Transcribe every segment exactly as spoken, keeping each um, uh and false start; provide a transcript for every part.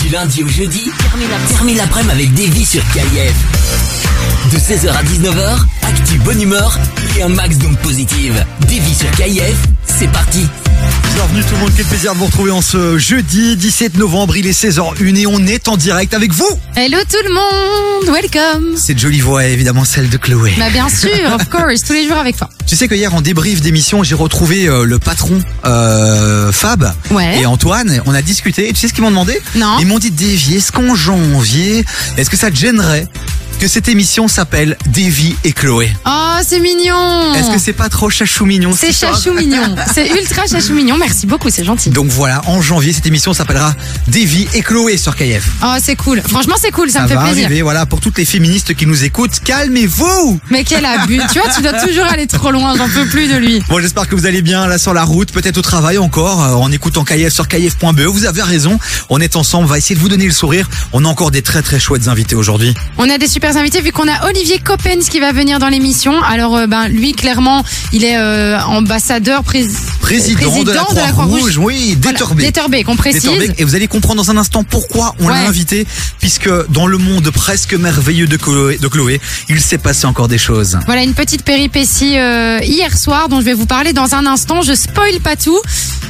Du lundi au jeudi, termine l'après-midi avec Davy sur K I F. De seize heures à dix-neuf heures, actu bonne humeur et un max d'ondes positives. Davy sur K I F, c'est parti. Bienvenue tout le monde, quel plaisir de vous retrouver en ce jeudi dix-sept novembre, il est seize heures une et on est en direct avec vous. Hello tout le monde, welcome. Cette jolie voix est évidemment celle de Chloé. Bah bien sûr, of course, tous les jours avec toi. Tu sais que hier en débrief d'émission, j'ai retrouvé euh, le patron euh, Fab ouais. et Antoine, on a discuté et tu sais ce qu'ils m'ont demandé? Non. Ils m'ont dit Davy, est-ce qu'en janvier, est-ce que ça te gênerait que cette émission s'appelle Davy et Chloé? Oh, c'est mignon. Est-ce que c'est pas trop chachou mignon? C'est chachou mignon. C'est ultra chachou mignon. Merci beaucoup, c'est gentil. Donc voilà, en janvier, cette émission s'appellera Davy et Chloé sur K I F. Oh, c'est cool. Franchement, c'est cool, ça, ça me fait va plaisir. Arriver, voilà, pour toutes les féministes qui nous écoutent, calmez-vous. Mais quel abus. Tu vois, tu dois toujours aller trop loin. J'en peux plus de lui. Bon, j'espère que vous allez bien là sur la route, peut-être au travail encore, euh, en écoutant K I F sur K I F point B E. Vous avez raison. On est ensemble. On va essayer de vous donner le sourire. On a encore des très très chouettes invités aujourd'hui. On a des super invités vu qu'on a Olivier Coppens qui va venir dans l'émission. Alors, euh, ben lui, clairement, il est euh, ambassadeur, prés... président, président de la Croix-Rouge, Croix oui, d'Etterbeek. D'Etterbeek, qu'on précise. Et vous allez comprendre dans un instant pourquoi on ouais. l'a invité, puisque dans le monde presque merveilleux de Chloé, de Chloé, il s'est passé encore des choses. Voilà, une petite péripétie euh, hier soir dont je vais vous parler dans un instant. Je spoil pas tout.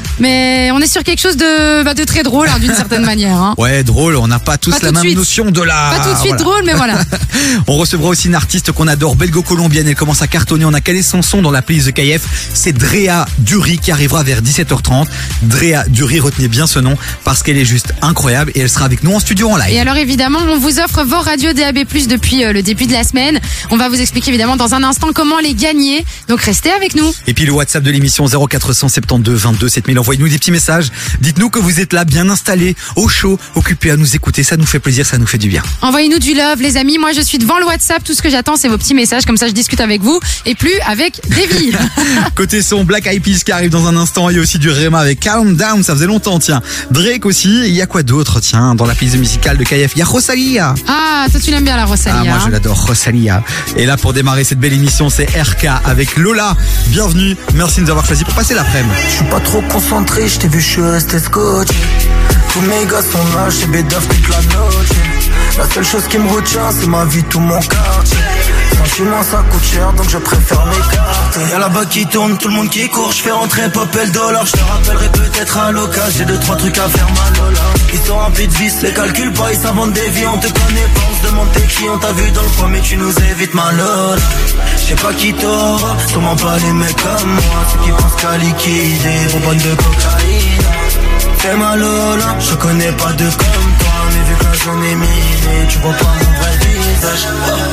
Mais on est sur quelque chose de, bah, de très drôle, hein, d'une certaine manière. Hein. Ouais, drôle. On n'a pas tous pas la même suite. notion de la... Pas tout de suite voilà. drôle, mais voilà. On recevra aussi une artiste qu'on adore, belgo-colombienne. Elle commence à cartonner. On a calé son son dans la playlist de K I F. C'est Drea Dury qui arrivera vers dix-sept heures trente. Drea Dury, retenez bien ce nom parce qu'elle est juste incroyable et elle sera avec nous en studio en live. Et alors évidemment, on vous offre vos radios D A B plus, depuis euh, le début de la semaine. On va vous expliquer évidemment dans un instant comment les gagner. Donc restez avec nous. Et puis le WhatsApp de l'émission zéro quatre cent soixante-douze vingt-deux sept mille. Envoyez-nous des petits messages. Dites-nous que vous êtes là, bien installés, au chaud, occupés à nous écouter. Ça nous fait plaisir, ça nous fait du bien. Envoyez-nous du love, les amis. Moi, je suis devant le WhatsApp. Tout ce que j'attends, c'est vos petits messages. Comme ça, je discute avec vous et plus avec Davy. Côté son, Black Eyed Peas qui arrive dans un instant. Il y a aussi du Rema avec Calm Down. Ça faisait longtemps, tiens. Drake aussi. Il y a quoi d'autre, tiens, dans la playlist musicale de K I F? Il y a Rosalia. Ah, toi, tu l'aimes bien, la Rosalia. Ah, moi, je l'adore, Rosalia. Et là, pour démarrer cette belle émission, c'est R K avec Lola. Bienvenue. Merci de nous avoir choisi pour passer l'après-midi. Je suis pas trop concentré. Je t'ai vu, je suis resté scotché. Tous mes gars sont là, j'ai bédaf toute la noche. La seule chose qui me retient, c'est ma vie, tout mon quartier. Sentiment, ça coûte cher, donc je préfère m'écarter. Y'a là-bas qui tourne, tout le monde qui court. Je fais rentrer Popel dollar. Je te rappellerai peut-être à l'occasion. J'ai deux, trois trucs à faire, ma Lola. Ils sont remplis de vis, les calculs pas, ils s'inventent des vies. On te connaît pas, on se demande t'es qui. On t'a vu dans le coin, mais tu nous évites, ma Lola. Je sais pas qui t'aura, sûrement pas les mecs comme moi. Ceux qui pensent qu'à liquider, bonbonnes de cocaïne. Fais ma Lola, je connais pas de comme toi. Mais vu que la zone est minée, tu vois pas mon vrai visage.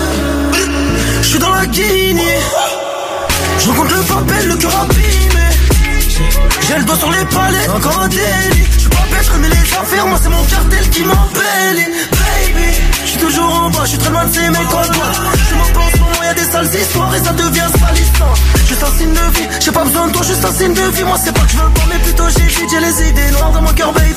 Je suis dans la Guinée, je rencontre le papel, le cœur abîmé. J'ai le doigt sur les palais, encore un délit. Je suis pas bête, je connais les affaires, moi c'est mon cartel qui m'embellit. Baby, je suis toujours en bas, je suis très loin de ces mecs en bas. Je m'en pense, pour moi y'a des sales histoires et ça devient salissant. Juste un signe de vie, j'ai pas besoin de toi, juste un signe de vie. Moi c'est pas que je veux pas, mais plutôt j'ai vite, j'ai les idées noires dans mon cœur, baby.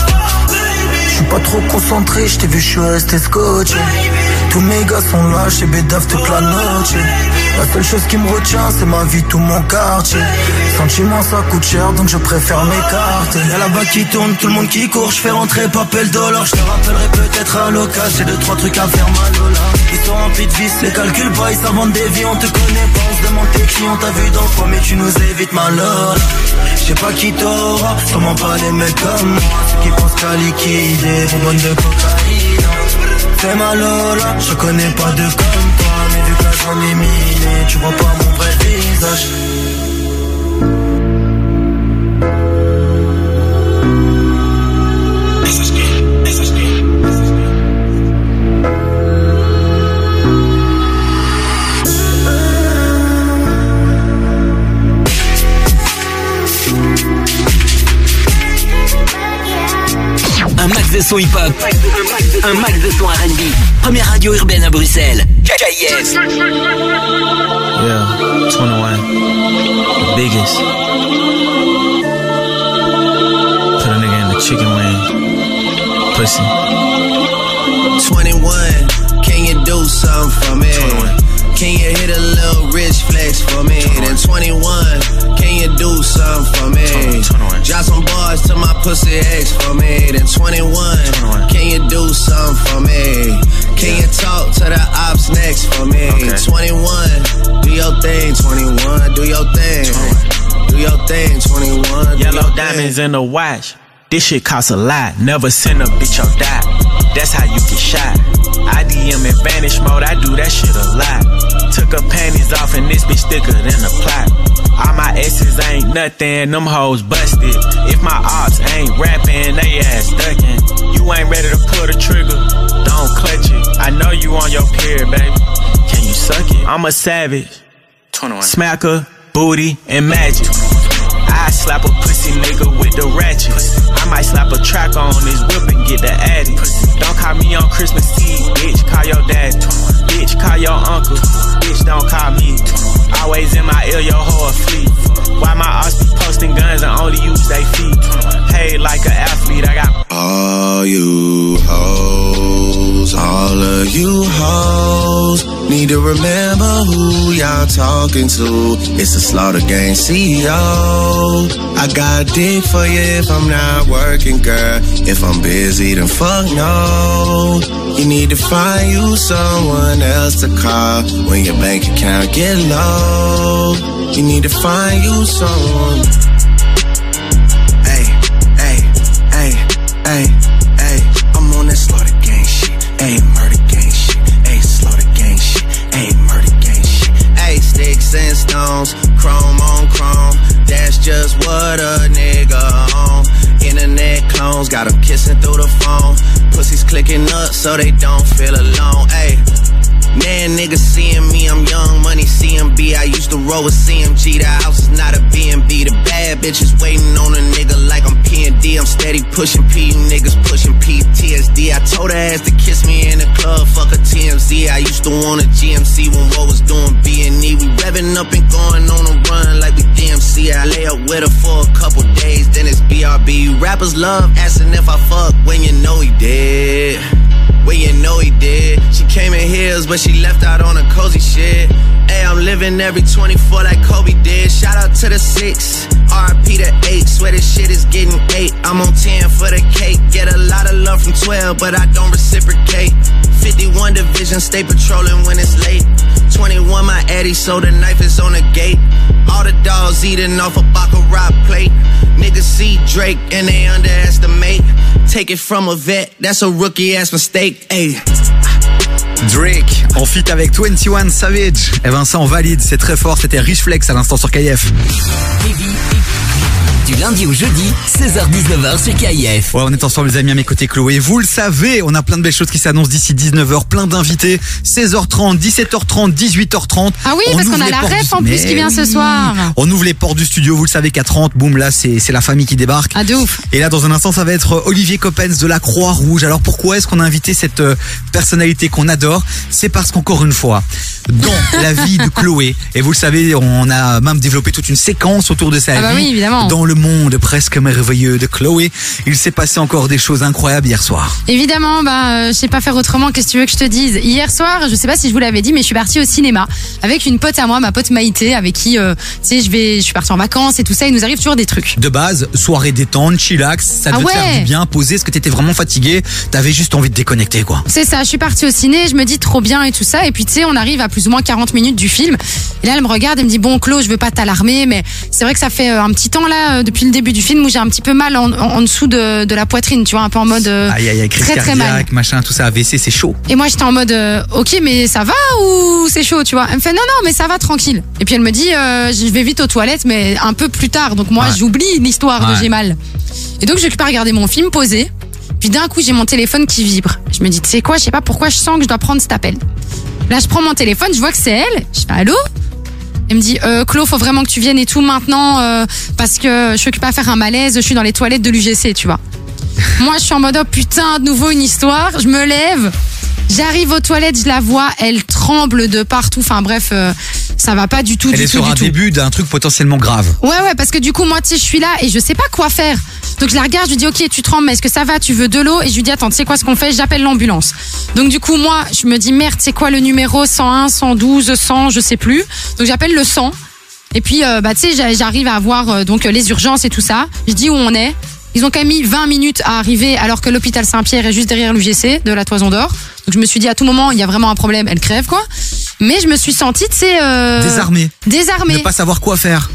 Je suis pas trop concentré, je t'ai vu, je suis resté scotché. Tous mes gars sont là, j'ai bédaf toute la noche. La seule chose qui me retient, c'est ma vie, tout mon quartier. Sentiment, ça coûte cher, donc je préfère m'écarter. Y'a là-bas qui tourne, tout le monde qui court. Je fais rentrer Papel dollar. Je te rappellerai peut-être à l'occasion. J'ai deux, trois trucs à faire, ma Lola. Ils sont remplis de vis, les calculs pas, ils s'inventent des vies. On te connaît pas, on se demande t'es qui. On t'a vu dans le coin, mais tu nous évites, ma Lola. Je sais pas qui t'aura, sûrement pas les mecs comme moi. Ceux qui pensent qu'à liquider, bonbonnes de cocaïne. Fais ma Lola, je connais pas de comme toi. Mais vu que la zone est minée, tu vois pas mon vrai visage. Un max de son hip-hop, un max de son R and B. Première radio urbaine à Bruxelles, K I F. Yeah, twenty-one, the biggest. Put a nigga in the chicken wing, pussy. twenty-one, can you do something for me? twenty-one. Can you hit a little rich flex for me? Then twenty-one, can you do something for me? twenty-one. Drop some bars to my pussy ex for me. Then twenty-one, twenty-one. can you diamonds in the watch. This shit costs a lot. Never send a bitch or die. That's how you get shot. I D M in vanish mode, I do that shit a lot. Took her panties off and this bitch thicker than a plot. All my exes ain't nothing, them hoes busted. If my ops ain't rapping, they ass ducking. You ain't ready to pull the trigger, don't clutch it. I know you on your period, baby. Can you suck it? I'm a savage. twenty-one. Smacker, booty, and magic. I slap a pussy nigga with the ratchet. I might slap a track on his whip and get the addy. Don't call me on Christmas Eve, bitch, call your daddy. Bitch, call your uncle, bitch, don't call me. Always in my ear, your hoe a fleet. Why my ass be posting guns and only use they feet? Paid like an athlete, I got all you hoes, all of you hoes need to remember who y'all talking to. It's the Slaughter Gang C E O. I got dick for you if I'm not working, girl. If I'm busy, then fuck no. You need to find you someone else to call when your bank account get low. You need to find you someone. Hey, hey, hey, hey, hey. I'm on that Slaughter Gang shit. Hey, murder gang shit. Hey, Slaughter Gang shit. Hey, murder gang shit. Hey, sticks and stones, chrome on chrome. That's just what a nigga on. Internet clones got them kissing through the phone. Pussies clicking up so they don't feel alone. Hey. Man, niggas seeing me, I'm young money C M B. I used to roll with C M G. The house is not a B and B. The bad bitches waiting on a nigga like I'm P and D. I'm steady pushing P, you niggas pushing P T S D. I told her ass to kiss me in the club, fuck a T M Z. I used to want a G M C when what was doing B and E. We revving up and going on a run like we D M C. I lay up with her for a couple days, then it's B R B. Rappers love asking if I fuck when you know he did. Well, you know he did. She came in heels, but she left out on a cozy shit. Hey, I'm living every twenty-four like Kobe did. Shout out to the six, R I P to eight. Swear this shit is getting eight. I'm on ten for the cake. Get a lot of love from twelve, but I don't reciprocate. fifty-one division, stay patrolling when it's late. twenty-one my Eddie, so the knife is on the gate. All the dogs eating off a Baccarat plate. Niggas see Drake and they underestimate. Take it from a vet, that's a rookie ass mistake. Hey. Drake en feat avec vingt et un Savage. Eh ben ça on valide, c'est très fort. C'était Rich Flex à l'instant sur K F. Du lundi au jeudi, seize heures dix-neuf heures sur K F. Ouais, on est ensemble les amis, à mes côtés Chloé. Vous le savez, on a plein de belles choses qui s'annoncent d'ici dix-neuf heures, plein d'invités. seize heures trente, dix-sept heures trente, dix-huit heures trente. Ah oui, on parce qu'on a la ref en plus qui vient ce soir. On ouvre les portes du studio, vous le savez qu'à trente, boum, là c'est c'est la famille qui débarque. Ah de ouf. Et là dans un instant ça va être Olivier Coppens de la Croix-Rouge. Alors pourquoi est-ce qu'on a invité cette euh, personnalité qu'on adore? C'est parce qu'encore une fois, dans la vie de Chloé, et vous le savez, on a même développé toute une séquence autour de sa ah bah vie. Oui, évidemment. Dans le monde presque merveilleux de Chloé, il s'est passé encore des choses incroyables hier soir. Évidemment, bah, euh, je sais pas faire autrement. Qu'est-ce que tu veux que je te dise? Hier soir, je sais pas si je vous l'avais dit, mais je suis partie au cinéma avec une pote à moi, ma pote Maïté, avec qui, euh, tu sais, je vais, je suis partie en vacances et tout ça. Il nous arrive toujours des trucs. De base, soirée détente, chillax, ça devait Ah ouais. te faire du bien, poser. Est-ce que t'étais vraiment fatigué? T'avais juste envie de déconnecter, quoi. C'est ça. Je suis partie au ciné, je me dis trop bien et tout ça. Et puis tu sais, on arrive à plus ou moins quarante minutes du film. Et là, elle me regarde et me dit bon, Chlo, je veux pas t'alarmer, mais c'est vrai que ça fait euh, un petit temps là, euh, depuis le début du film, où j'ai un petit peu mal en, en, en dessous de, de la poitrine, tu vois, un peu en mode euh, Aïe aïe aïe, crise très très mal. cardiaque, machin, tout ça, A V C, c'est chaud. Et moi j'étais en mode euh, ok, mais ça va ou c'est chaud, tu vois? Elle me fait non non, mais ça va, tranquille. Et puis elle me dit euh, je vais vite aux toilettes, mais un peu plus tard. Donc moi Ouais. j'oublie l'histoire Ouais. de j'ai mal. Et donc je récupère regarder mon film posé. Puis d'un coup j'ai mon téléphone qui vibre. Je me dis tu sais quoi, je sais pas pourquoi je sens que je dois prendre cet appel. Là je prends mon téléphone, je vois que c'est elle. Je fais allô? Elle me dit euh, Chlo, faut vraiment que tu viennes et tout maintenant euh, parce que je suis occupée à faire un malaise, je suis dans les toilettes de l'U G C, tu vois. Moi je suis en mode oh putain, de nouveau une histoire. Je me lève, j'arrive aux toilettes, je la vois, elle tremble de partout. Enfin bref, euh, ça va pas du tout, Elle du est tout, sur du un tout. début d'un truc potentiellement grave. Ouais ouais, parce que du coup moi tu sais je suis là et je sais pas quoi faire. Donc je la regarde, je lui dis ok tu trembles, mais est-ce que ça va, tu veux de l'eau? Et je lui dis attends, tu sais quoi ce qu'on fait, j'appelle l'ambulance. Donc du coup moi je me dis merde, c'est quoi le numéro? Cent un, cent douze, cent, je sais plus. Donc j'appelle le cent. Et puis euh, bah tu sais j'arrive à avoir euh, donc les urgences et tout ça. Je dis où on est. Ils ont quand même mis vingt minutes à arriver alors que l'hôpital Saint-Pierre est juste derrière l'U G C de la Toison d'Or. Donc je me suis dit à tout moment il y a vraiment un problème, elle crève quoi. Mais je me suis sentie tu sais euh, Désarmé. Désarmée. Ne pas savoir quoi faire. Ouais.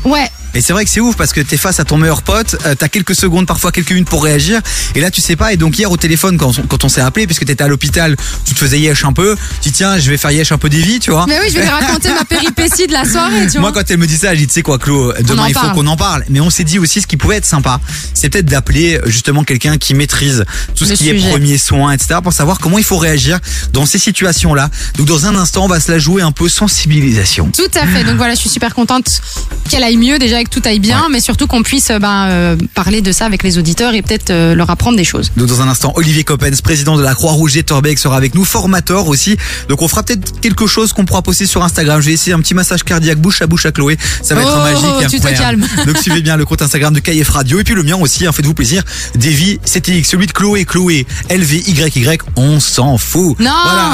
Et c'est vrai que c'est ouf parce que t'es face à ton meilleur pote, euh, t'as quelques secondes, parfois quelques minutes pour réagir, et là tu sais pas. Et donc hier au téléphone, quand on, quand on s'est appelé, puisque t'étais à l'hôpital, tu te faisais yesh un peu, tu dis tiens, je vais faire yesh un peu d'Evie, tu vois. Mais oui, je vais lui raconter ma péripétie de la soirée, tu vois. Moi, quand elle me dit ça, j'ai dit tu sais quoi, Chlo, demain il faut parle. qu'on en parle. Mais on s'est dit aussi ce qui pouvait être sympa, c'est peut-être d'appeler justement quelqu'un qui maîtrise tout ce Le qui sujet. est premiers soins, et cetera, pour savoir comment il faut réagir dans ces situations-là. Donc dans un instant, on va se la jouer un peu sensibilisation. Tout à fait. Donc voilà, je suis super contente qu'elle aille mieux, déjà que tout aille bien, Ouais. mais surtout qu'on puisse euh, ben, euh, parler de ça avec les auditeurs et peut-être euh, leur apprendre des choses. Donc dans un instant, Olivier Coppens, président de la Croix-Rouge d'Etterbeek, sera avec nous, formateur aussi. Donc on fera peut-être quelque chose qu'on pourra poster sur Instagram. Je vais essayer un petit massage cardiaque bouche à bouche à Chloé. Ça va Oh, être magique. tu te incroyable. calmes. Donc suivez bien le compte Instagram de K F Radio et puis le mien aussi. Hein, faites-vous plaisir. Davy, C T X, celui de Chloé, Chloé, L V Y Y. On s'en fout. Non. Voilà.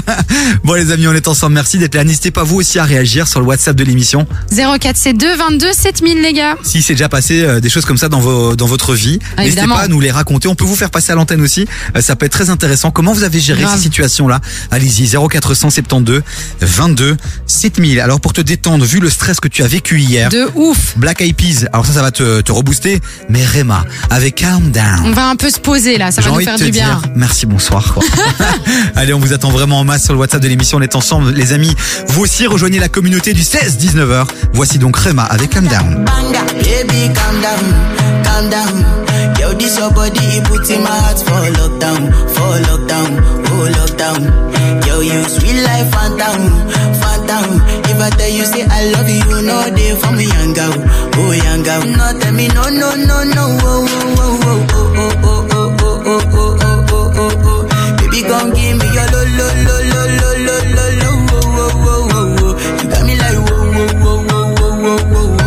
Bon les amis, on est ensemble. Merci d'être là. N'hésitez pas vous aussi à réagir sur le WhatsApp de l'émission. zéro quatre C deux vingt-deux sept mille les gars. Si c'est déjà passé euh, des choses comme ça dans vos dans votre vie, Ah, n'hésitez évidemment. pas à nous les raconter. On peut vous faire passer à l'antenne aussi. Euh, ça peut être très intéressant. Comment vous avez géré Grave. ces situations-là? Allez-y, zéro quatre cent soixante-douze vingt-deux sept mille. Alors pour te détendre, vu le stress que tu as vécu hier, De ouf. Black Eyed Peas. Alors ça, ça va te te rebooster. Mais Rema avec Calm Down. On va un peu se poser là, ça J'ai va nous envie de faire te du bien. dire merci, bonsoir. quoi. Allez, on vous attend vraiment en masse sur le WhatsApp de l'émission. On est ensemble, les amis. Vous aussi, rejoignez la communauté du seize dix-neuf heures. Voici donc Rema avec Calm Down. Banga, baby, calm down, calm down. Yo, this your body, it puts in my heart for lockdown, for lockdown, oh lockdown. Yo, you sweet life, phantom, phantom. If I tell you say I love you, you know they for me young girl, oh young girl. No tell me no, no, no, no, oh, oh, oh, oh, oh, oh, oh, oh, oh, oh, oh, oh, oh, oh. Baby, gon' give me your lo, lo, lo, lo, lo, lo, lo, lo, oh, oh, oh, oh, oh. You got me like whoa, whoa, whoa, whoa, whoa, whoa, whoa,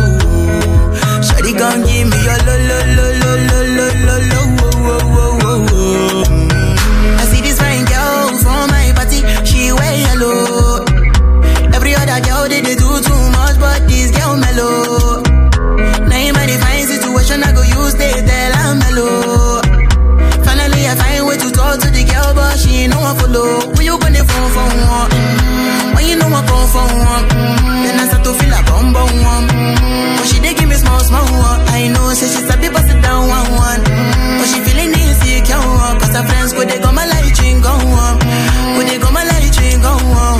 whoa. Shawty gon' give me your lo, lo, lo, lo, lo, lo, lo, lo, oh, oh, oh, oh, oh. Mm. I see this fine girl from my party, she wear yellow. Every other girl they, they do too much, but this girl mellow. Now in my fine situation, I go use they tell I'm mellow. Finally I find way to talk to the girl, but she ain't no one follow. When you gonna phone for one? Mm-hmm. When you know I come for one? Mm-hmm. Then I start to feel a bum bum one. Mm-hmm. But she dey give me small small one. I know say she's a bit pass it down one one. Mm-hmm. But she feeling insecure one. Cause her friends go they go my light ring go on. Go they go my light ring go on.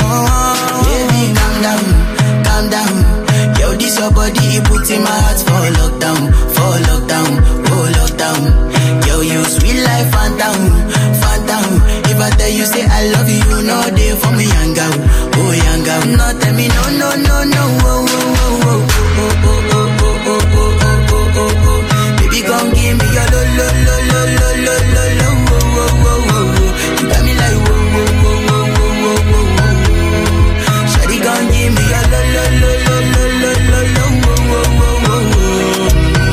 Baby calm down, calm down. Yo, this your body, it puts in my heart for lockdown, for lockdown, oh lockdown. Yo, you sweet life, phantom, phantom. If I tell you say I love you, you know they for me young girl, oh young girl. No tell me no, no, no, no, oh, oh, oh, oh, oh, oh, oh, oh, oh, oh, oh, oh, oh. Baby, gon' give me your lo, lo, lo, lo, lo, lo, lo, lo, oh, oh, oh, oh, oh. You got me like whoa, whoa, whoa, whoa, whoa, whoa, whoa, whoa. Shawty gon' give me your lo, lo, lo, lo, lo, lo, lo, lo, oh, oh, oh, oh, oh.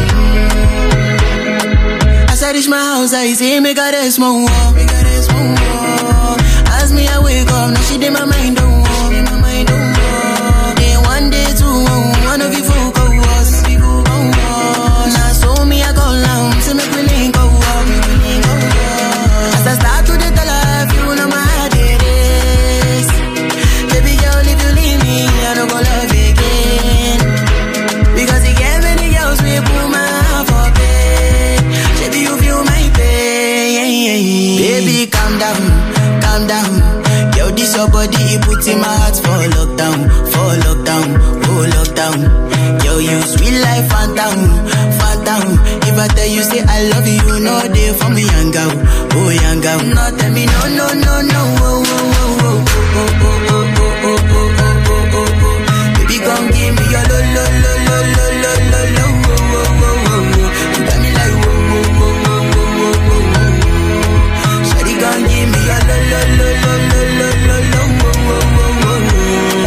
As I reach my house, I see me got a small wall, me got a small wall. As me I wake up, now she did my mind don't walk, my mind don't walk. Then one day two, one of you folk go was, now so me I go down, so make me link go walk, make me link go walk. As I start to the life, you know my heart it is. Baby girl, if you leave me, I don't go love again. Because you get many girls, we put my heart for bed. Baby, you feel my pain. Baby, calm down, calm down. Yo, this your body, it puts in my heart for lockdown, for lockdown, oh lockdown. Yo, you sweet life, phantom, phantom. If I tell you say I love you, you know they for me young girl, oh young girl. No tell me no, no, no, no, oh, oh, oh, oh, oh, oh, oh, oh, oh, oh, oh, oh, oh. Baby, gon' give me your lo, lo, lo, lo, lo, lo, lo, lo, oh, oh, oh, oh, oh. You got me like whoa, whoa, whoa, whoa, whoa, whoa, whoa, whoa. Shawty gon' give me your lo, lo, lo, lo, lo, lo, lo, lo, oh, oh, oh, oh, oh.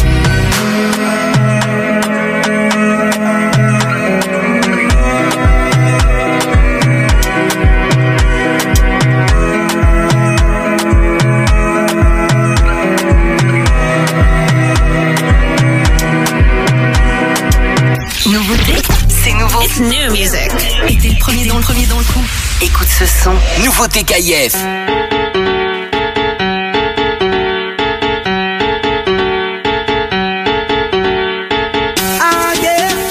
Nouveauté, c'est nouveau. It's new music. Et t'es le premier dans le premier dans le coup. Écoute ce son. Nouveauté K F. Ah yeah,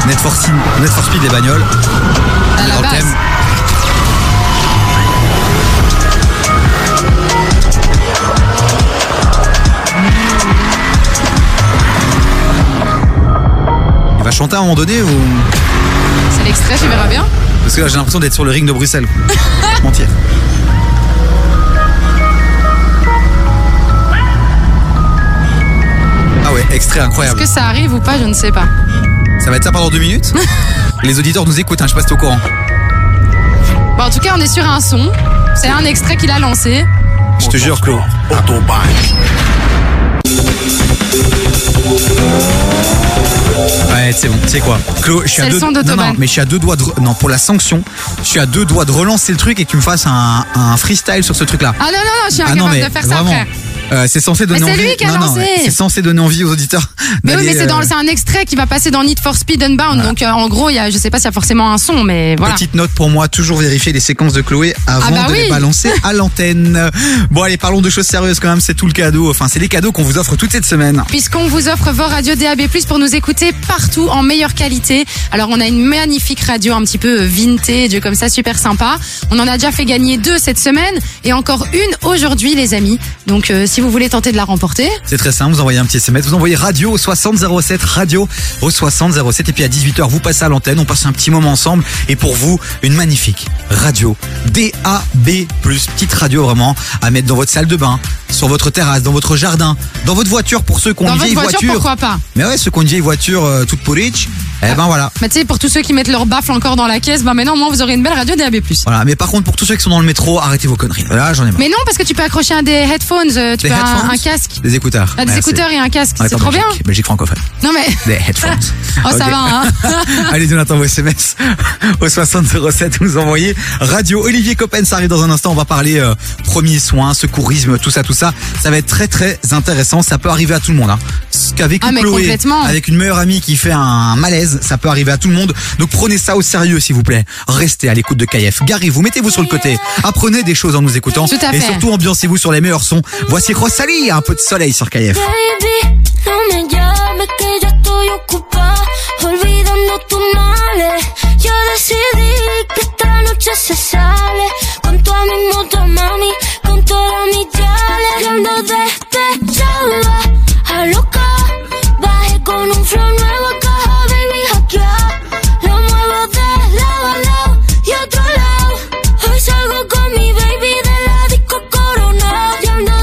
Need for Speed, Need for Speed les bagnoles. À la Dans le base. thème. Il va chanter à un moment donné ou... C'est l'extrait, tu verras bien. Parce que là j'ai l'impression d'être sur le ring de Bruxelles. Mentir. Ah ouais, extrait incroyable. Est-ce que ça arrive ou pas, je ne sais pas. Ça va être ça pendant deux minutes. Les auditeurs nous écoutent, hein, je sais pas si t'es au courant. Bon, en tout cas, on est sur un son. C'est un extrait qu'il a lancé. Je te jure, Claude. Ouais, c'est bon, tu sais quoi, Claude, je suis C'est à le deux. son Non, d'Autobahn. non, mais je suis à deux doigts de. Non, pour la sanction, je suis à deux doigts de relancer le truc et que tu me fasses un, un freestyle sur ce truc-là. Ah non, non, non, je suis Ah incapable non, mais de faire ça, vraiment. frère. Euh, c'est censé donner Mais c'est envie. lui qui a non, non, lancé. mais c'est censé donner envie aux auditeurs. Mais oui, d'aller, mais c'est, dans, euh, c'est un extrait qui va passer dans Need for Speed Unbound. Voilà. Donc, euh, en gros, il y a, je sais pas s'il y a forcément un son, mais voilà. Petite note pour moi, toujours vérifier les séquences de Chloé avant Ah bah de oui. les balancer à l'antenne. Bon allez, parlons de choses sérieuses quand même, c'est tout le cadeau. Enfin, c'est les cadeaux qu'on vous offre toute cette semaine. Puisqu'on vous offre vos radios D A B plus, pour nous écouter partout en meilleure qualité. Alors on a une magnifique radio un petit peu vintage, comme ça, super sympa. On en a déjà fait gagner deux cette semaine et encore une aujourd'hui, les amis. Donc euh, si vous voulez tenter de la remporter, C'est très simple, vous envoyez un petit S M S, vous envoyez radio au soixante zéro sept, radio au soixante zéro sept et puis à dix-huit heures vous passez à l'antenne, on passe un petit moment ensemble et pour vous, une magnifique radio D A B plus, petite radio vraiment à mettre dans votre salle de bain, sur votre terrasse, dans votre jardin, dans votre voiture pour ceux qui ont dans une votre vieille voiture, voiture. pourquoi pas. Mais ouais, ceux qui ont une vieille voiture euh, toute pourriche, eh ben voilà. Mais tu sais, pour tous ceux qui mettent leur baffle encore dans la caisse, ben maintenant, au moins, vous aurez une belle radio D A B plus. Voilà, mais par contre pour tous ceux qui sont dans le métro, arrêtez vos conneries. Là, j'en ai marre. Mais non, parce que tu peux accrocher un des headphones, euh, tu Des peux un, headphones un casque. Des écouteurs. Ah, des Ouais, écouteurs c'est- et un casque, On est c'est en trop bien. Belgique, Belgique francophone. Non mais. Des headphones. Oh, ça Ok. va, hein. Allez, on attend vos S M S au soixante zéro sept, vous envoyez radio. Olivier Coppen, ça arrive dans un instant, on va parler euh, premiers soins, secourisme, tout ça, tout ça. Ça va être très très intéressant, ça peut arriver à tout le monde. Hein. Ce qu'a vécu Ah, mais Chloé complètement. avec une meilleure amie qui fait un malaise, ça peut arriver à tout le monde. Donc prenez ça au sérieux s'il vous plaît. Restez à l'écoute de K F. Garez-vous, mettez-vous sur le côté. Apprenez des choses en nous écoutant. Tout à Et fait. surtout ambiancez-vous sur les meilleurs sons. Voici Rosalie, un peu de soleil sur K F. Baby, no me llames que ya estoy ocupada, olvidando tus males. Yo decidí que esta noche se sale, con toda mi moto, mami, con todas mis yales. Yo ando despechada, a loca, bajé con un flow nuevo a caja, baby, hackeada. Lo muevo de lado a lado y otro lado. Hoy salgo con mi baby de la disco Corona. Yo ando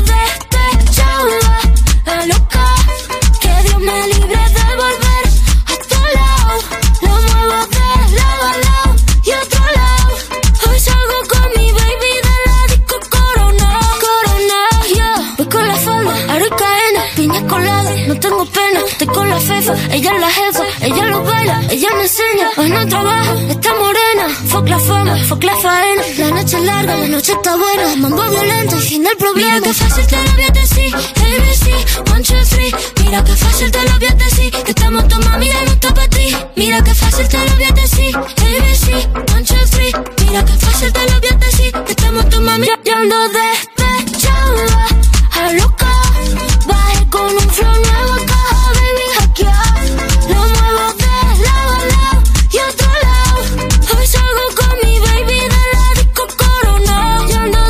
despechada, a loca, que Dios me libre de volver a tu lado. Lo muevo de lado a lado y otro lado. Hoy salgo con mi baby de la disco Corona. Corona, yeah. Voy con la falda, aro y cadena, piña colada, no tengo pena. Estoy con la fefa, ella es la jefa, ella lo baila, ella me enseña. Hoy no trabaja, está morena. Fuck la fama, fuck la faena. La noche es larga, la noche está buena. Mambo violento, el fin del problema. Mira que fácil te lo voy a decir, A B C, one, two, three. Mira que fácil te lo voy a decir, que estamos tomando, mira, no está pa' ti. Mira que fácil te lo voy a decir, A B C, one, two, three. Mira que fácil te lo voy a decir, que estamos tomando, mira, yo ando despechada, a loca, bajé con un flow nuevo a caja, baby, hackeada. Lo muevo de lado a lado y otro lado. Hoy salgo con mi baby de la disco Corona. Yo ando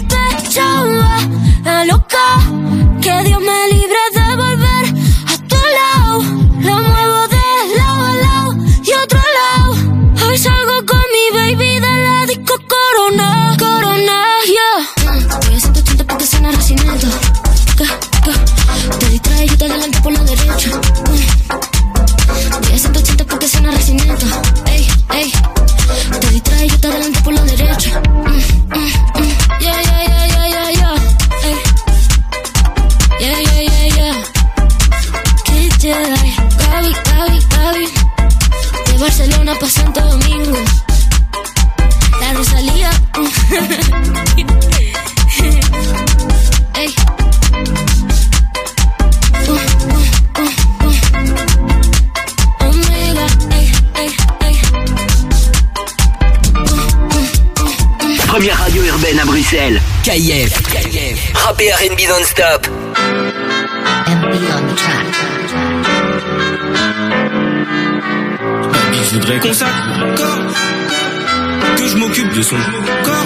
despechada, a loca, que Dios me libre de volver a tu lado. Lo muevo de lado a lado y otro lado. Hoy salgo con mi baby de la disco Corona. Corona, yeah. Voy a ciento ochenta porque suena racimiento. Que, que, te distraes, yo te adelanto por la derecha. Mm. Voy a ciento ochenta porque suena racimiento. Ey, ey. Te distraes, yo te adelanto por la derecha. Mm, mm, mm. Yeah, yeah, yeah, yeah, yeah, yeah. Ey. Yeah, yeah, yeah, yeah. Kid Jedi, Gaby, Gaby, Gaby. De Barcelona pa' Santo Domingo. La Rosalía. Ey. Uh, uh, uh, uh. Omega, ey, ey, ey. Uh, uh, uh, uh. Première radio urbaine à Bruxelles. K F. Rap et R and B non-stop. M B on the track. je voudrais qu'on s'accorde, que je m'occupe de son corps.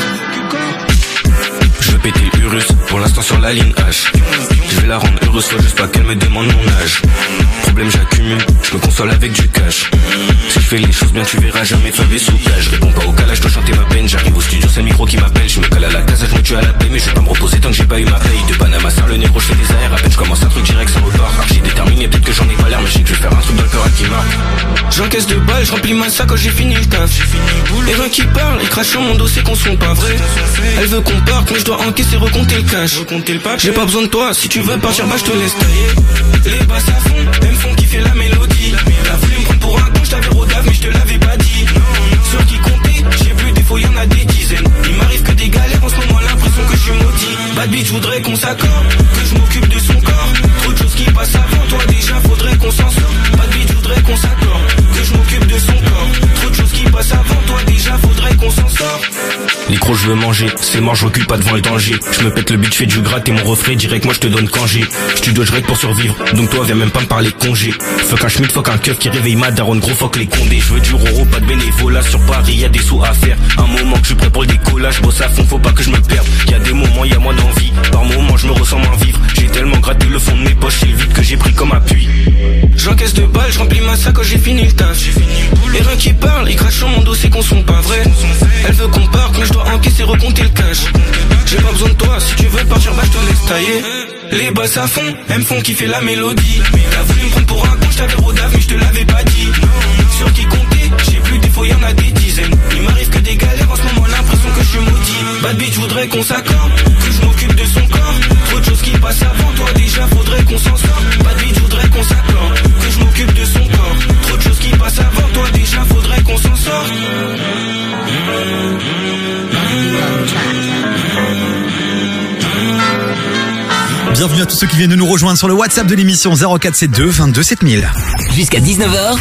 Je veux péter l'Urus, pour l'instant sur la ligne H. Je vais la rendre heureuse, faut juste pas qu'elle me demande mon âge. Problème j'accumule, je me console avec du cash. Si je fais les choses bien tu verras jamais favé sous cage. Je réponds pas au calage, je dois chanter ma peine. J'arrive au studio, c'est le micro qui m'appelle. Je me cale à la casa, je me tue à la paix. Mais je vais pas me reposer tant que j'ai pas eu ma paye. De Panama, Sarre le négro, je fais des airs. À peine je commence un truc direct, ça repart. Archi déterminé, peut-être que j'en ai pas l'air. Mais je sais que je vais faire un truc dans le cœur à qui marque. J'encaisse de balles, je remplis ma sac quand j'ai fini le taf. Les reins qui parlent, ils crachent sur mon dos, c'est qu'on sont pas vrais. Elle veut qu'on parte, mais je dois encaisser, recompter le cash. J'ai pas besoin de toi, si tu veux partir, bah je te laisse tailler. Les basses à fond, elles me font kiffer la mélodie. T'as voulu me prendre pour un con, je t'avais rodave, mais je te l'avais pas dit. Sur qui compter, j'ai vu des fois y'en a des dizaines. Il m'arrive que des galères, en ce moment l'impression que je suis maudit. Bad bitch, je voudrais qu'on s'accorde, que je m'occupe de son corps. Trop de choses qui passent avant toi, déjà faudrait qu'on s'en sorte. Bad bitch, je voudrais qu'on s'accorde, que je m'occupe de son corps. Trop de choses qui passent avant toi, déjà faudrait qu'on s'en sorte. Les crocs je veux manger, c'est mort, je recule pas devant le danger. Je me pète le but, je fais du gras, t'es mon refrain, direct moi je te donne congé. Studio je règle pour survivre, donc toi viens même pas me parler congé. Fuck un schmitt, fuck un keuf qui réveille ma daronne, gros fuck les condés. Je veux du roro, pas de bénévolat, sur Paris y'a des sous à faire. Un moment que je suis prêt pour le décollage, bosse à fond, faut pas que je me perde. Y'a des moments, y'a moins d'envie, par moments je me ressens moins vivre. J'ai tellement gratté le fond de mes poches, c'est le vide que j'ai pris comme appui. J'encaisse de balles, je remplis ma sac quand j'ai fini le taf. Les reins qui parlent, ils crachent sur mon dos, c'est qu'on sont pas vrais. Elle veut qu'on parte, mais je dois encaisser, recompter le cash. J'ai pas besoin de toi, si tu veux partir, bah je te laisse tailler. Les basses à fond, elles me font kiffer la mélodie. T'as voulu me prendre pour un con, je t'avais rodave, mais je te l'avais pas dit. Sur qui compter, j'ai plus des fois y'en a des dizaines. Il m'arrive que des galères, en ce moment l'impression que je suis maudit. Bad bitch, je voudrais qu'on s'accorde, que je m'occupe de son corps. Trop de choses qui passent avant toi, déjà faudrait qu'on s'en sorte. Bad bitch, je voudrais qu'on s'accorde, que je m'occupe de son corps. Trop de choses qui passent avant toi, déjà faudrait qu'on s'en sorte. Bienvenue à tous ceux qui viennent de nous rejoindre sur le WhatsApp de l'émission zéro quatre sept deux vingt-deux sept mille. Jusqu'à dix-neuf heures,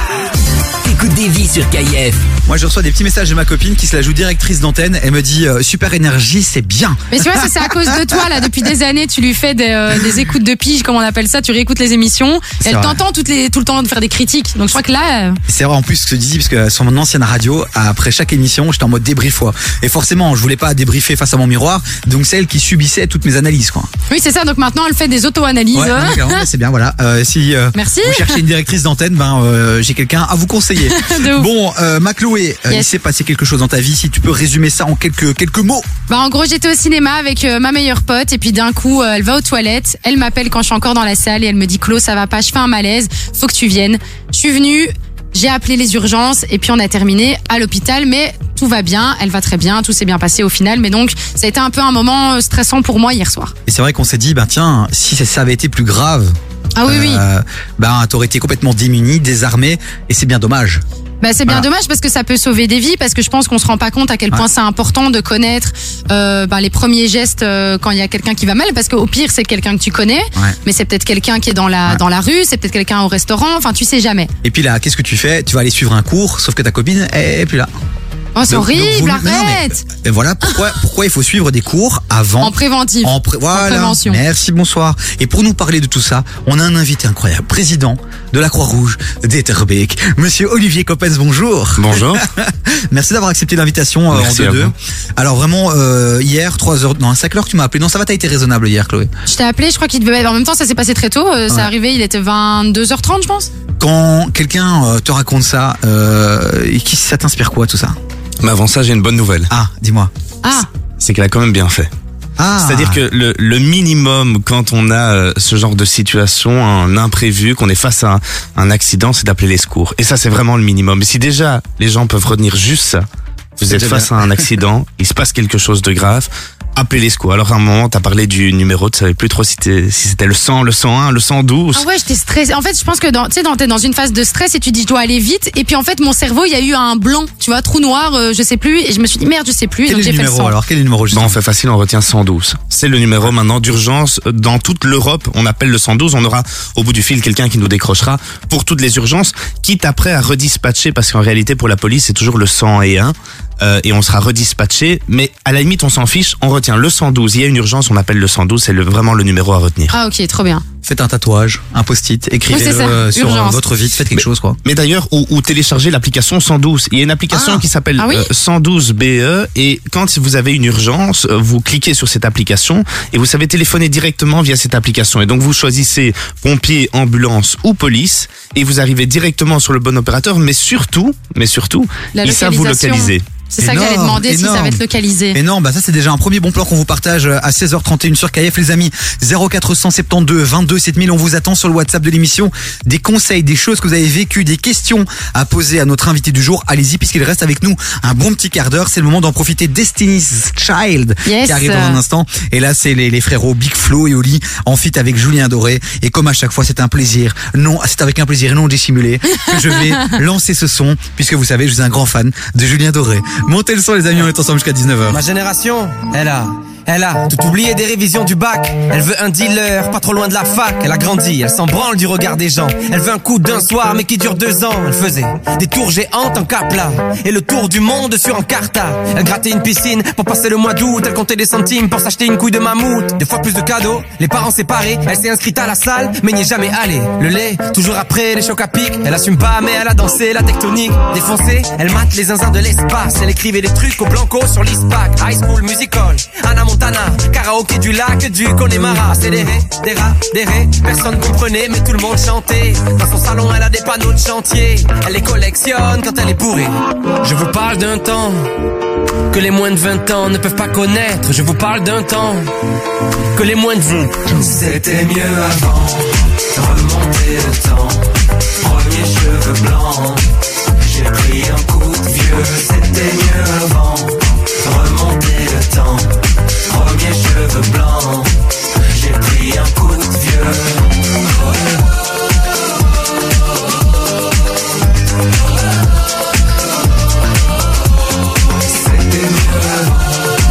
t'écoutes Davy sur K F. Moi je reçois des petits messages de ma copine qui se la joue directrice d'antenne. Elle me dit euh, super énergie, c'est bien. Mais tu vois, ça c'est à cause de toi là. Depuis des années, tu lui fais des, euh, des écoutes de pige, comme on appelle ça. Tu réécoutes les émissions. Et elle t'entend toutes les, tout le temps de faire des critiques. Donc je crois que là. Euh... C'est vrai en plus ce que tu dis parce que sur mon ancienne radio, après chaque émission, j'étais en mode débrief. Et forcément, je voulais pas débriefer face à mon miroir. Donc c'est elle qui subissait toutes mes analyses, quoi. Oui, c'est ça. Donc maintenant, elle fait des auto-analyses. Ouais, non, non, c'est bien. Voilà. Euh, si euh, Merci. vous cherchez une directrice d'antenne, ben euh, j'ai quelqu'un à vous conseiller. Bon, euh, ma Chloé, euh, yes. Il s'est passé quelque chose dans ta vie. Si tu peux résumer ça en quelques quelques mots. Bah en gros, j'étais au cinéma avec euh, ma meilleure pote et puis d'un coup, euh, elle va aux toilettes. Elle m'appelle quand je suis encore dans la salle et elle me dit Chlo, ça va pas, je fais un malaise, faut que tu viennes. Je suis venue. J'ai appelé les urgences et puis on a terminé à l'hôpital, mais tout va bien, elle va très bien, tout s'est bien passé au final, mais donc ça a été un peu un moment stressant pour moi hier soir. Et c'est vrai qu'on s'est dit, ben tiens, si ça avait été plus grave, ah oui, euh, oui. ben t'aurais été complètement démunie, désarmée, et c'est bien dommage. Bah c'est bien voilà. Dommage parce que ça peut sauver des vies, parce que je pense qu'on se rend pas compte à quel point ouais. c'est important de connaître euh, bah, les premiers gestes euh, quand il y a quelqu'un qui va mal, parce qu'au pire c'est quelqu'un que tu connais, ouais. mais c'est peut-être quelqu'un qui est dans la ouais. dans la rue, c'est peut-être quelqu'un au restaurant, enfin tu sais jamais. Et puis là, qu'est-ce que tu fais? Tu vas aller suivre un cours, sauf que ta copine est plus là. Oh, c'est donc, horrible, donc vous, arrête. Mais, mais voilà pourquoi pourquoi il faut suivre des cours avant. En préventif. En, pré, voilà, en prévention. Merci, bonsoir. Et pour nous parler de tout ça, on a un invité incroyable, président de la Croix-Rouge d'Etterbeek, Monsieur Olivier Coppens. Bonjour. Bonjour. Merci d'avoir accepté l'invitation euh, en deux deux. Alors vraiment euh, hier trois heures, non à cinq heures que tu m'as appelé. Non, ça va, t'as été raisonnable hier, Chloé. Je t'ai appelé, je crois qu'il devait. En même temps, ça s'est passé très tôt. Euh, ouais. C'est arrivé, il était vingt-deux heures trente, je pense. Quand quelqu'un euh, te raconte ça, euh, et qui ça t'inspire quoi tout ça? Mais avant ça, j'ai une bonne nouvelle. Ah, dis-moi. Ah. C'est qu'elle a quand même bien fait. Ah. C'est-à-dire que le, le minimum quand on a euh, ce genre de situation, un imprévu, qu'on est face à un, un accident, c'est d'appeler les secours. Et ça, c'est vraiment le minimum. Et si déjà les gens peuvent retenir juste ça, vous êtes face bien. à un accident, il se passe quelque chose de grave, appelez les secours. Alors à un moment, t'as parlé du numéro, tu savais plus trop si, si c'était le cent, le cent un, le cent douze. Ah ouais, j'étais stressée. En fait, je pense que dans, tu sais, dans, t'es dans une phase de stress et tu dis je dois aller vite. Et puis en fait, mon cerveau, il y a eu un blanc, tu vois, trou noir, euh, je sais plus. Et je me suis dit merde, je sais plus. Quel donc est j'ai le fait numéro le cent. alors? Quel est le numéro juste? Bon, on fait facile, on retient cent douze. C'est le numéro maintenant d'urgence dans toute l'Europe. On appelle le cent douze. On aura au bout du fil quelqu'un qui nous décrochera pour toutes les urgences, quitte après à redispatcher, parce qu'en réalité pour la police c'est toujours le cent et un. Euh, et on sera redispatché, mais à la limite on s'en fiche, on retient le cent douze. Il y a une urgence, on appelle le cent douze, c'est le, vraiment le numéro à retenir. Ah ok, trop bien. Faites un tatouage, un post-it, écrivez-le Oui, c'est ça. euh, sur euh, Urgence. votre vide, faites quelque Mais- chose quoi. Mais d'ailleurs, ou, ou télécharger l'application cent douze. Il y a une application Ah. qui s'appelle Ah oui euh, cent douze B E et quand vous avez une urgence, euh, vous cliquez sur cette application et vous savez téléphoner directement via cette application. Et donc vous choisissez pompier, ambulance ou police et vous arrivez directement sur le bon opérateur. Mais surtout, mais surtout, La ils savent vous localisation. localiser. C'est ça que j'allais Énorme, demander si ça énorme. va être localisé. Et non, bah ça c'est déjà un premier bon plan qu'on vous partage à seize heures trente et une sur K F les amis. zéro quatre cent soixante-douze vingt-deux sept mille, on vous attend sur le WhatsApp de l'émission. Des conseils, des choses que vous avez vécues, des questions à poser à notre invité du jour. Allez-y puisqu'il reste avec nous un bon petit quart d'heure. C'est le moment d'en profiter. Destiny's Child Yes. qui arrive dans un instant. Et là c'est les, les frérots Big Flo et Oli en feat avec Julien Doré. Et comme à chaque fois c'est un plaisir, non, c'est avec un plaisir non dissimulé que je vais lancer ce son puisque vous savez je suis un grand fan de Julien Doré. Montez le son les amis. On est ensemble jusqu'à dix-neuf heures. Ma génération, elle a, elle a tout oublié des révisions du bac. Elle veut un dealer, pas trop loin de la fac. Elle a grandi, elle s'en branle du regard des gens. Elle veut un coup d'un soir, mais qui dure deux ans. Elle faisait des tours géantes en Capla et le tour du monde sur Encarta. Elle grattait une piscine pour passer le mois d'août. Elle comptait des centimes pour s'acheter une couille de mammouth. Des fois plus de cadeaux, les parents séparés. Elle s'est inscrite à la salle, mais n'y est jamais allée. Le lait, toujours après les chocs à pic. Elle assume pas, mais elle a dansé la tectonique. Défoncée, elle mate les zinzins de l'espace. Elle écrivait des trucs au blanco sur l'ISPAC. High School Musical, Anna Montana, karaoké du lac du Connemara. C'est des ré, des rats, des ré. Personne comprenait, mais tout le monde chantait. Dans son salon, elle a des panneaux de chantier. Elle les collectionne quand elle est bourrée. Je vous parle d'un temps que les moins de vingt ans ne peuvent pas connaître. Je vous parle d'un temps que les moins de vingt. C'était mieux avant, remonter le temps. Premier cheveux blancs, j'ai pris un coup de vieux. C'était mieux avant, remonter le temps. Premier cheveux blancs, j'ai pris un coup de vieux. C'était mieux avant.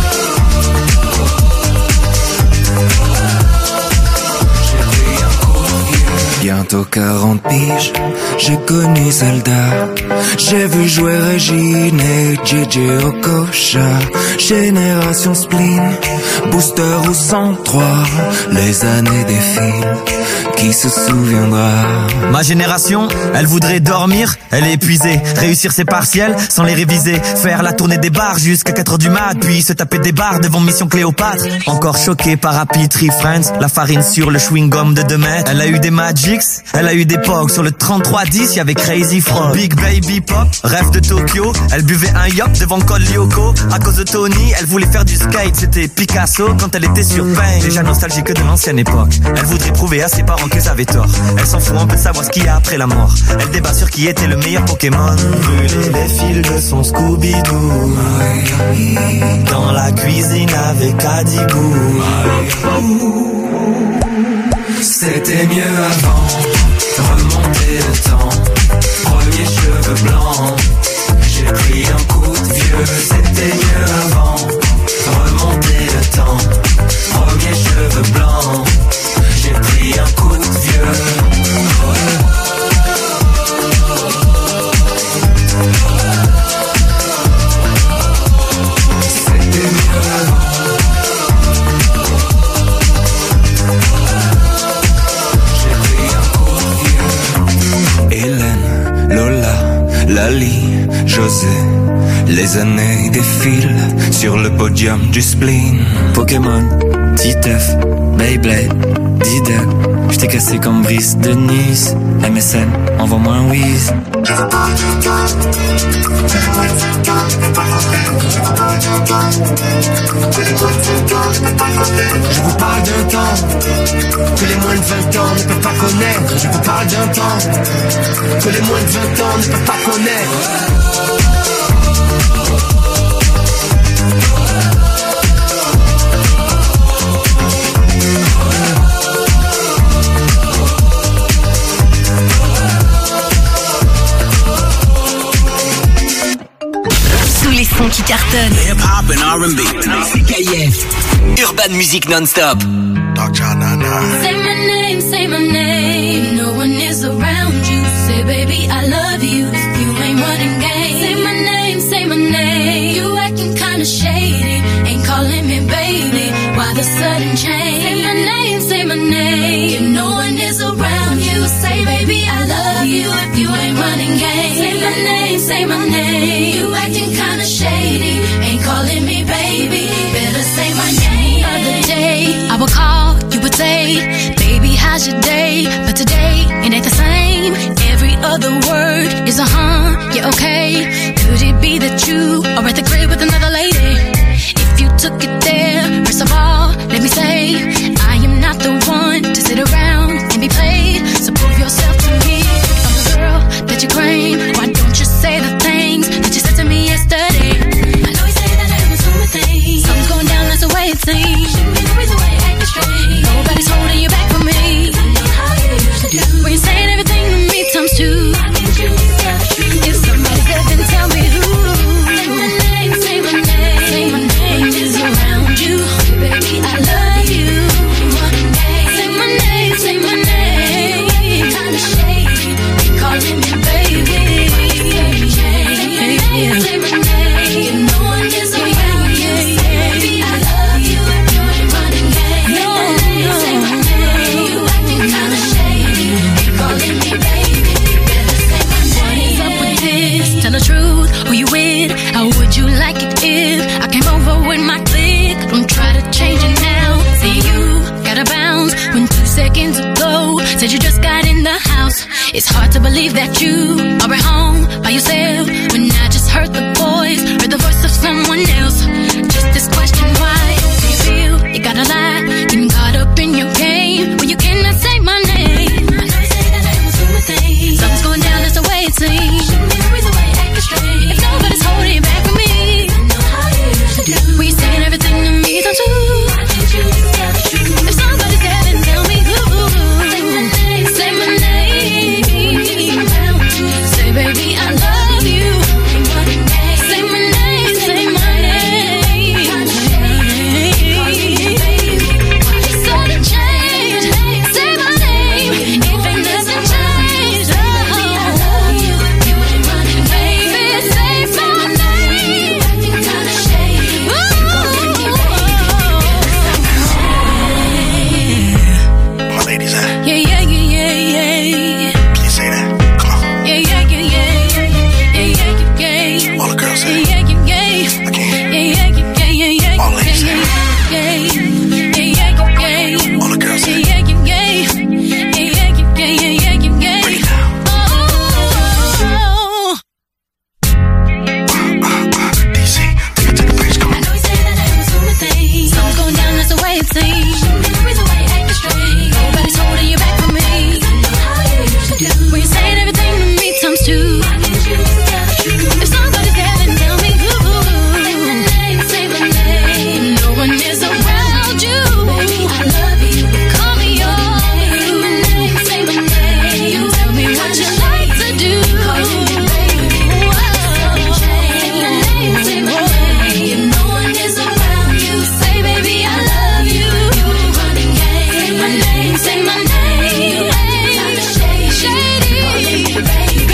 Bientôt quarante piges, j'ai connu Zelda. J'ai vu jouer Régine et J J Okocha. Génération spleen, booster ou cent trois. Les années défilent, qui se souviendra? Ma génération, elle voudrait dormir, elle est épuisée. Réussir ses partiels sans les réviser. Faire la tournée des bars jusqu'à quatre heures du mat. Puis se taper des bars devant Mission Cléopâtre. Encore choqué par Happy Tree Friends. La farine sur le chewing-gum de deux mètres. Elle a eu des Magics, elle a eu des Pogs. Sur le trente-trois dix, y'avait Crazy Frog. Big Baby Pop, rêve de Tokyo. Elle buvait un yop devant Col Lyoko. À cause de Tony, elle voulait faire du skate. C'était Picasso quand elle était sur Pain. Déjà nostalgique de l'ancienne époque. Elle voudrait prouver à ses parents qu'ils avaient tort. Elle s'en fout un peu de savoir ce qu'il y a après la mort. Elle débat sur qui était le meilleur Pokémon. Brûler les fils de son Scooby-Doo. Dans la cuisine avec Adibou. C'était mieux avant, remonter le temps. Premier cheveux blancs, j'ai pris un coup de vieux. C'était mieux avant, remonter le temps. Premier cheveux blancs, j'ai pris un coup de vieux. C'était mieux avant. Hélène, Lola, Lali, José. Les années défilent sur le podium du spleen. Pokémon, Titeuf, Beyblade, Diddle. J't'ai cassé comme Brice de Nice. M S N, envoie-moi un whiz. Je vous parle d'un temps que les moins de vingt ans ne peuvent pas connaître. Je vous parle d'un temps que les moins de vingt ans ne peuvent pas connaître. Les sons qui cartonnent. Hip-hop and R and B. C'est K F. Urban Music Non-Stop. Say my name, say my name. No one is around you. Say baby I love you. You ain't running game. Say my name, say my name. You acting kinda shady. Ain't calling me baby. Why the sudden change? Say my name, say my name. No one say my name. You acting kinda shady, ain't calling me baby. Better say my name. Other day, I would call, you would say, baby, how's your day? But today, it ain't the same. Every other word is a huh, yeah, okay. Could it be that you are at the crib with another lady? If you took it there, first of all, let me say, I am not the one to sit around and be played. So prove yourself to me. I'm the girl that you claim. Why don't you say the things that you said to me yesterday? I know you say that I was doing things. Something's going down, that's the way it seems. The reason why you acting strange. Nobody's holding you back from me. How you used to do. When you're saying everything to me times two. If somebody's there, then tell me who. Say my name, say my name, say my name is around you. Baby, I love you. Say my name, say my name. Kinda shady, they calling me baby. Say my name, no one is around you. Baby, I love you. You're running game. No, no. Say my name, you acting kinda shady, they calling me baby. What is up with this? Tell the truth, who you with? How would you like it if I came over with my clique? Don't try to change it now. See you gotta bounce when two seconds ago said you just got in the house. It's hard to believe that you are at home by yourself when I just heard the voice, heard the voice of someone else. Just this question, why do you feel you gotta lie? Getting caught up in your game when you cannot say my name. I know you say that I was doing things. Something's going down, that's the way it seems. The reason why you acting strange. If nobody's holding you back from me, I know how you used to do. When you're saying everything to me, don't you? Why can't you just tell the truth? If somebody's there, then tell me who. Say my name, say my name. Say baby, I love you. Say my name, say my name. Sudden change. Say my name. Even doesn't change. Oh, baby, say my name. Kinda shady. My ladies at? Yeah, yeah, yeah, yeah, yeah. Can you say that? Come on. Yeah, yeah, yeah, yeah, yeah, yeah, yeah, yeah. All the girls say. Yeah, yeah, yeah, yeah. I can't. Yeah, yeah, yeah, yeah, yeah, yeah. All ladies say. Yeah, yeah, yeah, yeah, yeah. All the girls say. Yeah, yeah, yeah, yeah, yeah, yeah, yeah, yeah, yeah. Break it down. Oh, Uh, uh, D C, take it to the bridge, come I on. know you say that I was doing things. Something's going down, that's the way it seems. The reason why you acting strange. Nobody's holding you back from me. I know how you used to do. When you're saying everything to me times two. Why can't you just tell the truth? If somebody's there, then tell me who. Say my name, say my name. No one is around you. Baby, I love you. Call me yours. Say my name, say my name. You tell me what you like to do. Calling me baby. Say my name, say my name. No one is around you. Say baby, I love you. You're running game. Say my name, say my name. Kinda shady. Shady. Calling me baby.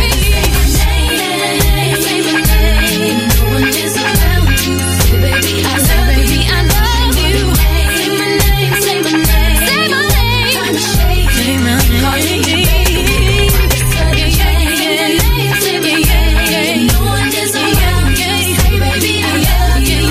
Say my name. No one is around you. Say baby, I love you. Say my name, say my name. Say my name. Kinda shady. Say my name. Calling me baby. Yeah, yeah, yeah. Say my name. No one is around you. Say baby, I love you.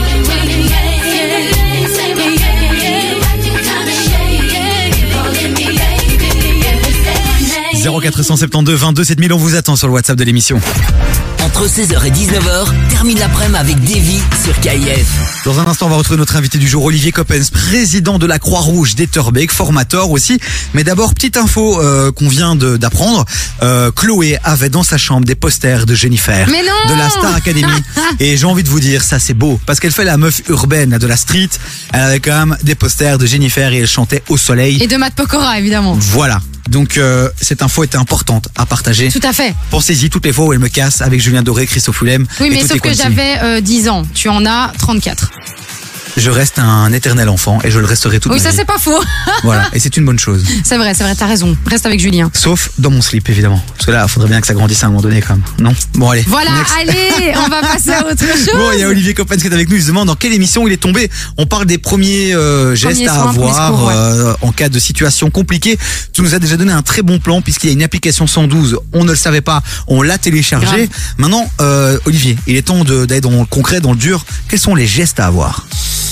Say my name. Acting kinda shady. Calling me baby. Say my name. zéro quatre cent soixante-douze vingt-deux sept mille, on vous attend sur le WhatsApp de l'émission. Entre seize heures et dix-neuf heures, termine l'après-midi avec Davy sur K I F. Dans un instant, on va retrouver notre invité du jour, Olivier Coppens, président de la Croix-Rouge d'Etterbeek, formateur aussi. Mais d'abord, petite info euh, qu'on vient de- d'apprendre. Euh, Chloé avait dans sa chambre des posters de Jennifer, Mais non de la Star Academy. Et j'ai envie de vous dire, ça c'est beau, parce qu'elle fait la meuf urbaine de la street. Elle avait quand même des posters de Jennifer et elle chantait au soleil. Et de Matt Pokora, évidemment. Voilà. Donc euh, cette info était importante à partager. Tout à fait. Pensez-y toutes les fois où elle me casse avec Julien Doré, Christophe Fulem. Oui, et mais toutes sauf les que consignes. j'avais euh, dix ans. Tu en as trente-quatre. je reste un éternel enfant et je le resterai toute Oui, ma ça vie. c'est pas faux. Voilà, et c'est une bonne chose. C'est vrai, c'est vrai, t'as raison. Reste avec Julien. Sauf dans mon slip, évidemment. Parce que là, il faudrait bien que ça grandisse à un moment donné, quand même. Non? Bon, allez. Voilà, next. allez, on va passer à autre chose. Bon, il y a Olivier Coppens qui est avec nous. Il se demande dans quelle émission il est tombé. On parle des premiers euh, gestes Premiers à soins, premiers avoir secours, ouais. euh, en cas de situation compliquée. Tu nous as déjà donné un très bon plan puisqu'il y a une application cent douze. On ne le savait pas. On l'a téléchargée. Maintenant, euh, Olivier, il est temps de- d'aller dans le concret, dans le dur. Quels sont les gestes à avoir?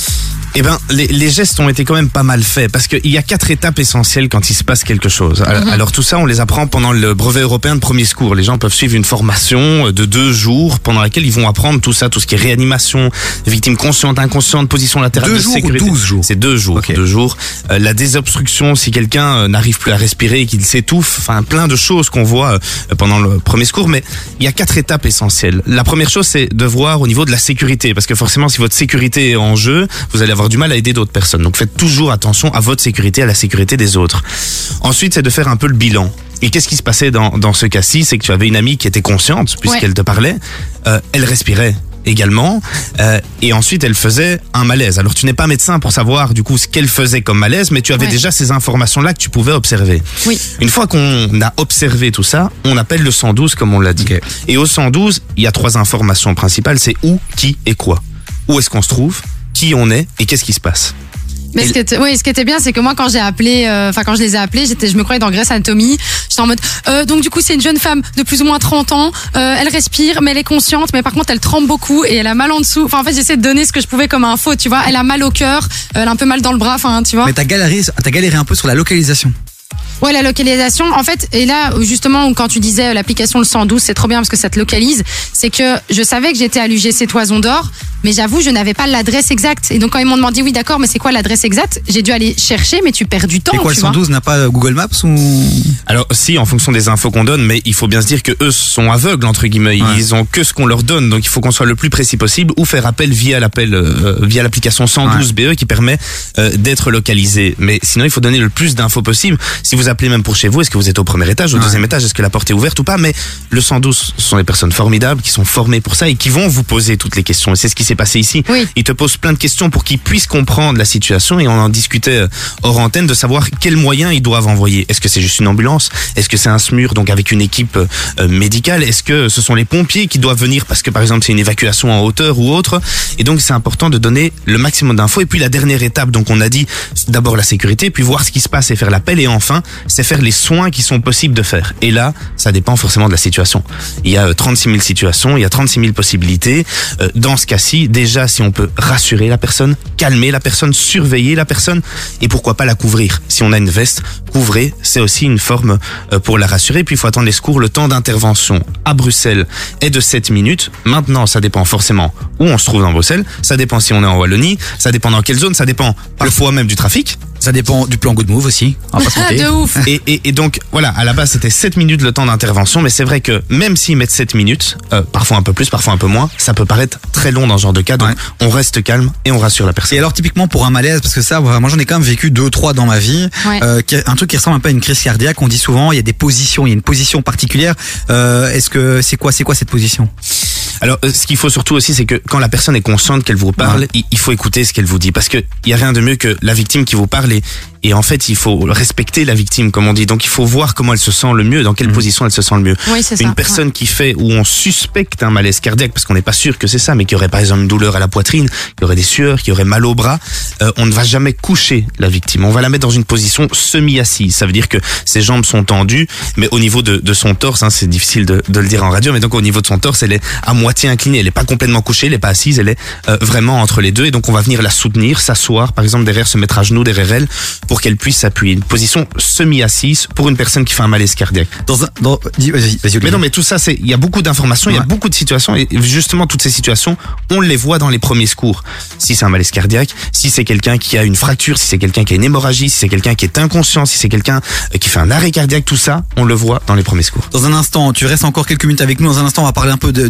Eh ben, les, les gestes ont été quand même pas mal faits parce qu'il y a quatre étapes essentielles quand il se passe quelque chose. Alors, Mhm. alors tout ça, on les apprend pendant le brevet européen de premier secours. Les gens peuvent suivre une formation de deux jours pendant laquelle ils vont apprendre tout ça, tout ce qui est réanimation, victime consciente, inconsciente, position latérale Deux de jours ou sécurité. douze jours? C'est deux jours. Ok. Deux jours. Euh, la désobstruction, si quelqu'un euh, n'arrive plus à respirer et qu'il s'étouffe, enfin plein de choses qu'on voit euh, pendant le premier secours. Mais il y a quatre étapes essentielles. La première chose, c'est de voir au niveau de la sécurité, parce que forcément, si votre sécurité est en jeu, vous allez avoir du mal à aider d'autres personnes. Donc faites toujours attention à votre sécurité, à la sécurité des autres. Ensuite, c'est de faire un peu le bilan. Et qu'est-ce qui se passait dans, dans ce cas-ci? C'est que tu avais une amie qui était consciente, puisqu'elle Ouais. te parlait. Euh, elle respirait également. Euh, et ensuite, elle faisait un malaise. Alors, tu n'es pas médecin pour savoir, du coup, ce qu'elle faisait comme malaise, mais tu avais Ouais. déjà ces informations-là que tu pouvais observer. Oui. Une fois qu'on a observé tout ça, on appelle le cent douze, comme on l'a dit. Ok. Et au cent douze, il y a trois informations principales. C'est où, qui et quoi. Où est-ce qu'on se trouve, qui on est et qu'est-ce qui se passe. Mais Et- ce qui était, oui, ce qui était bien, c'est que moi, quand j'ai appelé, euh, enfin, quand je les ai appelés, j'étais, je me croyais dans Grey's Anatomy. J'étais en mode, euh, donc, du coup, c'est une jeune femme de plus ou moins trente ans. Euh, elle respire, mais elle est consciente. Mais par contre, elle tremble beaucoup et elle a mal en dessous. Enfin, en fait, j'essaie de donner ce que je pouvais comme info, tu vois. Elle a mal au cœur, euh, elle a un peu mal dans le bras, enfin, tu vois. Mais t'as galéré, t'as galéré un peu sur la localisation. Ouais, la localisation, en fait, et là, justement, quand tu disais euh, l'application le cent douze, c'est trop bien parce que ça te localise, c'est que je savais que j'étais à l'U G C Toison d'Or, mais j'avoue, je n'avais pas l'adresse exacte. Et donc, quand ils m'ont demandé, oui, d'accord, mais c'est quoi l'adresse exacte? J'ai dû aller chercher, mais tu perds du temps, Et quoi, tu le vois. cent douze n'a pas Google Maps ou? Alors si, en fonction des infos qu'on donne, mais il faut bien se dire que eux sont aveugles entre guillemets. Ouais. Ils ont que ce qu'on leur donne, donc il faut qu'on soit le plus précis possible ou faire appel via l'appel euh, via l'application cent douze B E qui permet euh, d'être localisé. Mais sinon, il faut donner le plus d'infos possible. Si vous appelez même pour chez vous, est-ce que vous êtes au premier étage, au Ouais. deuxième étage, est-ce que la porte est ouverte ou pas? Mais le cent douze, ce sont des personnes formidables qui sont formées pour ça et qui vont vous poser toutes les questions. Et c'est ce qui s'est passé ici. Oui. Ils te posent plein de questions pour qu'ils puissent comprendre la situation et on en discutait euh, hors antenne de savoir quels moyens ils doivent envoyer. Est-ce que c'est juste une ambulance? Est-ce que c'est un SMUR, donc avec une équipe euh, médicale? Est-ce que ce sont les pompiers qui doivent venir parce que par exemple c'est une évacuation en hauteur ou autre? Et donc c'est important de donner le maximum d'infos. Et puis la dernière étape, donc on a dit d'abord la sécurité, puis voir ce qui se passe et faire l'appel. Et enfin, c'est faire les soins qui sont possibles de faire. Et là, ça dépend forcément de la situation. Il y a euh, trente-six mille situations, il y a trente-six mille possibilités. Euh, dans ce cas-ci, déjà si on peut rassurer la personne, calmer la personne, surveiller la personne et pourquoi pas la couvrir. Si on a une veste, couvrir, c'est aussi une forme euh, pour la rassurer. Puis il faut attendre les secours. Le temps d'intervention à Bruxelles est de sept minutes. Maintenant, ça dépend forcément où on se trouve dans Bruxelles. Ça dépend si on est en Wallonie. Ça dépend dans quelle zone. Ça dépend parfois même du trafic. Ça dépend du plan Good Move aussi. On va pas se Ah, mentir. de ouf. Et, et, et donc, voilà, à la base, c'était sept minutes le temps d'intervention, mais c'est vrai que même s'ils mettent sept minutes, euh, parfois un peu plus, parfois un peu moins, ça peut paraître très long dans ce genre de cas, donc Ouais. on reste calme et on rassure la personne. Et alors typiquement pour un malaise, parce que ça, moi j'en ai quand même vécu deux, trois dans ma vie, Ouais. euh, qui- un truc qui ressemble un peu à une crise cardiaque. On dit souvent, il y a des positions, il y a une position particulière. Euh, Est-ce que c'est quoi, c'est quoi cette position? Alors, euh, ce qu'il faut surtout aussi, c'est que quand la personne est consciente qu'elle vous parle, Ouais. il, il faut écouter ce qu'elle vous dit, parce que il y a rien de mieux que la victime qui vous parle et, et en fait, il faut respecter la victime, comme on dit. Donc, il faut voir comment elle se sent le mieux, dans quelle position elle se sent le mieux. Oui, c'est ça. Une personne qui fait où on suspecte un malaise cardiaque, parce qu'on n'est pas sûr que c'est ça, mais qui aurait par exemple une douleur à la poitrine, qui aurait des sueurs, qui aurait mal au bras, euh, on ne va jamais coucher la victime. On va la mettre dans une position semi-assise. Ça veut dire que ses jambes sont tendues, mais au niveau de, de son torse, hein, c'est difficile de, de le dire en radio, mais donc au niveau de son torse, elle est à moitié inclinée. Elle n'est pas complètement couchée, elle n'est pas assise, elle est euh, vraiment entre les deux. Et donc on va venir la soutenir, s'asseoir, par exemple derrière, se mettre à genoux derrière elle, pour qu'elle puisse s'appuyer. Une position semi-assise pour une personne qui fait un malaise cardiaque. Dans un, dans, dis- vas-y, vas-y, Olivier. Mais non, mais tout ça, c'est, il y a beaucoup d'informations, il y a Ouais. beaucoup de situations, et justement, toutes ces situations, on les voit dans les premiers secours. Si c'est un malaise cardiaque, si c'est quelqu'un qui a une fracture, si c'est quelqu'un qui a une hémorragie, si c'est quelqu'un qui est inconscient, si c'est quelqu'un euh, qui fait un arrêt cardiaque, tout ça, on le voit dans les premiers secours. Dans un instant, tu restes encore quelques minutes avec nous. Dans un instant, on va parler un peu de, de ce qui existe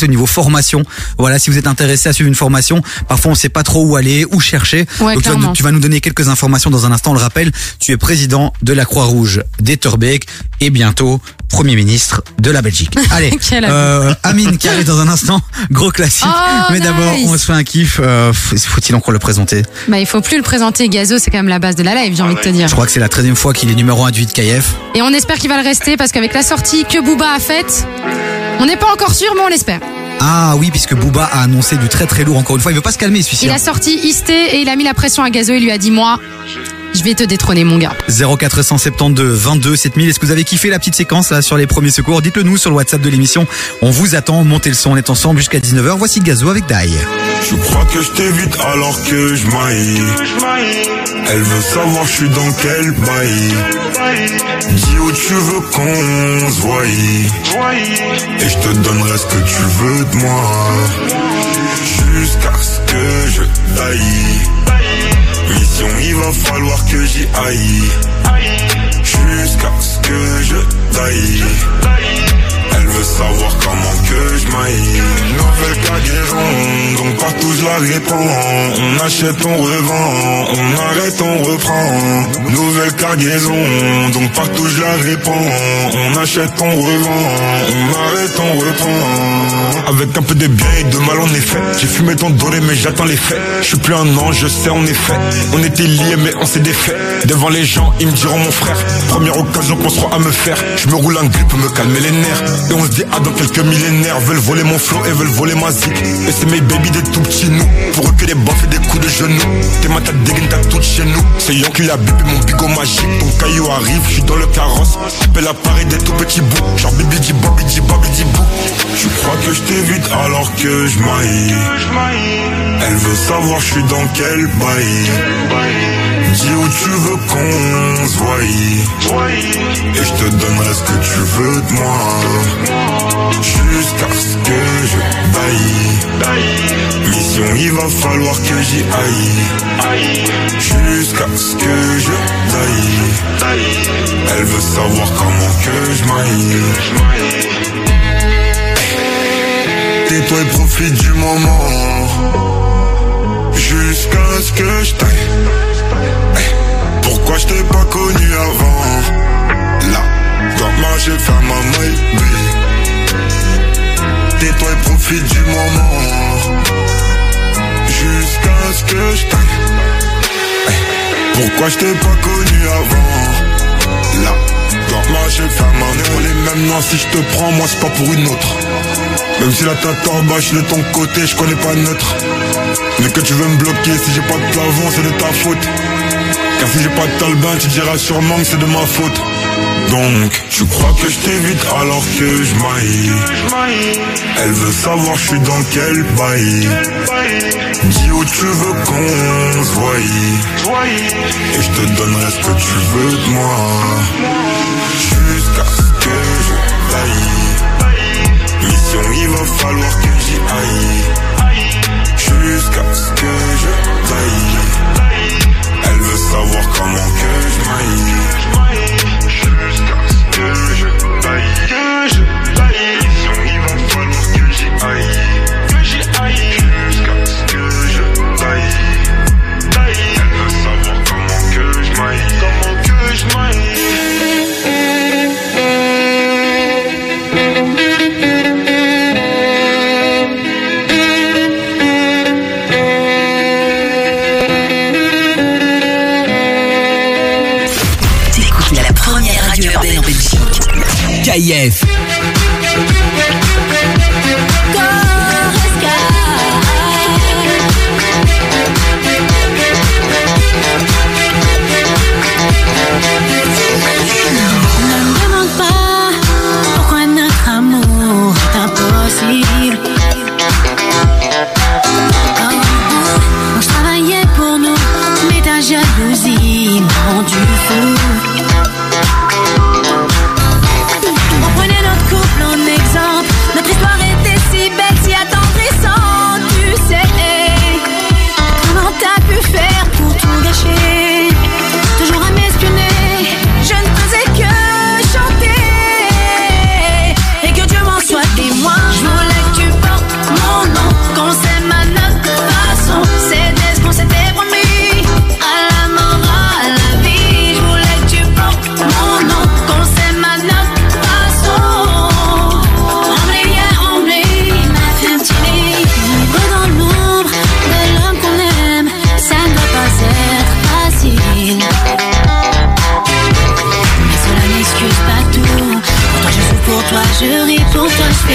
au niveau formation. Voilà, si vous êtes intéressé à suivre une formation, parfois on sait pas trop où aller, où chercher. Ouais, Donc tu vas, tu vas nous donner quelques informations dans un instant. On le rappelle, tu es président de la Croix-Rouge d'Etterbeek et bientôt Premier ministre de la Belgique. Allez, euh, Amine qui arrive dans un instant, gros classique. Oh, Mais nice. d'abord, on se fait un kiff. Euh, faut-il encore le présenter? Bah, il faut plus le présenter. Gazo, c'est quand même la base de la live, j'ai envie de te dire. Je crois que c'est la treizième fois qu'il est numéro un du hit K F. Et on espère qu'il va le rester parce qu'avec la sortie que Booba a faite, on n'est pas encore sûr, mais on l'espère. Ah oui, puisque Booba a annoncé du très très lourd encore une fois. Il veut pas se calmer, celui-ci. Il a sorti Isté et il a mis la pression à Gazo. Il lui a dit, moi, je vais te détrôner, mon gars. zéro quatre cent soixante-douze vingt-deux sept mille. Est-ce que vous avez kiffé la petite séquence là sur les premiers secours? Dites-le nous sur le WhatsApp de l'émission. On vous attend. Montez le son. On est ensemble jusqu'à dix-neuf heures. Voici Gazo avec Dai. Je crois que je t'évite alors que je maille. Elle veut savoir je suis dans quel bail. Dis où tu veux qu'on se voie. Et je te donnerai ce que tu veux de moi. Jusqu'à ce que je taille. Mission, il va falloir que j'y aille. Jusqu'à ce que je taille. Elle veut savoir comment que je maille. Nouvelle cargaison, donc partout je la répands. On achète, on revend, on arrête, on reprend. Nouvelle cargaison, donc partout je la répands. On achète, on revend, on arrête, on reprend. Avec un peu de bien et de mal en effet. J'ai fumé ton doré mais j'attends les faits. Je suis plus un ange, je sais en effet. On était liés mais on s'est défait. Devant les gens, ils me diront mon frère. Première occasion qu'on sera à me faire. Je me roule un grip pour me calmer les nerfs. Et on se dit ah dans quelques millénaires. Veulent voler mon flow et veulent voler ma zik. Et c'est mes baby des tout petits nous. Pour eux que des baffes et des coups de genoux. T'es ma tête dégaine t'as tout chez nous. C'est Yon qui l'a bipé mon bigot magique. Ton caillou arrive, je suis dans le carrosse. Appelle à Paris des tout petits bouts. Genre bibi di babi di babi di bou. Tu crois que je t'évite alors que je maille. Elle veut savoir je suis dans quel bail. Dis où tu veux qu'on se voie. Et je te donnerai ce que tu veux de moi. Jusqu'à ce que je taille. Mission, il va falloir que j'y aille. Jusqu'à ce que je taille. Elle veut savoir comment que je maille. Tais-toi et profite du moment. Jusqu'à ce que je taille. Pourquoi je t'ai pas connu avant? Là, comment j'ai fait ma maille. Tais-toi et profite du moment. Jusqu'à ce que je taille. Pourquoi je t'ai pas connu avant? Là, comment j'ai fait ma maille. On les mêmes noms, si je te prends, moi c'est pas pour une autre. Même si la tête en bas, je suis de ton côté, je connais pas neutre. Mais que tu veux me bloquer, si j'ai pas de plafond, c'est de ta faute. Car si j'ai pas de talbin, tu diras sûrement que c'est de ma faute. Donc, tu crois que je t'évite alors que je maille. Elle veut savoir je suis dans quel bail. Dis où tu veux qu'on se voie. Et je te donnerai ce que tu veux de moi. Jusqu'à ce que je taille. Mission, il va falloir que j'y aille. Jusqu'à ce que je taille. Elle veut savoir comment que je maille. Jusqu'à ce que je taille. Que je taille. Mission, il va falloir que j'y aille. Que j'y aille. Jusqu'à ce que je taille. Elle veut savoir comment que je maille. Comment que je maille. K F. Jalousie m'a rendu fou. On prenait notre couple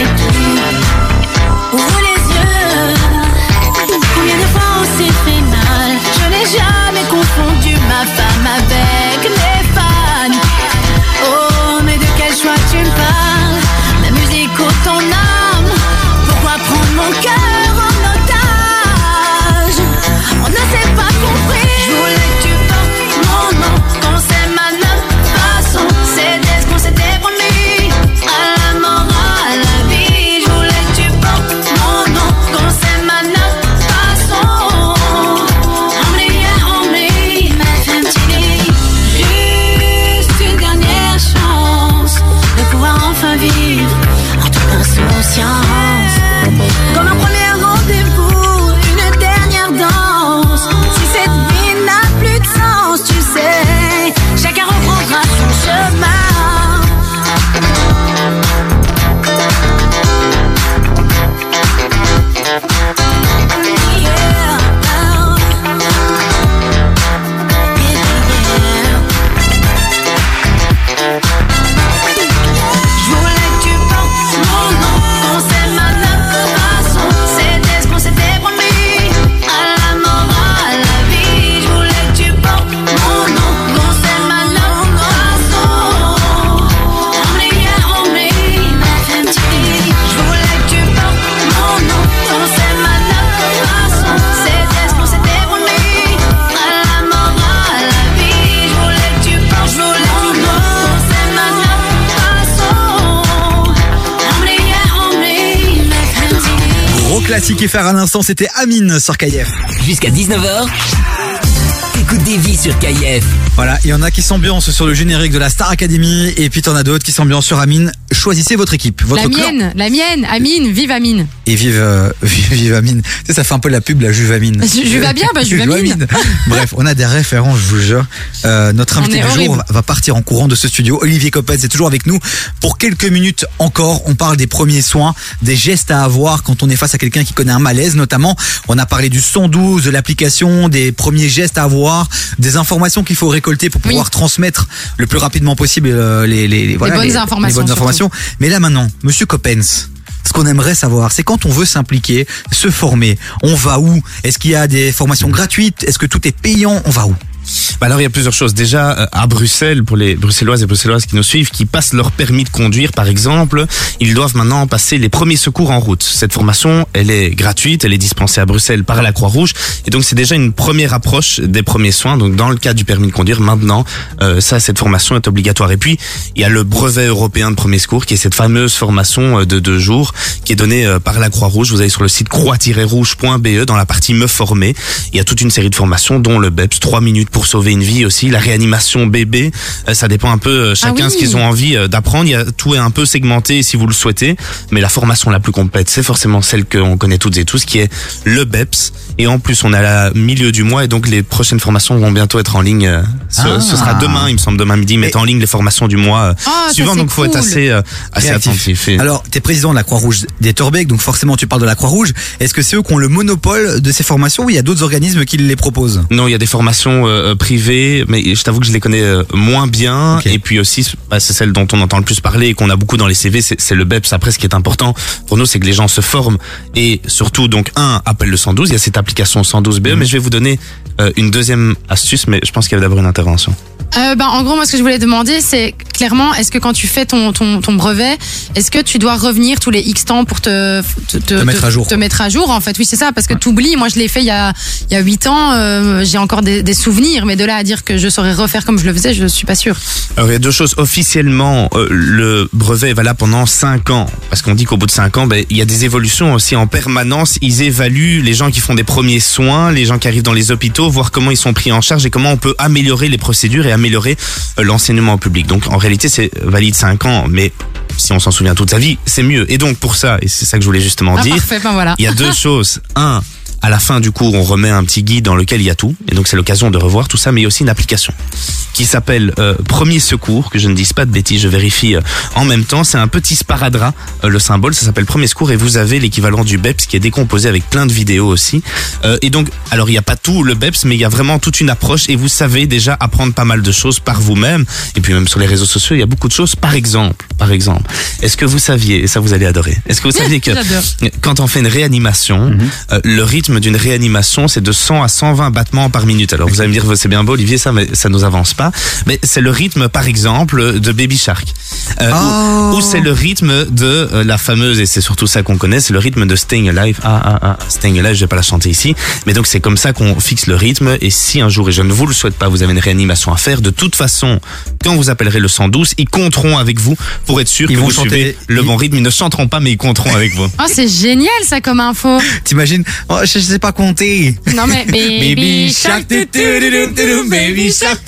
fait tout. Ouvre les yeux. Combien de fois on s'est fait mal? Je n'ai jamais confondu ma femme avec les fans. Oh, mais de quel choix tu me parles? La musique ou ton âme? Pourquoi prendre mon cœur en otage? On ne s'est pas compris. Je voulais que tu portes mon nom, qu'on s'aime à notre façon. C'était ce qu'on s'était promis, à la mort, à la vie. Je voulais que tu portes mon nom, qu'on s'aime à notre façon. Only, yeah, only, ma femme Tilly. Juste une dernière chance de pouvoir enfin vivre en toute insouciance. Comme un premier rendez-vous, une dernière danse. Si cette vie n'a plus de sens, tu sais, chacun reprendra son chemin. Je voulais que tu portes mon nom, qu'on s'aime à notre façon. C'était ce qu'on s'était promis, à la mort, à la vie. Je voulais que tu portes mon nom, qu'on s'aime à notre façon. Only, yeah, only, ma femme Tilly. Je voulais que tu portes mon nom, qu'on s'aime à notre façon. C'était ce qu'on s'était promis, à la mort, à la vie. Je voulais que tu portes mon nom, qu'on s'aime à notre façon. Only, yeah, only, ma femme Tilly. Gros classique et faire à l'instant, c'était Amine sur K F. Jusqu'à dix-neuf heures, t'écoutes Davy sur K F. Voilà, il y en a qui s'ambiancent sur le générique de la Star Academy et puis t'en as d'autres qui s'ambiancent sur Amine. Choisissez votre équipe, votre La clan. mienne, la mienne, Amine, vive Amine. Et vive, euh, vive, vive Amine. Tu sais, ça fait un peu la pub, la Juve Amine. Je- je vais bien, bah, Juve Amine. Bref, on a des références, je vous jure. Euh, notre On invité est du jour horrible. va- va partir en courant de ce studio. Olivier Coppens est toujours avec nous pour quelques minutes encore. On parle des premiers soins, des gestes à avoir quand on est face à quelqu'un qui connaît un malaise, notamment. On a parlé du cent douze, de l'application, des premiers gestes à avoir, des informations qu'il faut récolter pour pouvoir transmettre le plus rapidement possible euh, les, les, les, voilà, bonnes les- informations, les bonnes surtout. informations. Mais là maintenant, Monsieur Coppens, ce qu'on aimerait savoir, c'est quand on veut s'impliquer, se former, on va où? Est-ce qu'il y a des formations gratuites? Est-ce que tout est payant? On va où? Bah alors il y a plusieurs choses. Déjà euh, à Bruxelles, pour les Bruxelloises et Bruxelloises qui nous suivent, qui passent leur permis de conduire par exemple, ils doivent maintenant passer les premiers secours en route. Cette formation, elle est gratuite, elle est dispensée à Bruxelles par la Croix-Rouge et donc c'est déjà une première approche des premiers soins. Donc dans le cas du permis de conduire, maintenant euh, ça, cette formation est obligatoire. Et puis il y a le brevet européen de premier secours qui est cette fameuse formation euh, de deux jours qui est donnée euh, par la Croix-Rouge. Vous allez sur le site croix tiret rouge point b e dans la partie me former. Il y a toute une série de formations dont le B E P S, trois minutes pour sauver une vie aussi, la réanimation bébé, euh, ça dépend un peu euh, chacun Ah oui. ce qu'ils ont envie euh, d'apprendre. Il y a, tout est un peu segmenté si vous le souhaitez, mais la formation la plus complète, c'est forcément celle qu'on connaît toutes et tous, qui est le B E P S. Et en plus, on est à la milieu du mois et donc les prochaines formations vont bientôt être en ligne. euh, Ce, Ah. ce sera demain, il me semble, demain midi, mettre en ligne les formations du mois euh, Ah, ça, suivant. c'est Donc faut être cool. assez, euh, assez Réactif. attentif. Et- Alors, t'es président de la Croix-Rouge d'Etterbeek, donc forcément tu parles de la Croix-Rouge. Est-ce que c'est eux qui ont le monopole de ces formations ou il y a d'autres organismes qui les proposent? Non, il y a des formations euh, privées, mais je t'avoue que je les connais euh, moins bien. Et puis aussi, bah, c'est celle dont on entend le plus parler et qu'on a beaucoup dans les C V, c'est c'est le B E P S. Après, ce qui est important pour nous, c'est que les gens se forment et surtout, donc, un, appelle le cent douze. Il y a cette application cent douze B E, mais je vais vous donner euh, une deuxième astuce, mais je pense qu'il y a d'abord une intervention. Euh, ben, en gros, moi, ce que je voulais demander, c'est clairement, est-ce que quand tu fais ton, ton, ton brevet, est-ce que tu dois revenir tous les X temps pour te, te, Te mettre à jour. Te mettre à jour, en fait. Oui, c'est ça, parce que t'oublies. Moi, je l'ai fait il y a, il y a huit ans, euh, j'ai encore des, des souvenirs, mais de là à dire que je saurais refaire comme je le faisais, je suis pas sûre. Alors il y a deux choses. Officiellement, euh, le brevet est valable pendant cinq ans. Parce qu'on dit qu'au bout de cinq ans, ben, il y a des évolutions aussi en permanence. Ils évaluent les gens qui font des premiers soins, les gens qui arrivent dans les hôpitaux, voir comment ils sont pris en charge et comment on peut améliorer les procédures et améliorer euh, l'enseignement au public. Donc en réalité, c'est valide cinq ans, mais si on s'en souvient toute sa vie, c'est mieux. Et donc pour ça, et c'est ça que je voulais justement Ah, dire, parfait, ben voilà. il y a deux choses. Un, à la fin du cours, on remet un petit guide dans lequel il y a tout. Et donc, c'est l'occasion de revoir tout ça. Mais il y a aussi une application qui s'appelle euh, Premier Secours, que je ne dise pas de bêtises, je vérifie euh, en même temps. C'est un petit sparadrap, euh, le symbole, ça s'appelle Premier Secours. Et vous avez l'équivalent du B E P S qui est décomposé avec plein de vidéos aussi. Euh, et donc, alors, il n'y a pas tout le B E P S, mais il y a vraiment toute une approche. Et vous savez déjà apprendre pas mal de choses par vous-même. Et puis même sur les réseaux sociaux, il y a beaucoup de choses. Par exemple, par exemple, est-ce que vous saviez, et ça vous allez adorer, est-ce que vous saviez que quand on fait une réanimation, mm-hmm. euh, le rythme d'une réanimation, c'est de cent à cent vingt battements par minute. Alors vous allez me dire, c'est bien beau Olivier, ça, mais ça nous avance pas. Mais c'est le rythme, par exemple, de Baby Shark. Euh, oh. Ou, ou c'est le rythme de euh, la fameuse, et c'est surtout ça qu'on connaît, c'est le rythme de Staying Alive. Ah, ah, ah, Staying Alive, je vais pas la chanter ici. Mais donc c'est comme ça qu'on fixe le rythme. Et si un jour, et je ne vous le souhaite pas, vous avez une réanimation à faire, de toute façon, quand vous appellerez le cent douze, ils compteront avec vous pour être sûr ils que vous chanter... suivez le bon rythme. Ils ne chanteront pas, mais ils compteront avec vous. Oh, c'est génial ça comme info. T'imagines? Oh, je sais pas compter. Non mais Baby Shark, Baby Shark.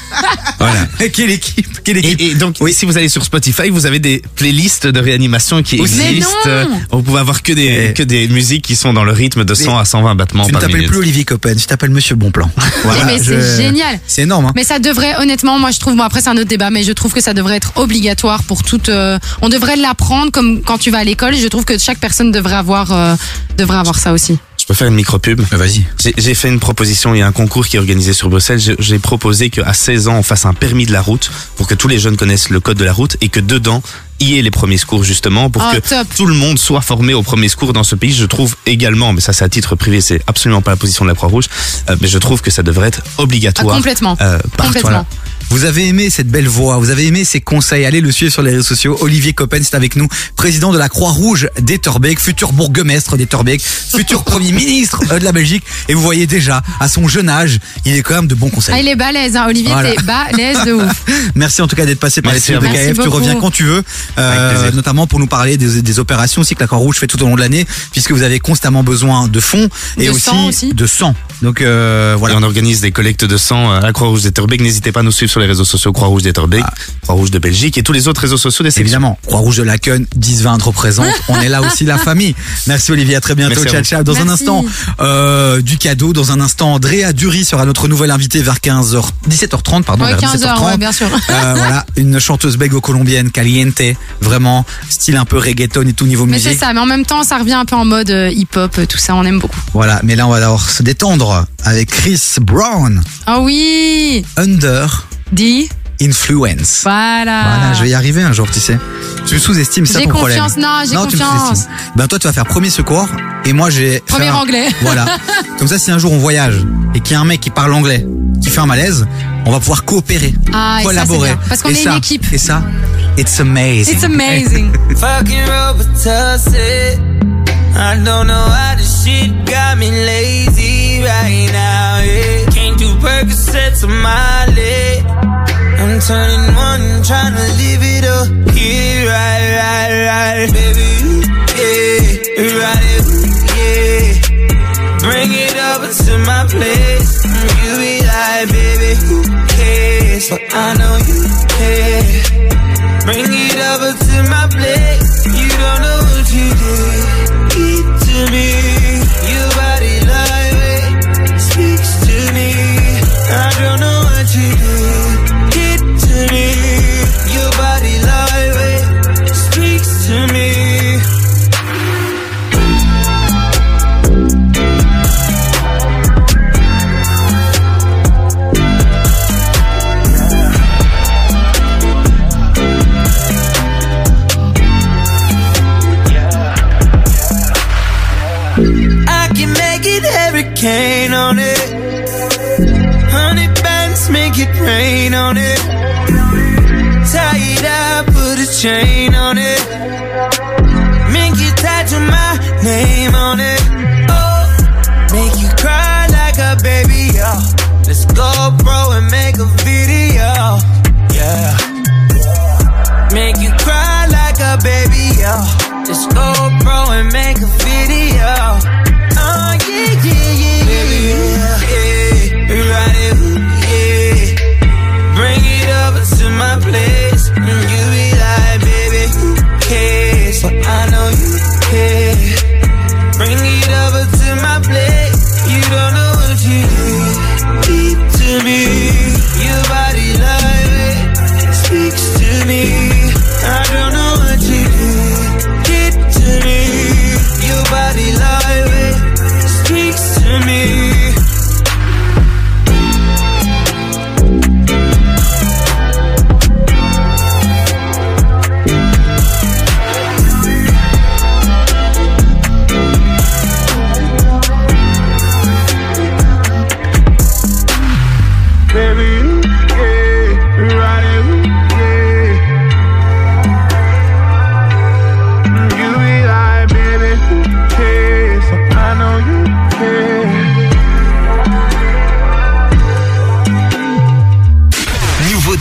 Voilà. Quelle équipe, quelle équipe. Et, et donc, oui. si vous allez sur Spotify, vous avez des playlists de réanimation qui existent. Vous pouvez avoir que des, et... que des musiques qui sont dans le rythme de cent à cent vingt battements par minute. Tu ne t'appelles plus Olivier Coppen, tu t'appelles Monsieur Bonplan. Voilà, mais je... c'est génial. C'est énorme. Hein. Mais ça devrait, honnêtement, moi je trouve, bon après c'est un autre débat, mais je trouve que ça devrait être obligatoire pour toute. Euh, on devrait l'apprendre comme quand tu vas à l'école. Je trouve que chaque personne devrait avoir, euh, devrait avoir ça aussi. Je peux faire une micro-pub? Vas-y. J'ai, j'ai fait une proposition, il y a un concours qui est organisé sur Bruxelles. J'ai, j'ai proposé qu'à seize ans, on fasse un permis de la route pour que tous les jeunes connaissent le code de la route et que dedans, il y ait les premiers secours justement pour oh, que top. tout le monde soit formé aux premiers secours dans ce pays. Je trouve également, mais ça c'est à titre privé, c'est absolument pas la position de la Croix-Rouge, euh, mais je trouve que ça devrait être obligatoire. Ah, complètement. Euh, complètement. Voilà. Vous avez aimé cette belle voix, vous avez aimé ses conseils, allez le suivre sur les réseaux sociaux. Olivier Coppen, c'est avec nous, président de la Croix-Rouge d'Etterbeek, futur bourgmestre d'Etterbeek, futur premier ministre de la Belgique. Et vous voyez déjà, à son jeune âge, il est quand même de bons conseils. Ah, il est balèze, hein. Olivier, voilà. T'es balèze de ouf. Merci en tout cas d'être passé par Merci les studios de K F. Tu reviens quand tu veux, euh, notamment pour nous parler des, des opérations aussi que la Croix-Rouge fait tout au long de l'année, puisque vous avez constamment besoin de fonds et de aussi, sang aussi de sang. Donc euh, voilà. Et on organise des collectes de sang à la Croix-Rouge d'Etterbeek. N'hésitez pas à nous suivre sur les réseaux sociaux Croix-Rouge d'Etterbeek, ah. Croix-Rouge de Belgique et tous les autres réseaux sociaux des sections. Évidemment, Croix-Rouge de Laken, dix vingt représente. On est là aussi la famille. Merci Olivier, à très bientôt. Merci ciao ciao. Dans Merci. un instant, euh, du cadeau. Dans un instant, Andrea Dury sera notre nouvelle invitée vers quinze heures, dix-sept heures trente, pardon, ouais, vers quinze dix-sept heures trente. Ouais, bien sûr. Euh, voilà, une chanteuse belgo-colombienne, caliente, vraiment style un peu reggaeton et tout niveau mais musique. Mais c'est ça, mais en même temps, ça revient un peu en mode euh, hip-hop, tout ça, on aime beaucoup. Voilà, mais là on va alors se détendre avec Chris Brown. Ah oh oui. Under. D. Influence. Voilà. Voilà, je vais y arriver un jour, tu sais. Tu me sous-estimes, c'est ça ton problème. J'ai confiance, non, j'ai non, confiance. Ben toi, tu vas faire premier secours et moi, j'ai premier faire... anglais. Voilà. Comme ça, si un jour on voyage et qu'il y a un mec qui parle anglais, qui fait un malaise, on va pouvoir coopérer, ah, collaborer. Et ça, parce qu'on et est ça, une équipe. Et ça, it's amazing. It's amazing. Fucking Robitussin. I don't know how this shit got me lazy right now. Yeah. Can't do Percocets on my leg. I'm turning one, trying to live it up. Yeah, right, right, right, baby. Yeah, right, yeah. Bring it over to my place. You be like, baby, who cares? But I know you care. Bring it over to my place. You don't know what you did. Eat to me. Your body lightweight speaks to me. I don't know what you did. Get to me. Your body lightweight speaks to me. Hurricane on it. Honey bands make it rain on it. Tie it up, put a chain on it. Make you tattoo my name on it. Oh, make you cry like a baby, oh. Let's go, bro, and make a video, yeah. Make you cry like a baby, oh. Let's go, bro, and make a video. Oh, yeah, yeah, yeah, baby, yeah, yeah, right, yeah. Bring it over to my place, and you be like, baby, who cares? But I know you care. Bring it over to my place.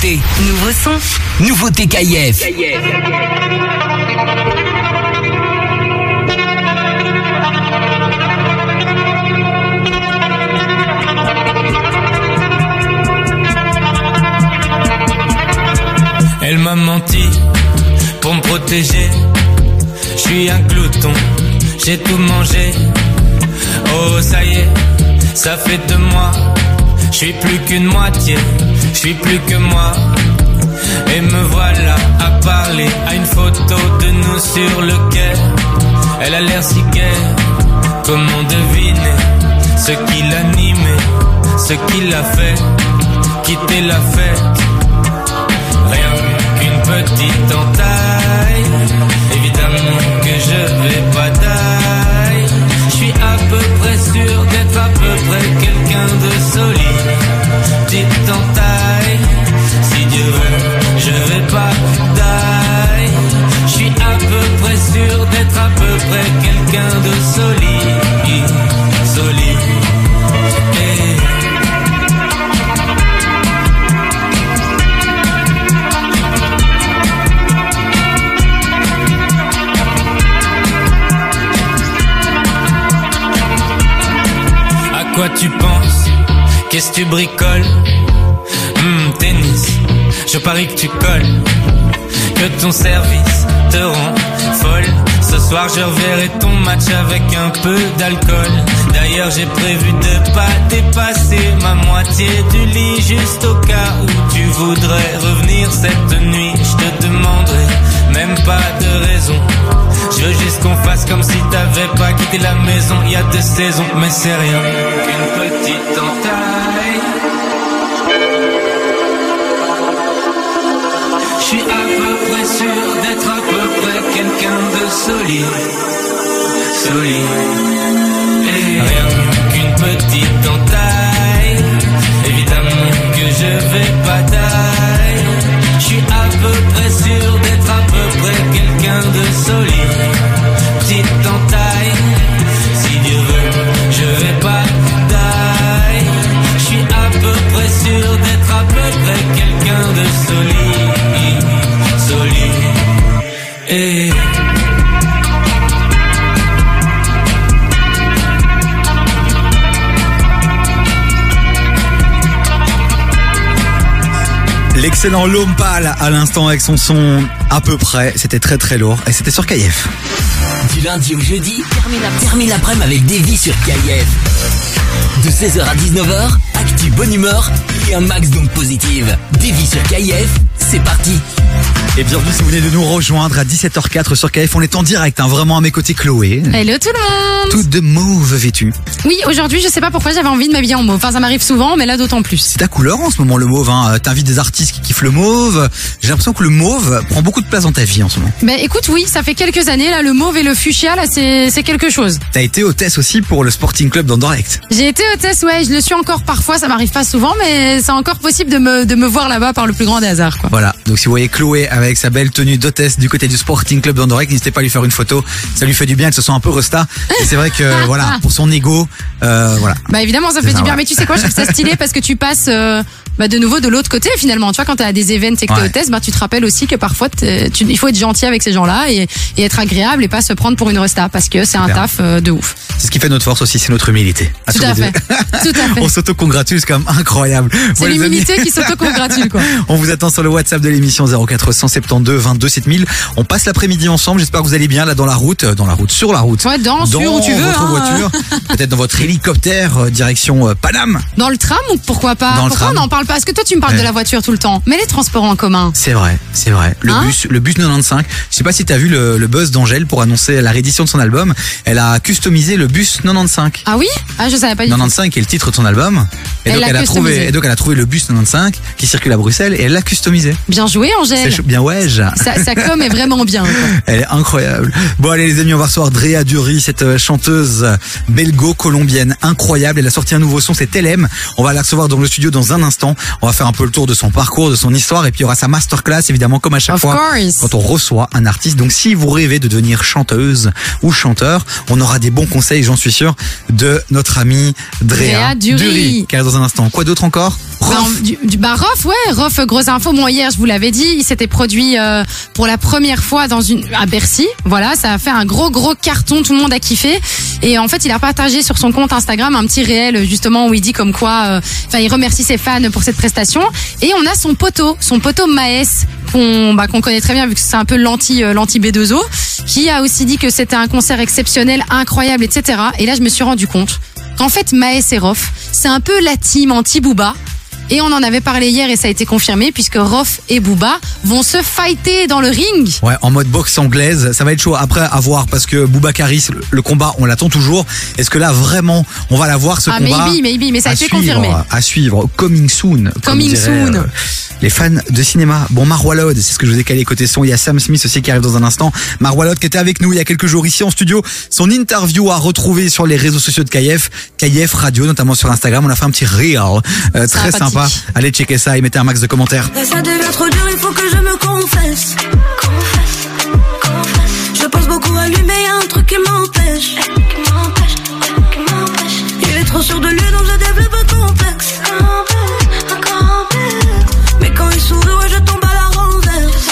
nouveauté, nouveau son, nouveauté K I F. Elle m'a menti pour me protéger. Je suis un glouton, j'ai tout mangé. Oh ça y est, ça fait de moi. Je suis plus qu'une moitié, je suis plus que moi. Et me voilà à parler à une photo de nous sur le quai. Elle a l'air si gaie, comment deviner ce qui l'animait, ce qui l'a fait quitter la fête. Rien qu'une petite entaille, évidemment que je vais pas taille. Je suis à peu près sûr d'être à peu près quelqu'un de solide. Petite entaille, si Dieu veut, je vais pas taille. Je suis à peu près sûr d'être à peu près quelqu'un de solide. Solide. Hey. Quoi tu penses? Qu'est-ce que tu bricoles? Hum, tennis, je parie que tu colles. Que ton service te rend folle. Ce soir je reverrai ton match avec un peu d'alcool. D'ailleurs j'ai prévu de pas dépasser ma moitié du lit, juste au cas où tu voudrais revenir cette nuit. Je te demanderai même pas de raison. Je veux juste qu'on fasse comme si t'avais pas quitté la maison. Il y a deux saisons, mais c'est rien qu'une petite entaille. Je suis à peu près sûr d'être à peu près quelqu'un de solide. Solide. Et rien qu'une petite entaille. Évidemment que je vais pas taille. Je suis à peu près sûr d'être à peu près quelqu'un de solide. Petite entaille, si Dieu veut, je vais pas taille. Je suis à peu près sûr d'être à peu près quelqu'un de solide. Solide. Et l'excellent L'Homme Pâle à l'instant avec son son à peu près, c'était très très lourd et c'était sur K I F. Du lundi au jeudi, termine l'après-midi avec Davy sur K I F. De seize heures à dix-neuf heures, actu bonne humeur et un max d'ondes positives. Davy sur K I F, c'est parti. Et bienvenue si vous venez de nous rejoindre à dix-sept heures quatre sur K F. On est en direct, hein, vraiment à mes côtés Chloé. Hello tout le monde. Toute de mauve vêtue. Oui, aujourd'hui je sais pas pourquoi j'avais envie de m'habiller en mauve. Enfin ça m'arrive souvent, mais là d'autant plus. C'est ta couleur en ce moment le mauve, hein. T'invites des artistes qui kiffent le mauve. J'ai l'impression que le mauve prend beaucoup de place dans ta vie en ce moment. Ben écoute, oui, ça fait quelques années là, le mauve et le fuchsia là, c'est c'est quelque chose. T'as été hôtesse aussi pour le Sporting Club d'Anderlecht. J'ai été hôtesse, ouais, je le suis encore parfois, ça m'arrive pas souvent, mais c'est encore possible de me de me voir là-bas par le plus grand des hasards, quoi. Voilà. Donc si vous voyez Chloé avec sa belle tenue d'hôtesse du côté du Sporting Club d'Anderlecht, n'hésitez pas à lui faire une photo. Ça lui fait du bien, elle se sent un peu resta. Et c'est vrai que voilà, pour son ego, euh, voilà. Bah évidemment, ça fait ça, du bien. ouais. Mais tu sais quoi, je trouve ça stylé parce que tu passes euh, bah, de nouveau de l'autre côté finalement. Tu vois, quand t'es à des events et que t'es Ouais. hôtesse, bah tu te rappelles aussi que parfois t'es- tu, il faut être gentil avec ces gens-là et, et être agréable et pas se prendre pour une resta parce que c'est un Super. taf euh, de ouf. C'est ce qui fait notre force aussi, c'est notre humilité. Tout tous à les deux. fait. Tout à fait. On s'auto-congratule, c'est quand même incroyable. C'est Bon, les amis, l'humilité qui s'auto-congratule, quoi. On vous attend sur le WhatsApp de l'émission zéro quatre cent soixante-douze vingt-deux sept mille. On passe l'après-midi ensemble. J'espère que vous allez bien là dans la route, euh, dans la route, sur la route. Ouais, dans, sur, où tu veux, votre hein. voiture, peut-être dans votre hélicoptère, euh, direction euh, Paname. Dans le tram ou pourquoi pas? Dans le Pourquoi tram. on n'en parle pas? Parce que toi tu me parles Ouais. de la voiture tout le temps. Mais les transports en commun. C'est vrai, c'est vrai. Le Hein bus, le bus quatre-vingt-quinze. Je sais pas si t'as vu le, le buzz d'Angèle pour annoncer la réédition de son album. Elle a customisé le bus quatre-vingt-quinze. Ah oui? Ah je savais pas du tout. quatre-vingt-quinze qui est le titre de son album. Et Elle donc l'a elle a customisé. trouvé, et donc elle a trouvé le bus quatre-vingt-quinze qui circule à Bruxelles et elle l'a customisé. Bien joué, Angèle. C'est chou- bien ouais. Ça, ça com est vraiment bien. Quoi. Elle est incroyable. Bon allez les amis, on va recevoir Drea Dury, cette chanteuse belgo-colombienne incroyable. Elle a sorti un nouveau son, c'est T L M. On va la recevoir dans le studio dans un instant. On va faire un peu le tour de son parcours, de son histoire, et puis il y aura sa masterclass évidemment comme à chaque of fois course. Quand on reçoit un artiste. Donc si vous rêvez de devenir chanteuse ou chanteur, on aura des bons conseils, j'en suis sûr, de notre amie Drea, Drea Dury. Dury, qui est dans un instant. Quoi d'autre encore? Bah, du, du, bah Rof, ouais, Rof, grosse info. Moi hier, je vous l'avais dit, il s'était produit euh, pour la première fois dans une à Bercy. Voilà, ça a fait un gros gros carton, tout le monde a kiffé. Et en fait, il a partagé sur son compte Instagram un petit réel justement où il dit comme quoi, enfin, euh, il remercie ses fans pour cette prestation. Et on a son poteau, son poteau Maes qu'on bah, qu'on connaît très bien vu que c'est un peu l'anti euh, l'anti B deux O, qui a aussi dit que c'était un concert exceptionnel, incroyable, et cetera. Et là, je me suis rendu compte qu'en fait, Maes et Rof, c'est un peu la team anti-Booba. Et on en avait parlé hier et ça a été confirmé puisque Rof et Booba vont se fighter dans le ring. Ouais, en mode boxe anglaise, ça va être chaud. Après, à voir parce que Boubacaris, le, le combat, on l'attend toujours. Est-ce que là vraiment, on va la voir ce ah, combat? Maybe, maybe, mais ça a été suivre, confirmé. À suivre, coming soon. Coming soon. Euh, les fans de cinéma. Bon, Marwalod, c'est ce que je vous ai calé côté son. Il y a Sam Smith aussi qui arrive dans un instant. Marwalod qui était avec nous il y a quelques jours ici en studio. Son interview à retrouver sur les réseaux sociaux de K F, K F Radio, notamment sur Instagram. On a fait un petit reel euh, très sympa. Allez checker ça et mettez un max de commentaires. Là ça devient trop dur, il faut que je me confesse. Confesse, confesse. Je pense beaucoup à lui mais y a un truc qui m'empêche. Qui m'empêche, qui m'empêche. Il est trop sûr de lui donc je développe un complexe. Un complexe. Mais quand il sourit ouais je tombe à la renverse.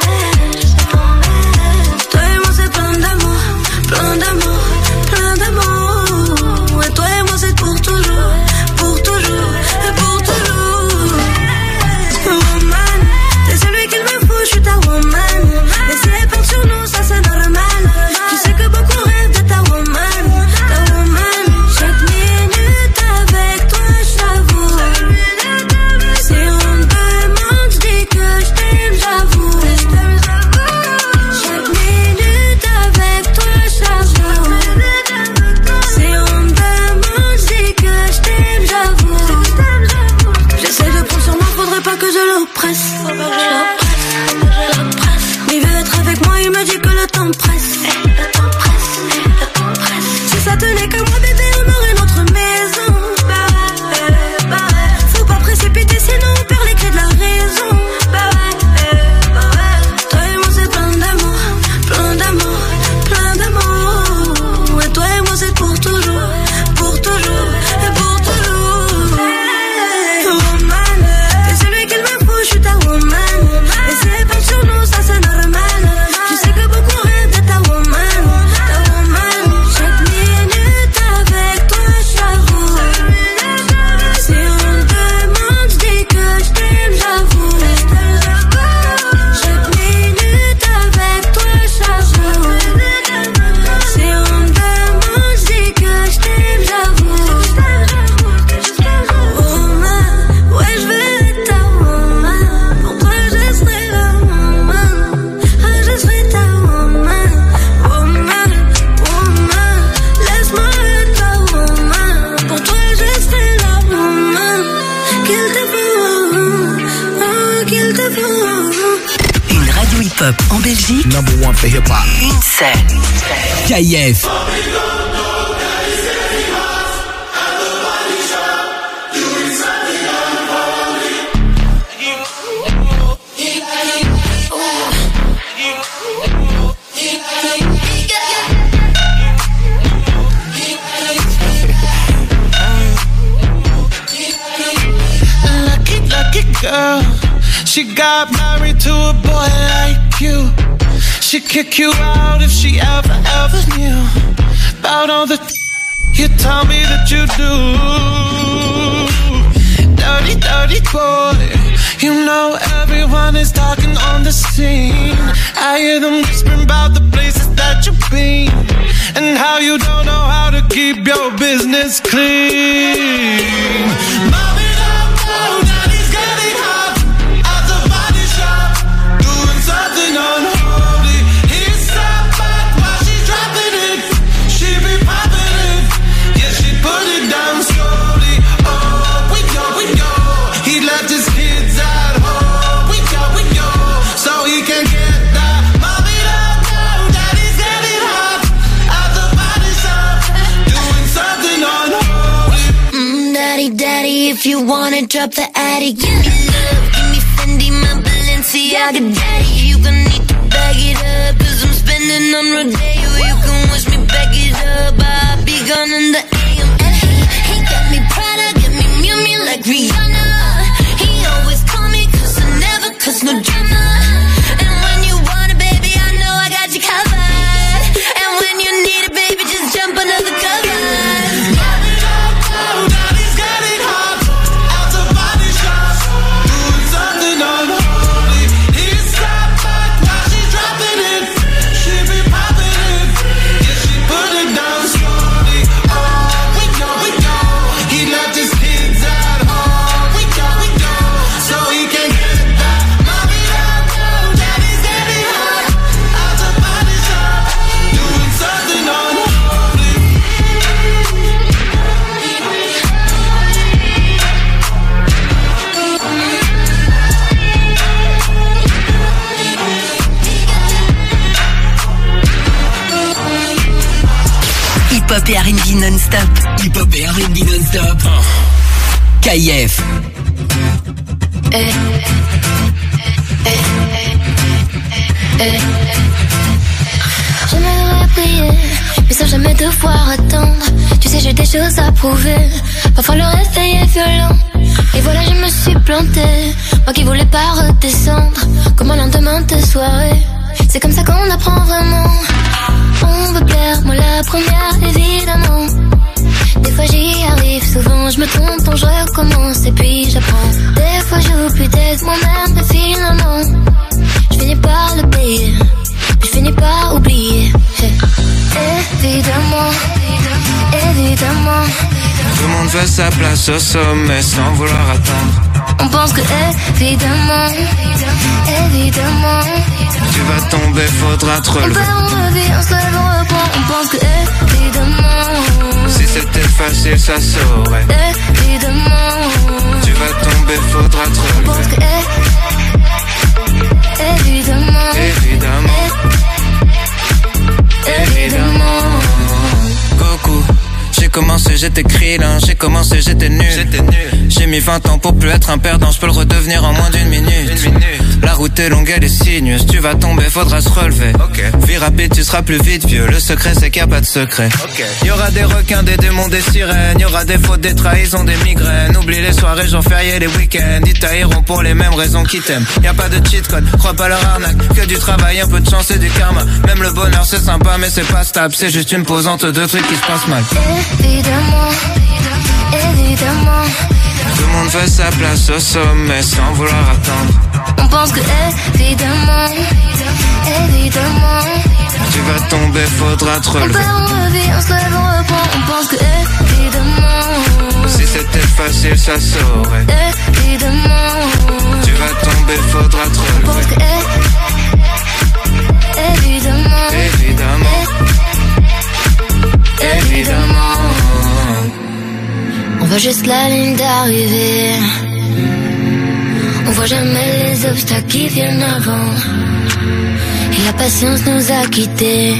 Toi et moi c'est plein d'amour, plein d'amour, plein d'amour. Et toi et moi c'est pour toujours, pour toujours et pour toujours. C'est celui qu'il me faut, je suis ta woman. Et si elle part sur nous, ça c'est normal. Tu sais que beaucoup rêvent de ta woman, ta woman. Chaque minute avec toi, j'avoue. Si on me demande, je dis que je t'aime, j'avoue. Chaque minute avec toi, j'avoue. Si on me demande, je dis que je t'aime, j'avoue. J'essaie de prendre sur moi, faudrait pas que je l'oppresse. Mais il veut être avec moi, il me dit que le temps presse. Le temps presse, le temps presse. Si ça tenait qu'à moi, bébé, on aurait notre maison. Bah ouais, bah ouais. Faut pas précipiter, sinon on perd les clés de la raison. Bah ouais, bah ouais. Toi et moi, c'est plein d'amour, plein d'amour, plein d'amour. Et toi et moi, c'est pour toujours, pour toujours, et pour toujours. Woman, t'es celui qu'il me faut, je suis ta woman. Et si elle part sur nous, ça c'est normal. Tu sais que beaucoup rêvent de ta woman, ta woman. Chaque minute avec toi, j'avoue. Si on me demande, je dis que je t'aime, j'avoue. Chaque minute avec toi, j'avoue. Si on me demande, je dis que je t'aime, j'avoue. Woman, ouais je veux être ta woman. Pour toi je serai la woman. Ah, je serai ta woman. Woman, woman. Laisse-moi être ta woman. Pour toi je serai la woman. Qu'il te faut, oh, qu'il te faut. Une radio hip-hop en Belgique. Number one for hip-hop. Une scène. K F. Lucky, lucky girl. She got married to a boy like you. She'd kick you out if she ever, ever knew about all the you tell me that you do. Dirty, dirty boy. You know everyone is talking on the scene. I hear them whispering about the places that you've been and how you don't know how to keep your business clean. Mommy, don't know that he's getting hot at the body shop, doing something unholy. He's sat back while she's dropping it. She be popping it, yeah, she put it down slowly. Oh, we go, we go. He left his kids at home. We go, we go. So he can you want it, drop the attic. Give me love, give me Fendi, my Balenciaga daddy. You gon' need to bag it up, cause I'm spending on Rodeo. You can wish me back it up, I'll be gone in the A M. And he, he got me Prada, got me Miu Miu like Rihanna. He always call me cause I never cause no drama. And when you want it, baby, I know I got you covered. And when you need it, baby, just jump under the covers. Hip-hop et R and B non-stop. Hip-hop et R and B non-stop. K I F. Eh, eh, eh, eh. J'aimerais prier, mais sans jamais devoir attendre. Tu sais, j'ai des choses à prouver. Parfois le réveil est violent. Et voilà, je me suis plantée. Moi qui voulais pas redescendre. Comme un lendemain de soirée. C'est comme ça qu'on apprend vraiment. On veut plaire, moi la première évidemment. Des fois j'y arrive, souvent je me trompe, donc je recommence et puis j'apprends. Des fois j'oublie d'être moi-même, mais finalement je finis par le payer, je finis par oublier. Hey. Évidemment, évidemment. Tout le monde veut sa place au sommet sans vouloir attendre. On pense que évidemment, évidemment. Tu vas tomber, faudra te relever. On perd, on revient, on se lève, on reprend. On pense que évidemment. Si c'était facile, ça saurait. Évidemment. Tu vas tomber, faudra te relever. On pense que évidemment. Évidemment. Évidemment. Goku. J'ai commencé, j'étais krillin, j'ai commencé, j'étais nul. J'ai mis vingt ans pour plus être un perdant, je peux le redevenir en moins d'une minute. La route est longue, elle est sinueuse, tu vas tomber, faudra se relever. Okay. Vie rapide, tu seras plus vite vieux, le secret c'est qu'il n'y a pas de secret. Okay. Y aura des requins, des démons, des sirènes, y aura des fautes, des trahisons, des migraines. Oublie les soirées, jours fériés, les week-ends, ils tailleront pour les mêmes raisons qu'ils t'aiment. Y a pas de cheat code, crois pas leur arnaque, que du travail, un peu de chance et du karma. Même le bonheur c'est sympa mais c'est pas stable, c'est juste une pause entre deux trucs qui se passent mal. Évidemment, évidemment. Tout le monde veut sa place au sommet sans vouloir attendre. On pense que évidemment, évidemment. Tu vas tomber, faudra te relever. On perd, on revient, on se lève, on reprend. On pense que évidemment. Si c'était facile, ça saurait. Évidemment. Tu vas tomber, faudra te relever. On pense que évidemment, évidemment. Évidemment. On voit juste la ligne d'arrivée. On voit jamais les obstacles qui viennent avant. Et la patience nous a quittés.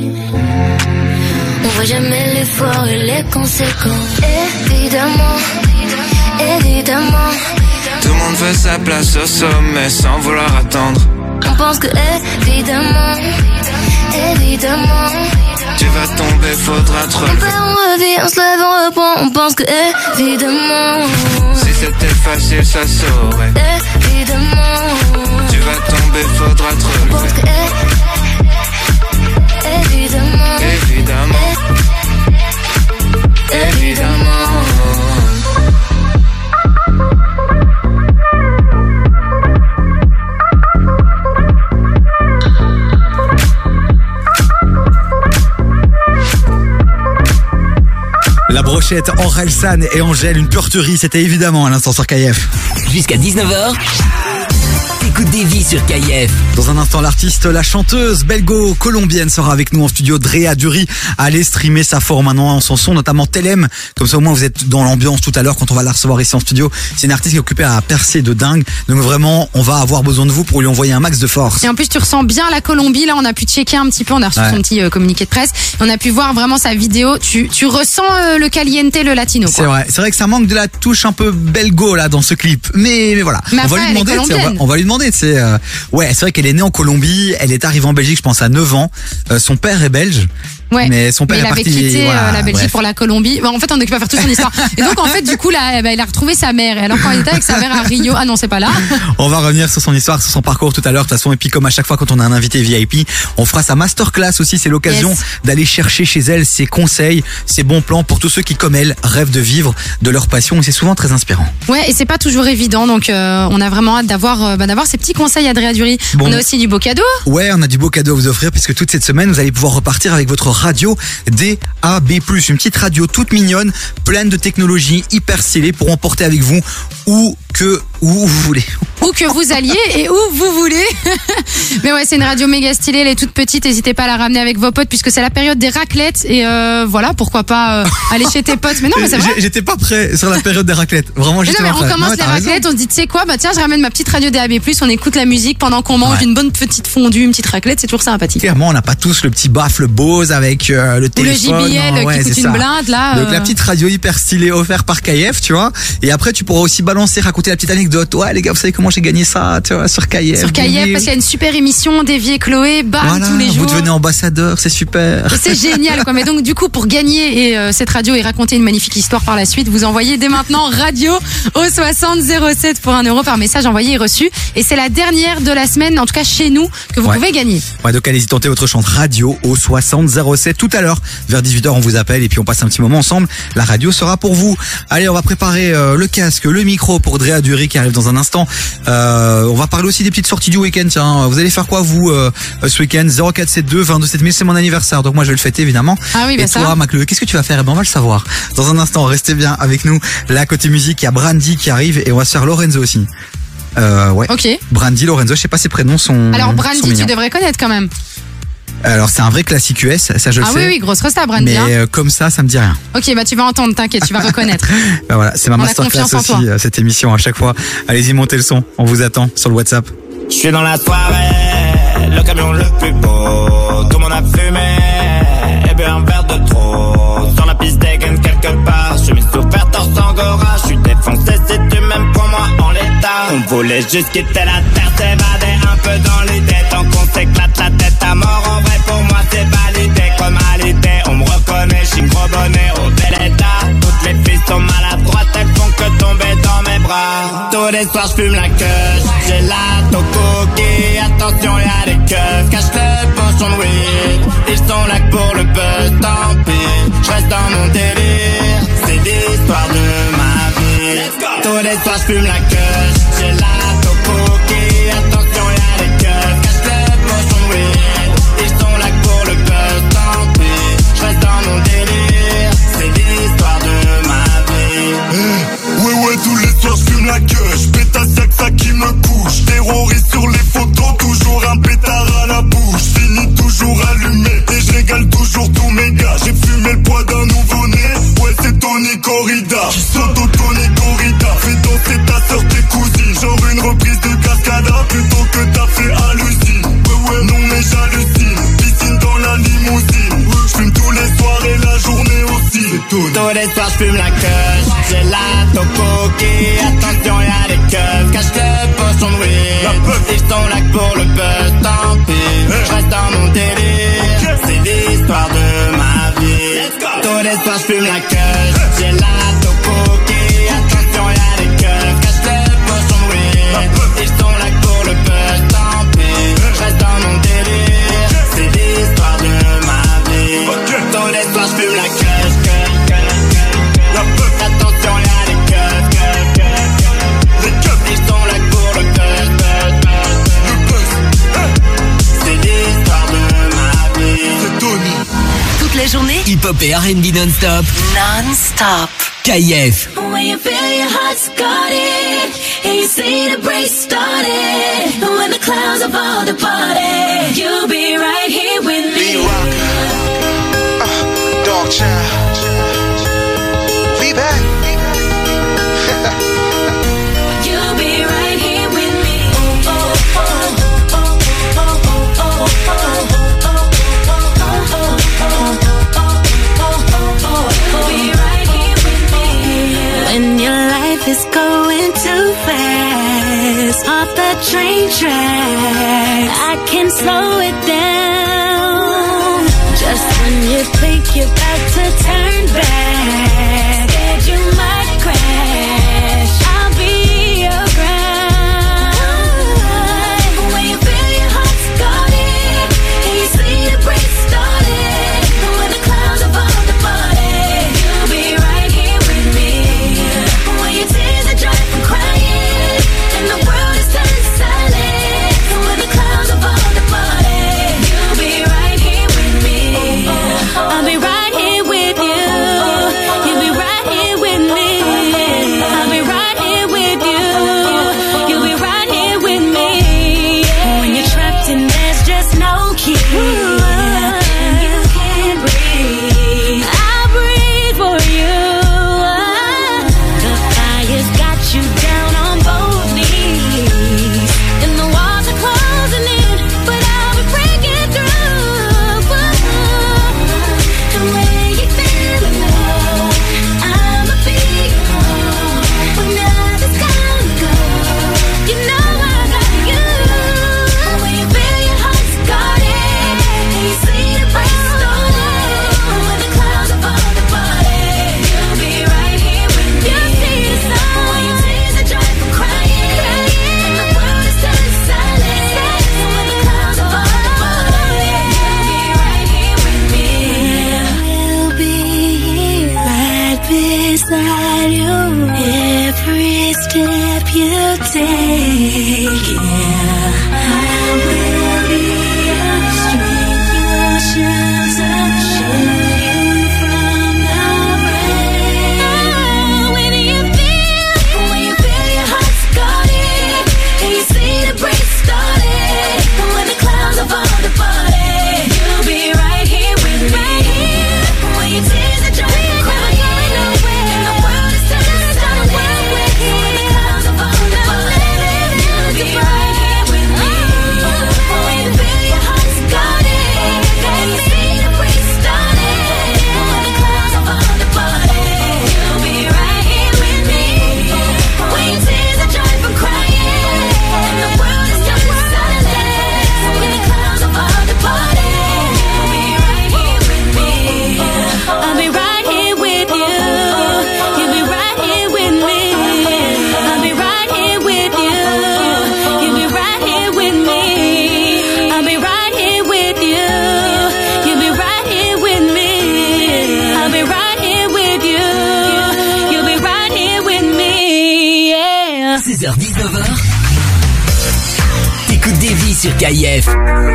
On voit jamais l'effort et les conséquences. Évidemment, évidemment. Tout le monde veut sa place au sommet sans vouloir attendre. On pense que évidemment, évidemment. Tu vas tomber, faudra te relever. On perd, on revient, on se lève, on reprend. On pense que évidemment. Si c'était facile, ça saurait. Évidemment. Tu vas tomber, faudra te relever. On pense que évidemment. Évidemment. Évidemment. La brochette, Orelsan et Angèle, une pureterie, c'était évidemment à l'instant sur K F. Jusqu'à dix-neuf heures, T'écoutes Davy sur K F. Dans un instant, l'artiste, la chanteuse belgo-colombienne sera avec nous en studio. Drea Dury, allez streamer sa forme maintenant en son son, notamment Telem. Comme ça, au moins, vous êtes dans l'ambiance tout à l'heure quand on va la recevoir ici en studio. C'est une artiste qui est occupée à percer de dingue. Donc vraiment, on va avoir besoin de vous pour lui envoyer un max de force. Et en plus, tu ressens bien la Colombie. Là, on a pu checker un petit peu. On a reçu Ouais. son petit euh, communiqué de presse. On a pu voir vraiment sa vidéo. Tu, tu ressens euh, le caliente, le latino. C'est vrai, c'est vrai que ça manque de la touche un peu belgo là dans ce clip. Mais, mais voilà, Mais on va après, lui elle est demander. tu sais, On va, colombienne. on va lui demander. C'est euh, ouais, c'est vrai qu'elle est née en Colombie. Elle est arrivée en Belgique, je pense à neuf ans. Euh, son père est belge. Ouais. Mais son père il est avait parti. quitté voilà, euh, la Belgique bref. pour la Colombie. Bon, en fait, on n'occupe pas faire toute son histoire. Et donc, en fait, du coup, là, bah, il a retrouvé sa mère. Et alors, quand il était avec sa mère à Rio, ah non, c'est pas là. On va revenir sur son histoire, sur son parcours tout à l'heure, de toute façon. Et puis, comme à chaque fois, quand on a un invité V I P, on fera sa masterclass aussi. C'est l'occasion Yes. d'aller chercher chez elle ses conseils, ses bons plans pour tous ceux qui, comme elle, rêvent de vivre de leur passion. Et c'est souvent très inspirant. Ouais, et c'est pas toujours évident. Donc, euh, on a vraiment hâte d'avoir, euh, bah, d'avoir ces petits conseils à Drea Dury. Bon. On a aussi du beau cadeau. Ouais, on a du beau cadeau à vous offrir puisque toute cette semaine, vous allez pouvoir repartir avec votre radio D A B plus, une petite radio toute mignonne, pleine de technologie, hyper stylée pour emporter avec vous où que où vous voulez. Où que vous alliez et où vous voulez. Mais ouais, c'est une radio méga stylée, elle est toute petite, n'hésitez pas à la ramener avec vos potes puisque c'est la période des raclettes et euh, voilà, pourquoi pas euh, aller chez tes potes. Mais non, mais c'est vrai. J'ai- J'étais pas prêt sur la période des raclettes. Vraiment, Mais j'étais non, mais pas on prêt. Non, commence mais les t'as raison. raclettes, on se dit tu sais quoi, bah tiens, je ramène ma petite radio D A B plus, on écoute la musique pendant qu'on mange Ouais. une bonne petite fondue, une petite raclette, c'est toujours sympathique. Clairement, on n'a pas tous le petit baffle Bose avec euh, le Ou le téléphone. J B L non, ouais, qui coûte c'est une ça. blinde là. Donc euh, la petite radio hyper stylée offerte par K F, tu vois. Et après, tu pourras aussi balancer, raconter la petite anecdote. Ouais, les gars, vous savez comment j'ai gagné ça, tu vois, sur K F. sur K F parce qu'il y a une super émission, Davy et Chloé, bam, Voilà, tous les jours. vous devenez ambassadeur, c'est super. Et c'est génial quoi. Mais donc du coup pour gagner et euh, cette radio et raconter une magnifique histoire par la suite, vous envoyez dès maintenant radio au soixante zéro sept pour un euro par message envoyé et reçu. Et c'est la dernière de la semaine, en tout cas chez nous, que vous Ouais. pouvez gagner. Ouais, donc allez-y tenter votre chance radio au soixante zéro sept tout à l'heure. Vers dix-huit heures, on vous appelle et puis on passe un petit moment ensemble. La radio sera pour vous. Allez, on va préparer euh, le casque, le micro pour Drea Dury qui arrive dans un instant. Euh, on va parler aussi des petites sorties du week-end. Tiens, vous allez faire quoi vous euh, ce week-end? Zéro quatre sept deux vingt-deux sept mille, c'est mon anniversaire, donc moi je vais le fêter évidemment. Ah oui, bah et ça. toi, Macleux, qu'est-ce que tu vas faire? Eh ben, on va le savoir. Dans un instant, restez bien avec nous. Là, côté musique, il y a Brandy qui arrive et on va se faire Lorenzo aussi. Euh, ouais. Ok. Brandy, Lorenzo, je sais pas ses prénoms sont. Alors sont Brandy, tu mignons. devrais connaître quand même. Alors c'est un vrai classique U S, ça je le Ah sais. oui oui, grosse resta Brandy. Mais hein. euh, comme ça, ça me dit rien. Ok, bah tu vas entendre, t'inquiète, tu vas reconnaître. Ben voilà, c'est ma On a masterclass confiance en aussi, toi. euh, cette émission à chaque fois. Allez-y, montez le son, on vous attend sur le WhatsApp. Je suis dans la soirée, le camion le plus beau, tout le monde a fumé, et bu un verre de trop. Sur la piste dégaine quelque part, je suis mis sous faire torse angora, je suis défoncé si tu m'aimes pour moi en l'état. On voulait juste quitter la terre, s'évader un peu dans l'idée, tant qu'on s'éclate la tête à mort, en vrai pour moi c'est validé, comme à l'idée, on me reconnaît, je suis gros bonnet au bel état. Toutes les filles sont maladroites, elles font que tomber dans mes bras. Tous les soirs je fume la queue, j'ai la tocoki, attention y'a des keufs, cache le pochon de weed. Ils sont là que pour le buzz, tant pis, je reste dans mon délire, c'est l'histoire de ma vie. Tous les soirs je fume la queue, j'ai la tocoki, attention y'a des keufs, cache le pochon de weed. Ils sont là que pour le buzz, tant pis, je reste dans mon délire, c'est l'histoire de ma vie. Ouais ouais, tous les soirs je fume la queue, je pète à chaque ça qui me couche. Terroriste sur les photos, toujours un pétard à la bouche. Fini toujours allumé et je régale toujours tous mes gars. J'ai fumé le poids d'un nouveau-né, ouais c'est Tony Corrida. Qui saute au Tony Corrida, fais danser ta sœur, tes cousines. Genre une reprise de Cascada plutôt que t'as fait à l'usine. Ouais ouais, non mais j'hallucine, piscine dans la limousine. Je fume tous les soirs et la journée aussi. Tous les soirs je fume la queue, j'ai la tocoki, attention y'a des keufs, cache le pochon de weed. Ils sont là que pour le buzz, tant pis, je reste dans mon délire, c'est l'histoire de ma vie. Tous les soirs je fume la queue, j'ai la tocoki, attention y'a des keufs, cache le pochon de weed. Ils sont là que pour le buzz, tant pis, je reste dans mon délire, c'est l'histoire de ma vie. Tous les soirs je fume la queue. Attention y'a des keufs, keufs, keufs. Les keufs ils sont là pour le buzz, buzz, buzz. Le buzz, c'est l'histoire de ma vie. C'est Tony. Toute la journée, hip-hop hip-hop et R and B non-stop. Non-stop. K F. When you feel your heart's guarded and you see the break started, when the clouds are all departed, you'll be right here with me. B-Rock, uh, Dog Child, V-Back. You'll be right here with me. Oh, oh, oh, oh, oh, oh, oh, oh, oh. When your life is going too fast off the train tracks, I can slow it down. Just when you think you're about to turn back, scared you might crash, I'll be around. When you feel your heart's guarded and you see the break started, when the clouds are all departed, you'll be right here with me. When your tears are dry from crying and the world is turning silent, when the clouds are all departed, you'll be right here with me. I'll be right here with you. You'll be right here with me. I'll be right here with you. You'll be right here with me. When you're trapped and there's just no key and you can't breathe, I'll breathe for you. The fire's got you down on both knees and the walls are closing in, but I'll be breaking through. And when you feel alone, I'ma be home. When nothing's gonna go, you know I got you. When you feel your heart's guarded and you see the break started, when the clouds are all departed, you'll be right here with me. You'll see the sun when your tears are dry from crying and the world is turning silent, when the clouds are all departed, you'll be right here with me. We'll be here right beside you every step you take. Yeah, I will be your strength, your shelter, shield you from the rain. When you feel, when you feel your heart's guarded and you see the break started, when the clouds are all departed, you'll be right here with me. When your tears are dry from crying and the world is turning silent, when the clouds are all departed, you'll be right here with me. When you feel your heart's guarded and you see the break started, when the clouds are all departed, you'll be right here with me. When your tears are dry from crying and the world is turning silent, when the clouds are all departed, you'll be right here with me. I'll be right here with you. You'll be right here with me. I'll be right here with you. You'll be right here with me. I'll be right here with you. You'll be right here with me. I'll be right here with you. You'll be right here with me. Yeah. seize heures dix-neuf heures. T'écoutes Davy sur K F.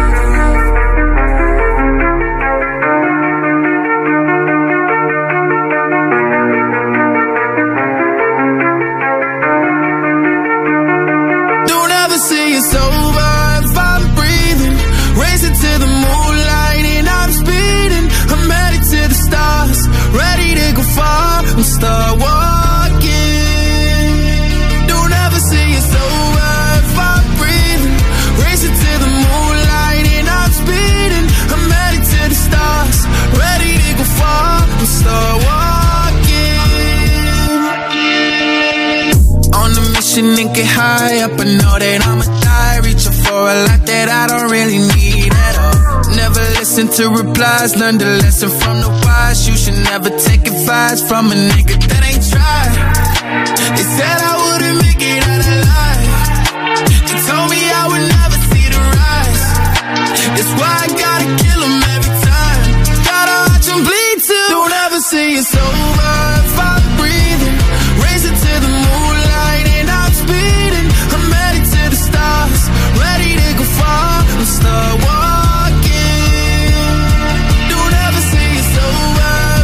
Don't ever say it's over if I'm breathing. Racing to the moonlight and I'm speeding. I'm headed to the stars, ready to go far and start walking. Don't ever say it's over if I'm breathing. Racing to the moonlight and I'm speeding. I'm headed to the stars, ready to go far and start walking. On a mission and get high up, I know that I'ma die. Reaching for a lot that I don't really need at all. Never listen to replies, learn the lesson from the wise. You should never take advice from a nigga that ain't tried. They said I wouldn't make it out alive. They told me I would never see the rise. That's why I gotta kill 'em every time. Gotta watch 'em bleed too. Don't ever say it's over if I'm breathing. Racing to the moonlight and I'm speeding. I'm headed to the stars, ready to go far and start walking. Don't ever say it's over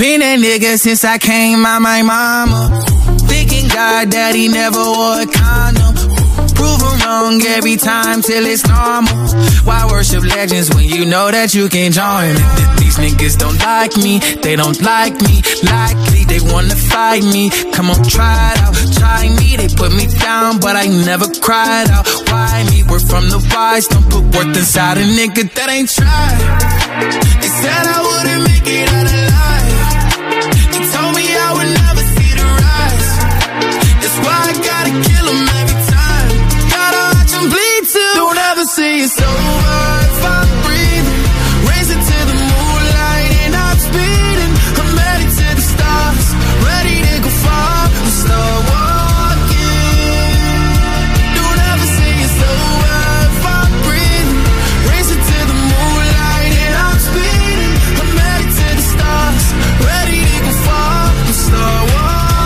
Been that nigga since I came out my mama. Thinking God that he never wore a condom. Prove him wrong every time till it's normal. Why worship legends when you know that you can join it? These niggas don't like me, they don't like me. Likely they wanna fight me. Come on, try it out, try me. They put me down, but I never cried out. Why me? We're from the wise, don't put worth inside a nigga that ain't tried. They said I wouldn't make it out alive. They told me I would never see the rise. That's why I gotta kill them every time. Gotta watch them bleed too. Don't ever say it's over if I'm breathing. Racing to the moonlight and I'm speeding. I'm headed to the stars, ready to go far. I'm start walking. Don't ever say it's over if I'm breathing. Racing to the moonlight and I'm speeding. I'm headed to the stars, ready to go far. I'm start walking.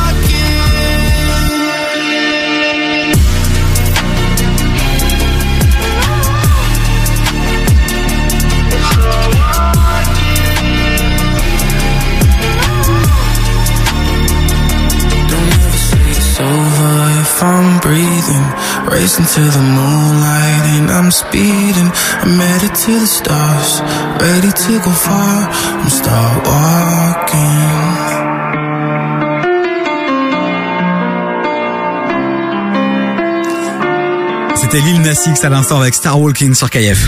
It's over if I'm breathing. Racing to the moonlight and I'm speeding. I'm headed to the stars, ready to go far. I'm start walking. C'était Lil Nas X à l'instant avec Star Walking sur K F.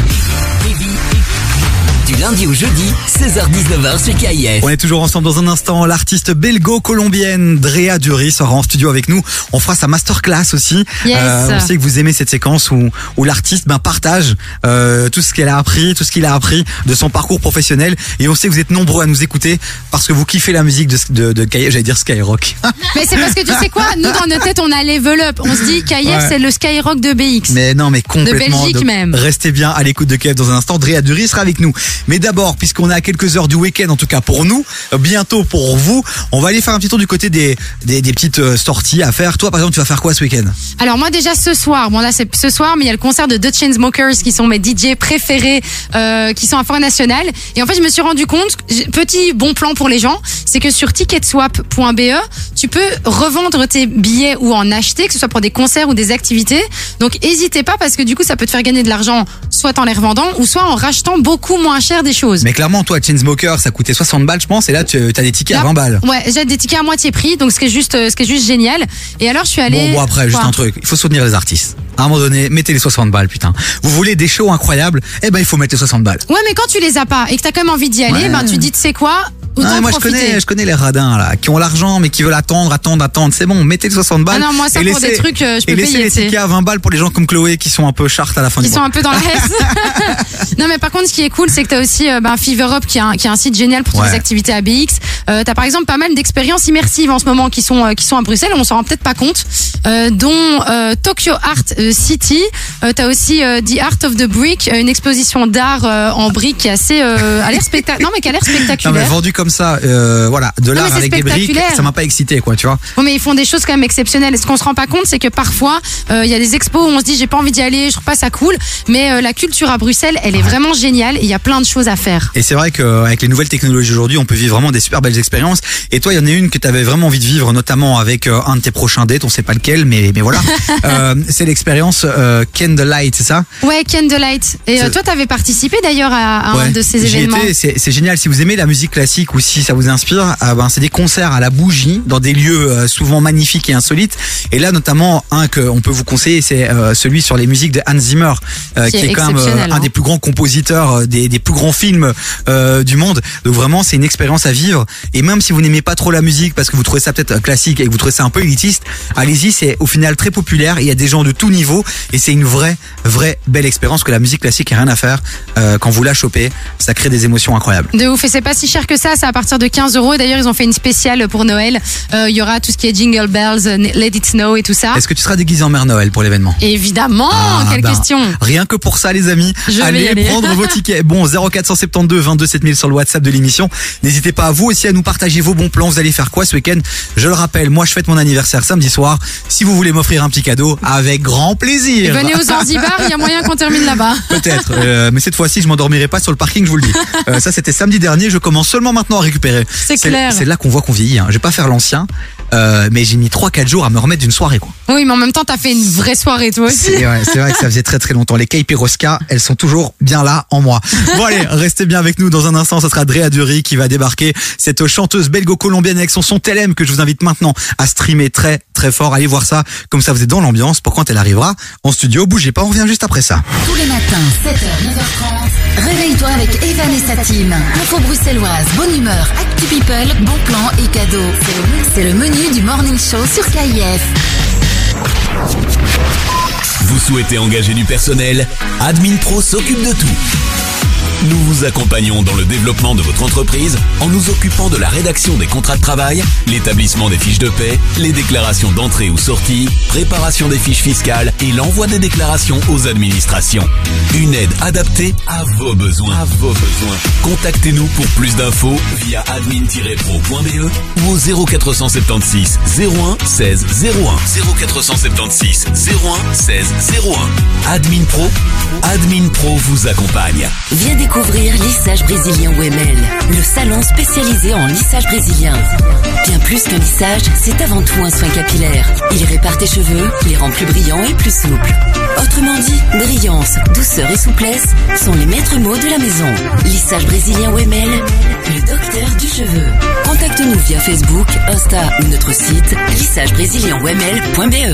Du lundi au jeudi, seize heures dix-neuf heures sur K F. On est toujours ensemble dans un instant. L'artiste belgo-colombienne Drea Dury sera en studio avec nous. On fera sa masterclass aussi. Yes. Euh, on sait que vous aimez cette séquence où, où l'artiste ben, partage euh, tout ce qu'elle a appris, tout ce qu'il a appris de son parcours professionnel. Et on sait que vous êtes nombreux à nous écouter parce que vous kiffez la musique de, de, de K F. J'allais dire Skyrock. Mais c'est parce que tu sais quoi, nous dans notre tête on a level up. On se dit K F Ouais. c'est le Skyrock de B X. Mais non, mais complètement. De Belgique même. Restez bien à l'écoute de K F dans un instant. Drea Dury sera avec nous. Mais d'abord, puisqu'on est à quelques heures du week-end, en tout cas pour nous, euh, bientôt pour vous, on va aller faire un petit tour du côté des, des, des petites euh, sorties à faire. Toi, par exemple, tu vas faire quoi ce week-end? Alors moi déjà ce soir, bon là c'est ce soir, mais il y a le concert de The Chainsmokers qui sont mes D J préférés, euh, qui sont à Forêt Nationale. Et en fait je me suis rendu compte, j'ai- petit bon plan pour les gens, c'est que sur ticketswap point b e, tu peux revendre tes billets ou en acheter, que ce soit pour des concerts ou des activités. Donc n'hésitez pas parce que du coup ça peut te faire gagner de l'argent, soit en les revendant ou soit en rachetant beaucoup moins cher des choses. Mais clairement, toi, Chainsmokers, ça coûtait soixante balles, je pense, et là, tu as des tickets à Là, vingt balles. Ouais, j'ai des tickets à moitié prix, donc ce qui est juste, euh, ce qui est juste génial. Et alors je suis allée. Bon, bon, après, juste Quoi un truc. Il faut soutenir les artistes. À un moment donné, mettez les soixante balles, putain. Vous voulez des shows incroyables? Eh ben, il faut mettre les soixante balles. Ouais, mais quand tu les as pas et que t'as quand même envie d'y aller, Ouais. ben tu te dis, tu sais quoi, autant Ah, moi, je profiter. connais, je connais les radins, là, qui ont l'argent, mais qui veulent attendre, attendre, attendre. C'est bon, mettez les soixante balles. Ah non, moi, ça, et pour des trucs, euh, je peux et laissez payer, les tu sais. tickets à vingt balles pour les gens comme Chloé qui sont un peu chartes à la fin Ils du sont mois. un peu dans la haisse. Non, mais par contre, ce qui est cool, c'est que t'as aussi euh, ben, Fever Up qui est un, qui est un site génial pour toutes Ouais. les activités A B X. Euh, t'as par exemple pas mal d'expériences immersives en ce moment qui sont euh, qui sont à Bruxelles. On s'en rend peut-être pas compte. Euh, dont euh, Tokyo Art euh, City. Euh, t'as aussi euh, The Art of the Brick, euh, une exposition d'art euh, en briques qui est assez euh, a l'air spectac- Non, mais qui a l'air Non, mais spectaculaire. vendu comme ça, euh, voilà, de Non, l'art mais c'est avec des briques, spectaculaire. ça m'a pas excité, quoi, tu vois. Bon, mais ils font des choses quand même exceptionnelles. Et ce qu'on se rend pas compte, c'est que parfois, euh, il y a des expos où on se dit j'ai pas envie d'y aller, je trouve pas ça cool. Mais euh, la culture à Bruxelles, elle est vraiment géniale et il y a plein de choses à faire. Et c'est vrai qu'avec les nouvelles technologies aujourd'hui, on peut vivre vraiment des super belles expériences. Et toi, il y en a une que tu avais vraiment envie de vivre, notamment avec euh, un de tes prochains dates, on sait pas lequel, mais, mais voilà. euh, c'est l'expérience euh, Candlelight, c'est ça? Ouais, Candlelight. Et euh, C'est- toi, t'avais participé d'ailleurs à, à un Ouais, de ces j'y événements. étais, c'est c'est génial. Si vous aimez la musique classique ou si ça vous inspire, euh, ben, c'est des concerts à la bougie dans des lieux euh, souvent magnifiques et insolites. Et là, notamment, un qu'on peut vous conseiller, c'est euh, celui sur les musiques de Hans Zimmer, euh, Qui qui, est est quand même euh, exceptionnel, un hein. des plus grands compositeurs, euh, des, des plus grands films euh, du monde. Donc vraiment, c'est une expérience à vivre. Et même si vous n'aimez pas trop la musique parce que vous trouvez ça peut-être euh, classique et que vous trouvez ça un peu élitiste, allez-y, c'est au final très populaire. Il y a des gens de tout niveau et c'est une vraie, vraie belle expérience que la musique classique a rien à faire. Euh, quand vous la chopez, ça crée des émotions incroyables. De ouf, et c'est pas si cher que ça, c'est à partir de quinze euros. Et d'ailleurs, ils ont fait une spéciale pour Noël. Euh, Il y aura tout ce qui est Jingle Bells, euh, Let It Snow et tout ça. Est-ce que tu seras déguisé en Mère Noël pour l'événement? Évidemment, Ah, quelle ben, question. Rien que pour ça, les amis, Je vais allez y aller. prendre vos tickets. Bon, zéro quatre sept deux vingt-deux sept mille sur le WhatsApp de l'émission. N'hésitez pas à vous aussi à nous partager vos bons plans. Vous allez faire quoi ce week-end? Je le rappelle, moi je fête mon anniversaire samedi soir. Si vous voulez m'offrir un petit cadeau, avec grand plaisir. Venez aux Zanzibar, il y a moyen qu'on termine là-bas. Peut-être, euh, mais cette fois-ci je m'endormirai pas sur le parking, je vous le dis. Euh, ça c'était samedi dernier, je commence seulement maintenant vraiment à récupérer. C'est clair. C'est là qu'on voit qu'on vieillit. Hein. Je vais pas faire l'ancien, euh, mais j'ai mis trois quatre jours à me remettre d'une soirée, quoi. Oui, mais en même temps, t'as fait une vraie soirée, toi aussi. C'est vrai, c'est vrai que ça faisait très très longtemps. Les Kaipiroska, elles sont toujours bien là en moi. Bon allez, restez bien avec nous. Dans un instant, ça sera Drea Dury qui va débarquer. Cette chanteuse belgo-colombienne avec son son T L M que je vous invite maintenant à streamer très très fort. Allez voir ça, comme ça vous êtes dans l'ambiance pour quand elle arrivera en studio. Bougez pas, on revient juste après ça. Tous les matins, sept heures, neuf heures trente, réveille-toi avec Evan et sa team. Info bruxelloise, bonne humeur, actu people, bon plan et cadeaux. C'est le menu du Morning Show sur K I F. Vous souhaitez engager du personnel? Admin Pro s'occupe de tout. Nous vous accompagnons dans le développement de votre entreprise en nous occupant de la rédaction des contrats de travail, l'établissement des fiches de paie, les déclarations d'entrée ou sortie, préparation des fiches fiscales et l'envoi des déclarations aux administrations. Une aide adaptée à vos besoins. À vos besoins. Contactez-nous pour plus d'infos via admin tiret pro point b e ou au zéro quatre cent soixante-seize zéro un seize zéro un. zéro quatre cent soixante-seize zéro un seize zéro un. Admin Pro, Admin Pro vous accompagne. Viens découvrir Lissage Brésilien O M L, le salon spécialisé en lissage brésilien. Bien plus que lissage, c'est avant tout un soin capillaire. Il répare tes cheveux, les rend plus brillants et plus souples. Autrement dit, brillance, douceur et souplesse sont les maîtres mots de la maison. Lissage Brésilien O M L, le docteur du cheveu. Contacte-nous via Facebook, Insta ou notre site lissage brésilien o m l point b e.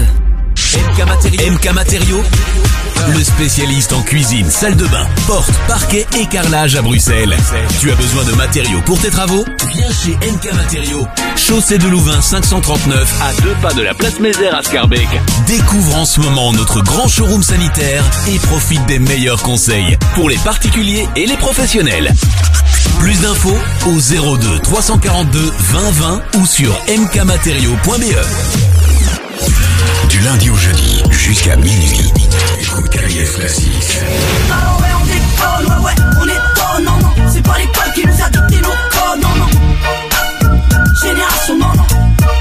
M K Matériaux, le spécialiste en cuisine, salle de bain, porte, parquet et carrelage à Bruxelles. Tu as besoin de matériaux pour tes travaux? Viens chez M K Matériaux. Chaussée de Louvain cinq cent trente-neuf, à deux pas de la place Mézère à Scarbeck. Découvre en ce moment notre grand showroom sanitaire et profite des meilleurs conseils pour les particuliers et les professionnels. Plus d'infos au zéro deux trois cent quarante-deux vingt vingt ou sur m k matériaux point b e. Du lundi au jeudi, jusqu'à minuit. Écoute K I F Classics. Ah ouais, on déconne, ouais, ouais, on étonne, non, non. C'est pas l'école qui nous a dicté nos codes, non, non. Génération, non, non.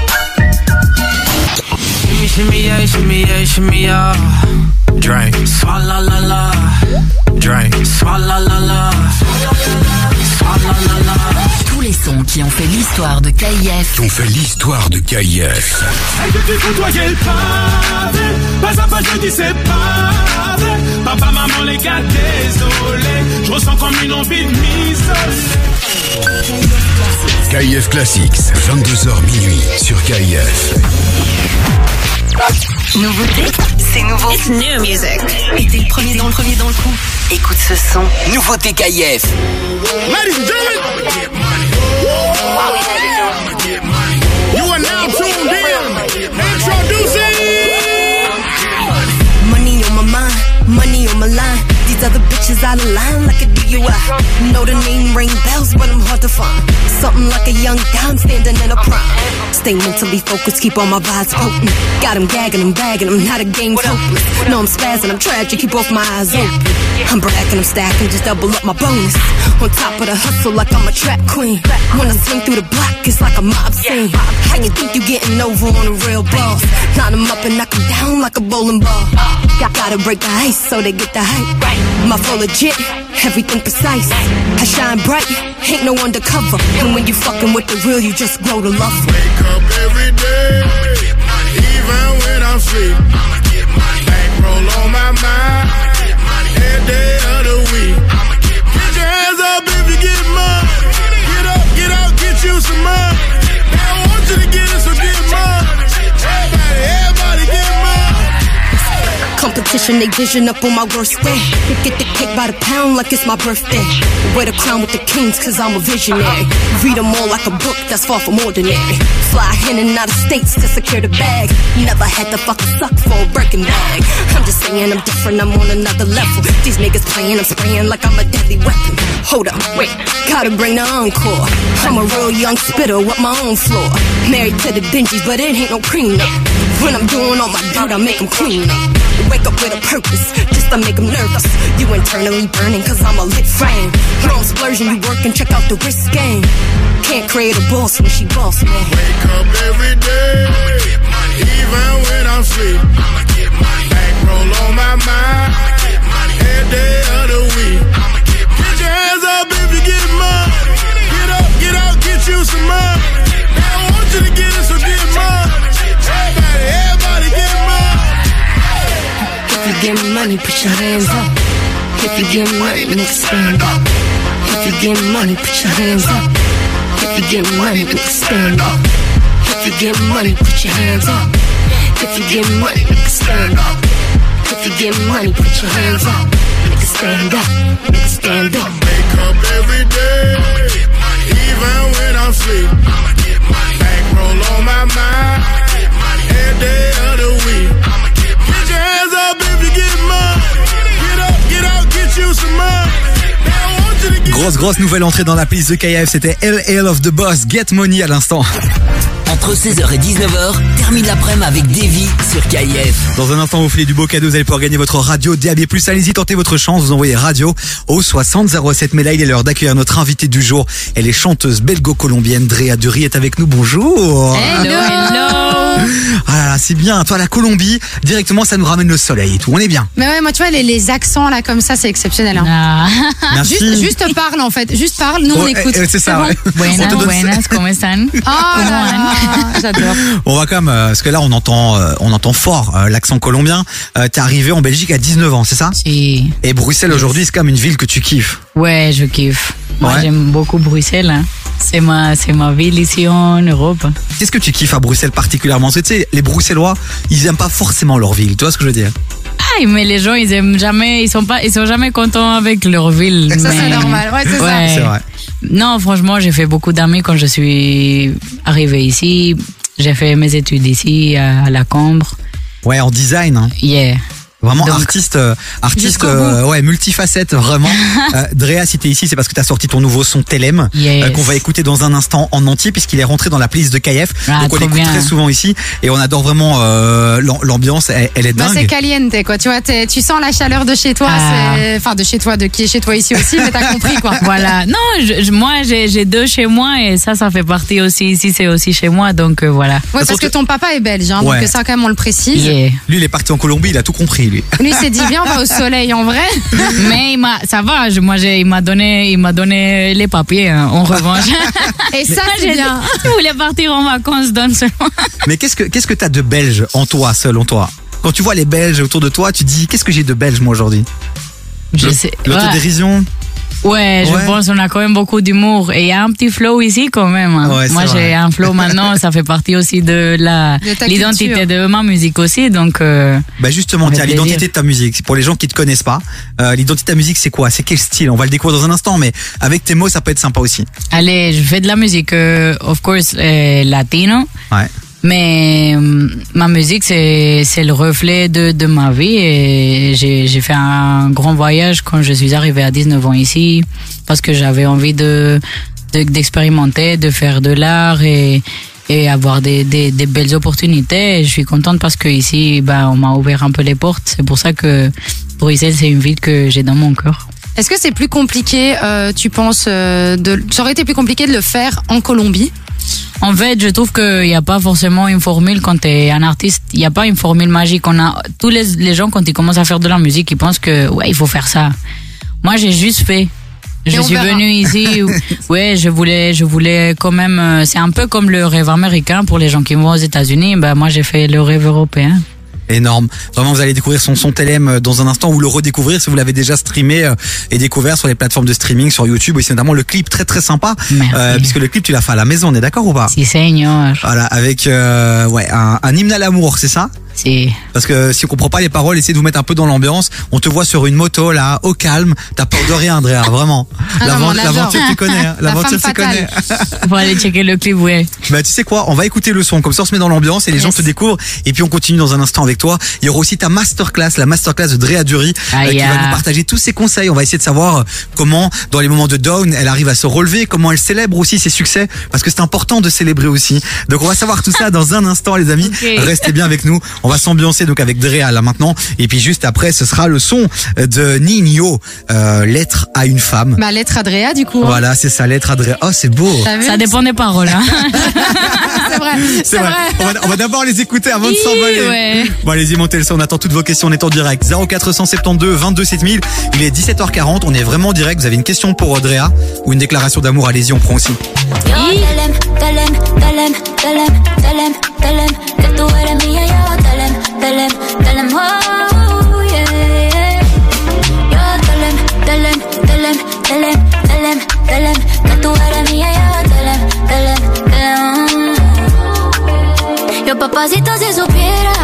Shimmy, shimmy, yeah, shimmy, yeah, shimmy, yeah. Drink. Swalla la la. Drink. Swalla la la. Swalla la la. Tous les sons qui ont fait l'histoire de K I F. Qui ont fait l'histoire de K I F. Elle te fait côtoyer le pavé. Pas à pas, je dis c'est pavé. Papa, maman, les gars, désolé. Je ressens comme une envie de m'isoler. K I F Classics, vingt-deux heures minuit sur K I F. Nouveauté, c'est nouveau. It's new music. Et t'es le premier dans le premier dans le coup. Écoute ce son. Nouveauté K I F. Ladies and gentlemen, you are now tuned in. Introducing. Money on my mind, money on my line. These other bitches out of line like a D U I. Know the name ring bells, but I'm hard to find. Something like a young gun standing in a prime. Stay mentally focused, keep all my vibes potent. Got them gagging, I'm bagging, I'm not a game's hopeless. No, I'm spazzing, I'm tragic, keep both my eyes open. I'm bragging, I'm stacking, just double up my bonus. On top of the hustle like I'm a trap queen. When I swing through the block, it's like a mob scene. How you think you getting over on a real boss? Line them up and knock them down like a bowling ball. Gotta break the ice so they get the hype. My flow legit, everything precise. I shine bright, ain't no undercover. And when you fucking with the real, you just grow to love. Wake up every day, even when I'm asleep. Bankroll on my mind, every day of the week. Get your hands up if you get money. Get up, get out, get you some money. They don't want you to get it, so get money. Everybody, everybody get money. Competition, they vision up on my worst day. They get the cake by the pound like it's my birthday. Wear the crown with the kings cause I'm a visionary. Read them all like a book that's far from ordinary. Fly in and out of states to secure the bag. Never had to fucking suck for a Birkin bag. I'm just saying I'm different, I'm on another level. These niggas playing, I'm spraying like I'm a deadly weapon. Hold up, wait, gotta bring the encore. I'm a real young spitter with my own floor. Married to the dingies, but it ain't no cream up. When I'm doing all my dirt, I make them clean up. Wake up with a purpose, just to make them nervous. You internally burning cause I'm a lit frame. No, I'm splurging, you work and check out the risk game. Can't create a boss when she boss, man. Wake up every day, even when I'm asleep. Bankroll on my mind, every day of the week. Get your hands up if you get money. Get up, get out, money, put your hands up. If you get money, nigga stand up. If you get money, put your hands up. If you get money, nigga stand up. If you get money, put your hands up. If you get money, nigga stand up. If you get money, put your hands up. Nigga stand up, nigga stand up. Wake up every day, even when I'm asleep. Bankroll on my mind, every day of the week. Get your hands up if you get money. Get up, get out, get you some money. Grosse grosse nouvelle entrée dans la playlist de K F, c'était L L of the Boss, Get Money à l'instant. Entre seize heures et dix-neuf heures, termine l'après-midi avec Davy sur K F. Dans un instant, vous filez du beau cadeau, vous allez pouvoir gagner votre radio D A B plus. Allez-y, tentez votre chance, vous envoyez radio au soixante zéro sept. Mais là, il est l'heure d'accueillir notre invitée du jour. Elle est chanteuse belgo-colombienne, Drea Dury est avec nous, bonjour. Hello, hello. Ah là là, c'est bien, toi la Colombie, directement ça nous ramène le soleil et tout, on est bien. Mais ouais, moi tu vois, les, les accents là comme ça, c'est exceptionnel. Hein. Ah. Merci. Juste, juste parle en fait, juste parle, nous on Ouais, écoute. euh, c'est ça, bon ouais. Buenas, On te donne- buenas, ¿cómo están? Oh là là, j'adore. On va quand même, euh, parce que là on entend, euh, on entend fort euh, l'accent colombien. Euh, T'es arrivé en Belgique à dix-neuf ans, c'est ça? Si. Et Bruxelles aujourd'hui, c'est quand même une ville que tu kiffes. Ouais, je kiffe. Moi, Ouais. j'aime beaucoup Bruxelles. Hein. C'est ma, c'est ma ville ici en Europe. Qu'est-ce que tu kiffes à Bruxelles particulièrement? Parce que tu sais, les Bruxellois, ils aiment pas forcément leur ville. Tu vois ce que je veux dire? Ah, mais les gens, ils aiment jamais, ils sont pas, ils sont jamais contents avec leur ville. Ça mais- c'est normal, ouais c'est ça. C'est vrai. Non, franchement, j'ai fait beaucoup d'amis quand je suis arrivée ici. J'ai fait mes études ici à, à la Cambre. Ouais, en design. Hein. Yeah. Vraiment Donc, artiste, euh, artiste, jusqu'au euh, ouais, multifacette, vraiment. euh, Drea, si t'es ici, c'est parce que t'as sorti ton nouveau son Telem, Yes. euh, qu'on va écouter dans un instant en entier, puisqu'il est rentré dans la playlist de K F. Ah, Donc on trop l'écoute bien. très souvent ici, et on adore vraiment euh, l'am- l'ambiance. Elle, elle est Bah, c'est dingue. caliente quoi, tu vois, t'es- tu sens la chaleur de chez toi, Ah. c'est- enfin de chez toi, de qui est chez toi ici aussi, mais t'as compris quoi. Voilà. Non, je, je- moi, j'ai, j'ai deux chez moi et ça, ça fait partie aussi. Ici, c'est aussi chez moi, donc euh, voilà. Ouais, parce que ton papa est belge, hein, Ouais. donc ça quand même on le précise. Yeah. Lui, il est parti en Colombie, il a tout compris, lui. Lui il s'est dit viens on va au soleil en vrai. Mais il m'a, ça va. je- moi, j'ai, il m'a donné, il m'a donné les papiers. hein, en revanche. Et ça Moi, c'est j'ai- bien. Je voulais partir en vacances, donne seulement. Mais qu'est-ce que qu'est-ce que t'as de belge en toi, selon toi? Quand tu vois les Belges autour de toi, tu te dis qu'est-ce que j'ai de belge moi aujourd'hui? Je Le- sais. L'autodérision. Ouais, je Ouais. pense qu'on a quand même beaucoup d'humour et il y a un petit flow ici quand même. hein. Ouais, c'est Moi, vrai. j'ai un flow maintenant. Ça fait partie aussi de la De ta l'identité culture. de ma musique aussi. Donc. euh, Bah justement, Avec tiens, plaisir. l'identité de ta musique. Pour les gens qui te connaissent pas, euh, l'identité de ta musique, c'est quoi? C'est quel style? On va le découvrir dans un instant, mais avec tes mots, ça peut être sympa aussi. Allez, je fais de la musique, euh, of course, euh, latino. Ouais. Mais euh, ma musique, c'est c'est le reflet de, de ma vie. Et j'ai j'ai fait un grand voyage quand je suis arrivée à dix-neuf ans ici, parce que j'avais envie de de- d'expérimenter, de faire de l'art et et avoir des, des, des belles opportunités. Et je suis contente parce que ici, bah, on m'a ouvert un peu les portes. C'est pour ça que Bruxelles, c'est une ville que j'ai dans mon cœur. Est-ce que c'est plus compliqué, euh, tu penses, euh, de, ça aurait été plus compliqué de le faire en Colombie? En fait, je trouve qu'il n'y a pas forcément une formule quand tu es un artiste. Il n'y a pas une formule magique. On a, tous les, les gens, quand ils commencent à faire de la musique, ils pensent que, ouais, il faut faire ça. Moi, j'ai juste fait. Je Et on suis verra. venue ici, ouais, je voulais, je voulais quand même, euh, c'est un peu comme le rêve américain pour les gens qui vont aux États-Unis. Ben, moi, j'ai fait le rêve européen. Énorme. Vraiment, vous allez découvrir son son Telem dans un instant ou le redécouvrir si vous l'avez déjà streamé euh, et découvert sur les plateformes de streaming, sur YouTube. Et c'est notamment le clip très très sympa. Euh, puisque le clip, tu l'as fait à la maison, on est d'accord ou pas? Si, señor. Voilà, avec euh, ouais, un, un hymne à l'amour, c'est ça? Si. Parce que si on comprend pas les paroles, essayez de vous mettre un peu dans l'ambiance. On te voit sur une moto là, au calme. T'as peur de rien, Andrea, vraiment. Ah non, mais on adore. L'aventure, tu connais. Hein. La L'aventure, femme tu connais. Faut aller checker le clip, ouais. Bah tu sais quoi, on va écouter le son, comme ça on se met dans l'ambiance et les gens te découvrent. Et puis on continue dans un instant avec toi. Il y aura aussi ta masterclass, la masterclass de Drea Dury, euh, Aïe, qui va ah. nous partager tous ses conseils. On va essayer de savoir euh, comment, dans les moments de down, elle arrive à se relever, comment elle célèbre aussi ses succès, parce que c'est important de célébrer aussi. Donc on va savoir tout ça dans un instant, les amis. Ok. Restez bien avec nous. On va s'ambiancer donc avec Drea là maintenant. Et puis juste après, ce sera le son de Nino, euh, lettre à une femme. Ma lettre Adrea du coup. hein. Voilà, c'est ça, lettre à Drea. Oh, c'est beau. T'as vu Ça dépend des paroles, hein. C'est vrai, C'est vrai. On va, on va d'abord les écouter avant de Hi, s'envoler. ouais. Bon, allez-y, montez le son. On attend toutes vos questions. On est en direct. zéro quatre cent soixante-douze vingt-deux sept mille. Il est dix-sept heures quarante. On est vraiment en direct. Vous avez une question pour Drea ou une déclaration d'amour? Allez-y, on prend aussi. Yo, telem, telem, telem, telem, telem, telem, que tú eres mía, yo telem, telem, telem, oh, yeah, yeah. Despacito si supiera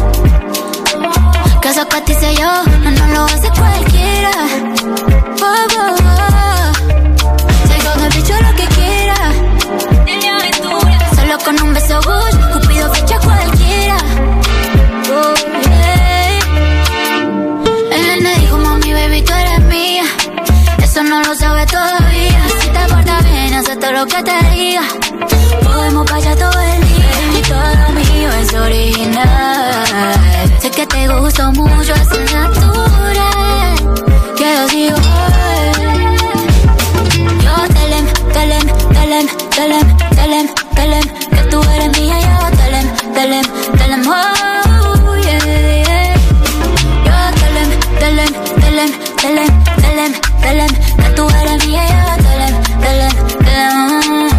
que eso que a ti sé yo, no, no lo hace cualquiera. Oh, oh, oh. Soy con el bicho lo que quiera. Dile aventura. Solo con un beso Bush, Cupido fecha cualquiera. Oh, yeah. Él me dijo, mami, baby, tú eres mía. Eso no lo sabes todavía. Si te portas bien, hace todo lo que te diga. Podemos pasar todo el día. Y todo lo mío es original. Sé que te gustó mucho, es natural. Que yo sigo hoy. Yo telem, telem, telem, telem, telem, telem. Que tú eres mía, yo telem, telem, telem. Oh, yeah, yeah. Yo telem, telem, telem, telem, telem, telem. Que tú eres mía, yo telem, telem, telem.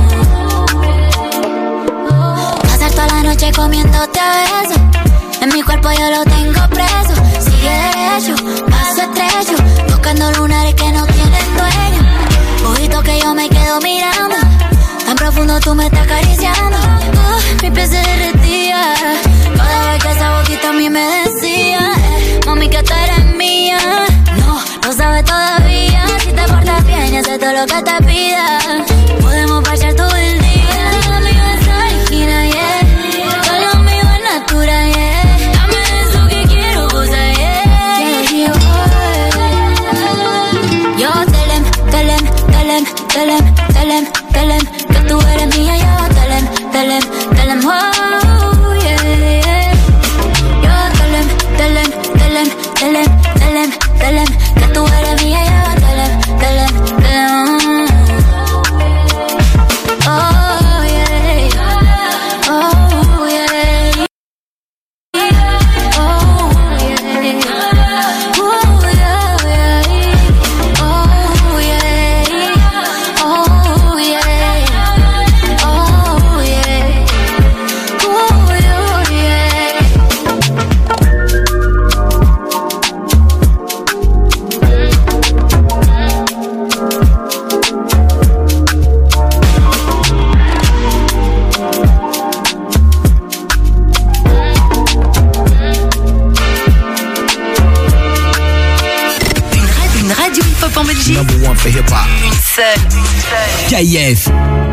Pasar toda la noche comiéndote a besos. En mi cuerpo yo lo tengo preso. Sigue derecho, paso estrecho, buscando lunares que no tienen dueño. Ojito que yo me quedo mirando, tan profundo tú me estás acariciando. Uh, mi piel se derretía cada vez que esa boquita a mí me decía, eh, mami, que tú eres mía. No, lo sabes todavía. Si te portas bien y haces todo lo que te pida, podemos pasar todo el día. Todo lo mío es original, yeah. Todo lo mío es natural, yeah. Yo telem, telem, telem, telem, telem, telem. Que tú eres mía, yo telem, telem, telem. Oh, yeah, yeah. Yo telem, telem, telem, telem, telem, telem. Que tú eres mía, yo telem, telem, telem. Oh, yeah. Oh, yeah. Number one for hip-hop. Une seule. K I F.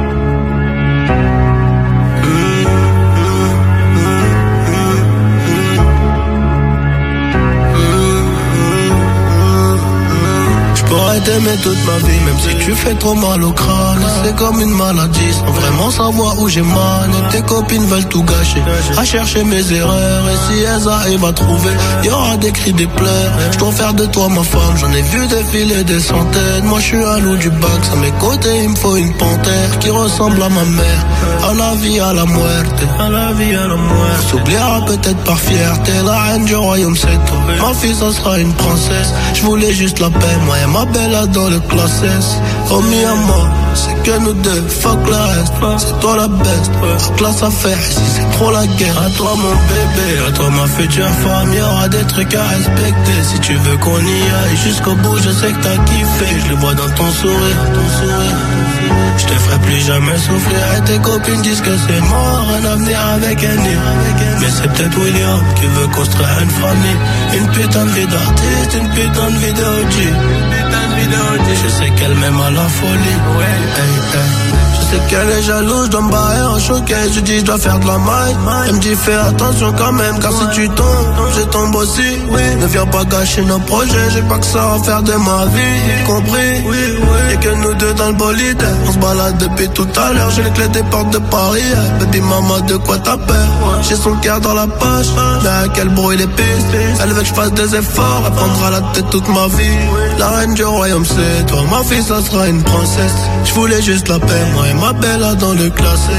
J'pourrais t'aimer toute ma vie, même si tu fais trop mal au crâne. C'est comme une maladie, sans vraiment savoir où j'ai mal. Et tes copines veulent tout gâcher, à chercher mes erreurs. Et si elles arrivent à trouver, y'aura des cris, des pleurs. J'dois faire de toi ma femme, j'en ai vu défiler des centaines. Moi j'suis un loup du bac, à mes côtés il me faut une panthère qui ressemble à ma mère. À la vie, à la muerte, à la vie, à la muerte. On s'oubliera peut-être par fierté, la reine du royaume c'est toi. Ma fille ça sera une princesse, j'voulais juste la paix, moi et ma belle dans le classe S. Oh mi amor, c'est que nous deux, fuck le reste. C'est toi la best, la classe à faire, ici c'est trop la guerre. À toi mon bébé, à toi ma future femme, y'aura des trucs à respecter. Si tu veux qu'on y aille jusqu'au bout, je sais que t'as kiffé. Je le vois dans ton sourire, ton sourire. Je te ferai plus jamais souffrir. Et tes copines disent que c'est mort, un avenir avec un nid. Mais c'est peut-être William qui veut construire une famille. Une putain de vie d'artiste, une putain de vie de O G. Je sais qu'elle m'aime à la folie. Hey, hey. Je sais qu'elle est jalouse, je dois me barrer en choquet. Je dis je dois faire de la maille. Elle me dit fais attention quand même, car si tu tombes, je tombe aussi. Ne viens pas gâcher nos projets, j'ai pas que ça à faire de ma vie. Compris? Y'a que nous deux dans le bolide. On se balade depuis tout à l'heure, j'ai les clés des portes de Paris. Baby maman, de quoi t'as peur? J'ai son cœur dans la poche, mais à quel bruit les pistes. Elle veut que je fasse des efforts, elle prendra la tête toute ma vie. La reine du royaume c'est toi, ma fille ça sera une princesse. Je voulais juste la paix, moi et ma belle là dans le classé.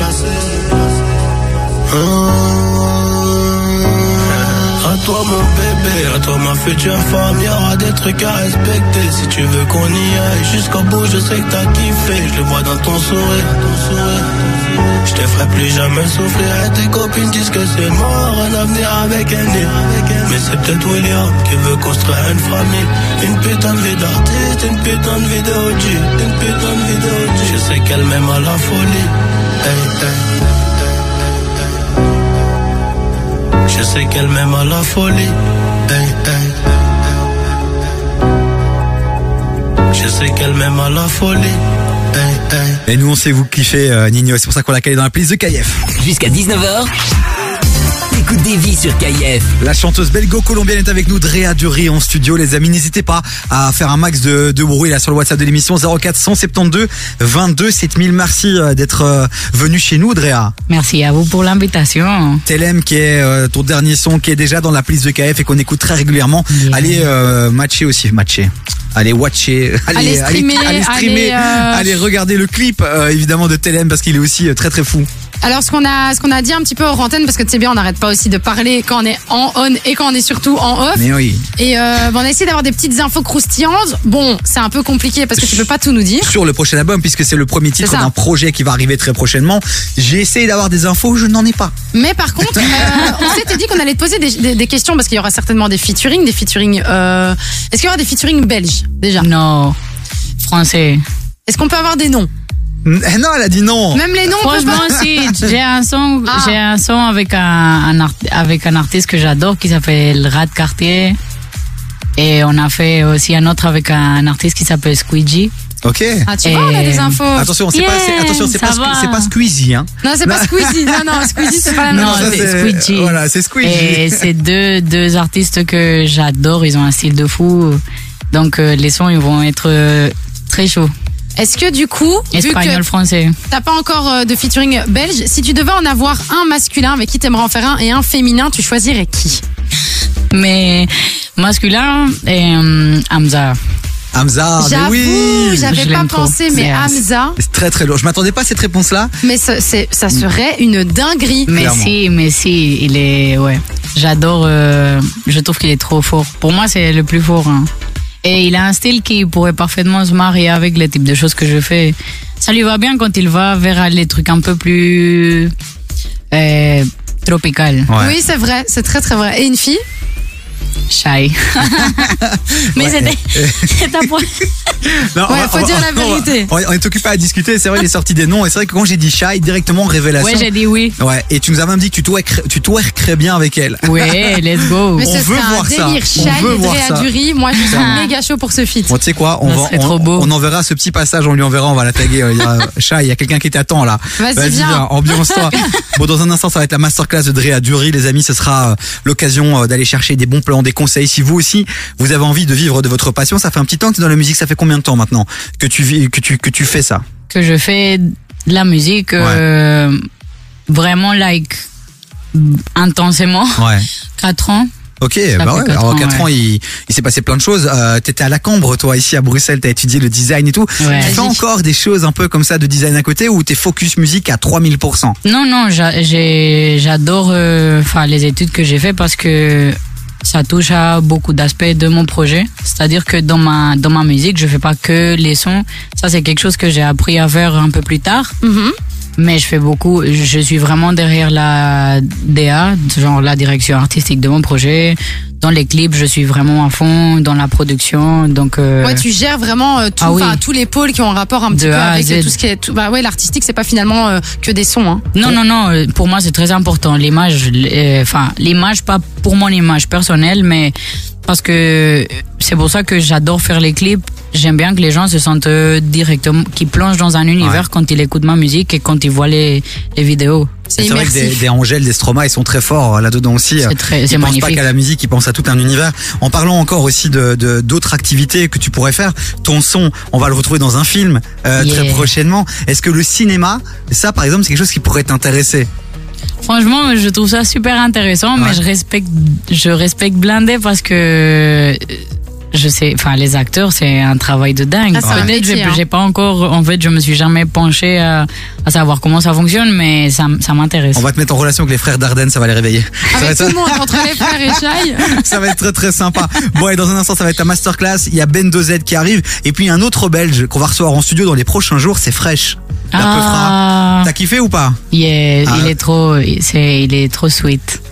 À toi mon bébé, à toi ma future femme, y'aura des trucs à respecter. Si tu veux qu'on y aille jusqu'au bout, je sais que t'as kiffé. Je le vois dans ton sourire, ton sourire. Je te ferai plus jamais souffrir. Et tes copines disent que c'est mort, un avenir avec un nid. Mais c'est peut-être William qui veut construire une famille. Une putain de vie d'artiste, une putain de vie de O G. Une putain de vie de O G. Je sais qu'elle m'aime à la folie. Hey, hey. Je sais qu'elle m'aime à la folie. Hey, hey. Je sais qu'elle m'aime à la folie. Hey, hey. Et nous on sait vous kiffer euh, Nino, c'est pour ça qu'on l'a calé dans la playlist de K F. Jusqu'à dix-neuf heures, écoute Davy sur K F. La chanteuse belgo-colombienne est avec nous, Drea Dury en studio. Les amis, n'hésitez pas à faire un max de, de bruit là sur le WhatsApp de l'émission zéro quatre cent soixante-douze vingt-deux sept mille. Merci euh, d'être euh, venu chez nous, Drea. Merci à vous pour l'invitation. Telem qui est euh, ton dernier son qui est déjà dans la playlist de K F et qu'on écoute très régulièrement. Yeah. Allez euh, matcher aussi, matcher. Allez watcher, allez, allez streamer, allez, allez, streamer, allez, euh... allez regarder le clip euh, évidemment de Telem parce qu'il est aussi euh, très très fou. Alors ce qu'on a, ce qu'on a dit un petit peu hors antenne, parce que tu sais bien, on n'arrête pas aussi de parler quand on est en on et quand on est surtout en off. Mais oui. Et euh, on a essayé d'avoir des petites infos croustillantes. Bon, c'est un peu compliqué parce que tu peux pas tout nous dire. Sur le prochain album, puisque c'est le premier titre d'un projet qui va arriver très prochainement. J'ai essayé d'avoir des infos, je n'en ai pas. Mais par contre, euh, on s'était dit qu'on allait te poser des, des, des questions parce qu'il y aura certainement des featuring, des featuring. Euh... Est-ce qu'il y aura des featuring belges déjà? Non, français. Est-ce qu'on peut avoir des noms? Non, elle a dit non. Même les noms. Franchement, si j'ai un son, ah. j'ai un son avec un, un art, avec un artiste que j'adore qui s'appelle Rat Cartier, et on a fait aussi un autre avec un artiste qui s'appelle Squeegee. Ok. Ah, tu et... vois, on a des infos. Attention, c'est yeah, pas, c'est, attention, c'est pas, c'est pas Squeezie, hein. Non, c'est pas Squeezie. Non, non, Squeezie, c'est pas la même chose. Non, c'est Squeegee. Voilà, c'est Squeegee. Et c'est deux, deux artistes que j'adore. Ils ont un style de fou. Donc, euh, les sons, ils vont être euh, très chauds. Est-ce que du coup, espagnol, vu que français, t'as pas encore euh, de featuring belge, si tu devais en avoir un masculin avec qui t'aimerais en faire un et un féminin, tu choisirais qui? Mais masculin et euh, Hamza. Hamza, j'avoue, mais oui, j'avais pas pensé, trop. mais Hamza. C'est très très lourd. Je m'attendais pas à cette réponse-là. Mais ce, c'est, ça serait une dinguerie. Mais Clairement. si, mais si, il est, ouais. J'adore. Euh, je trouve qu'il est trop fort. Pour moi, c'est le plus fort. Hein. Et il a un style qui pourrait parfaitement se marier avec les types de choses que je fais. Ça lui va bien quand il va vers les trucs un peu plus euh, tropical. Ouais. Oui, c'est vrai, c'est très très vrai. Et une fille? Shy. Mais ouais. c'était, c'est un point. Non, ouais, faut va, dire la vérité. On, on est occupé à discuter. C'est vrai, il est sorti des noms. Et c'est vrai que quand j'ai dit Shy, directement révélation. Ouais, j'ai dit oui. Ouais. Et tu nous as même dit que tu twerkerais, tu twerkerais bien avec elle. Ouais, let's go. Mais on veut voir ça. Délire, Shy on veut et voir ça. Dury. Moi, je suis méga chaud pour ce feat. Bon, tu sais quoi, on, va, on, on enverra ce petit passage. On lui enverra. On va la taguer. Il y a, Shy, il y a quelqu'un qui t'attend là. Vas-y, Vas-y viens. viens. Ambiance-toi. Bon, dans un instant, ça va être la masterclass de Drea Dury, les amis. Ce sera l'occasion d'aller chercher des bons plans, des conseils. Si vous aussi, vous avez envie de vivre de votre passion, ça fait un petit temps que tu es dans la musique. Ça fait combien de temps maintenant que tu vis, que tu que tu fais ça? Que je fais de la musique ouais. euh, vraiment like intensément. Ouais. Quatre ans. Ok, ça bah ouais. Alors ans, quatre ouais. ans, il, il s'est passé plein de choses. Euh, t'étais à la Cambre, toi, ici à Bruxelles, t'as étudié le design et tout. Ouais. Tu fais encore des choses un peu comme ça de design à côté ou t'es focus musique à trois mille pour cent? Non, non, j'ai, j'adore enfin euh, les études que j'ai fait parce que ça touche à beaucoup d'aspects de mon projet. C'est-à-dire que dans ma dans ma musique, je fais pas que les sons. Ça, c'est quelque chose que j'ai appris à faire un peu plus tard. Mm-hmm. Mais je fais beaucoup, je suis vraiment derrière la D A, genre la direction artistique de mon projet. Dans les clips, je suis vraiment à fond, dans la production, donc. Euh... Ouais, tu gères vraiment euh, tout, ah oui. tous les pôles qui ont un rapport un petit de peu avec tout ce qui est. Tout, bah ouais, l'artistique, c'est pas finalement euh, que des sons. Hein. Non, non, non. Pour moi, c'est très important. L'image, enfin, euh, l'image, pas pour mon image personnelle, mais parce que c'est pour ça que j'adore faire les clips. J'aime bien que les gens se sentent directement, qu'ils plongent dans un univers ouais. quand ils écoutent ma musique et quand ils voient les, les vidéos. C'est, c'est vrai que des, des Angèle, des Stromae, ils sont très forts là-dedans aussi. C'est très, ils c'est pensent magnifique. Pas qu'à la musique, ils pensent à tout un univers. En parlant encore aussi de, de d'autres activités que tu pourrais faire, ton son, on va le retrouver dans un film euh, yeah. très prochainement. Est-ce que le cinéma, ça par exemple, c'est quelque chose qui pourrait t'intéresser? Franchement, je trouve ça super intéressant, ouais. mais je respecte, je respecte blindé parce que. Je sais, enfin les acteurs, c'est un travail de dingue. Ah, Peut-être j'ai, hein. j'ai pas encore, en fait, je me suis jamais penché à, à savoir comment ça fonctionne, mais ça, ça m'intéresse. On va te mettre en relation avec les frères Dardenne, ça va les réveiller. Avec tout le monde, entre les frères et Shai. Ça va être très très sympa. Bon, et dans un instant, ça va être ta masterclass. Il y a Ben deux Z qui arrive, et puis un autre Belge qu'on va recevoir en studio dans les prochains jours, c'est Fresh. Ah. T'as kiffé ou pas? Yeah, ah. il est trop, c'est, il est trop sweet.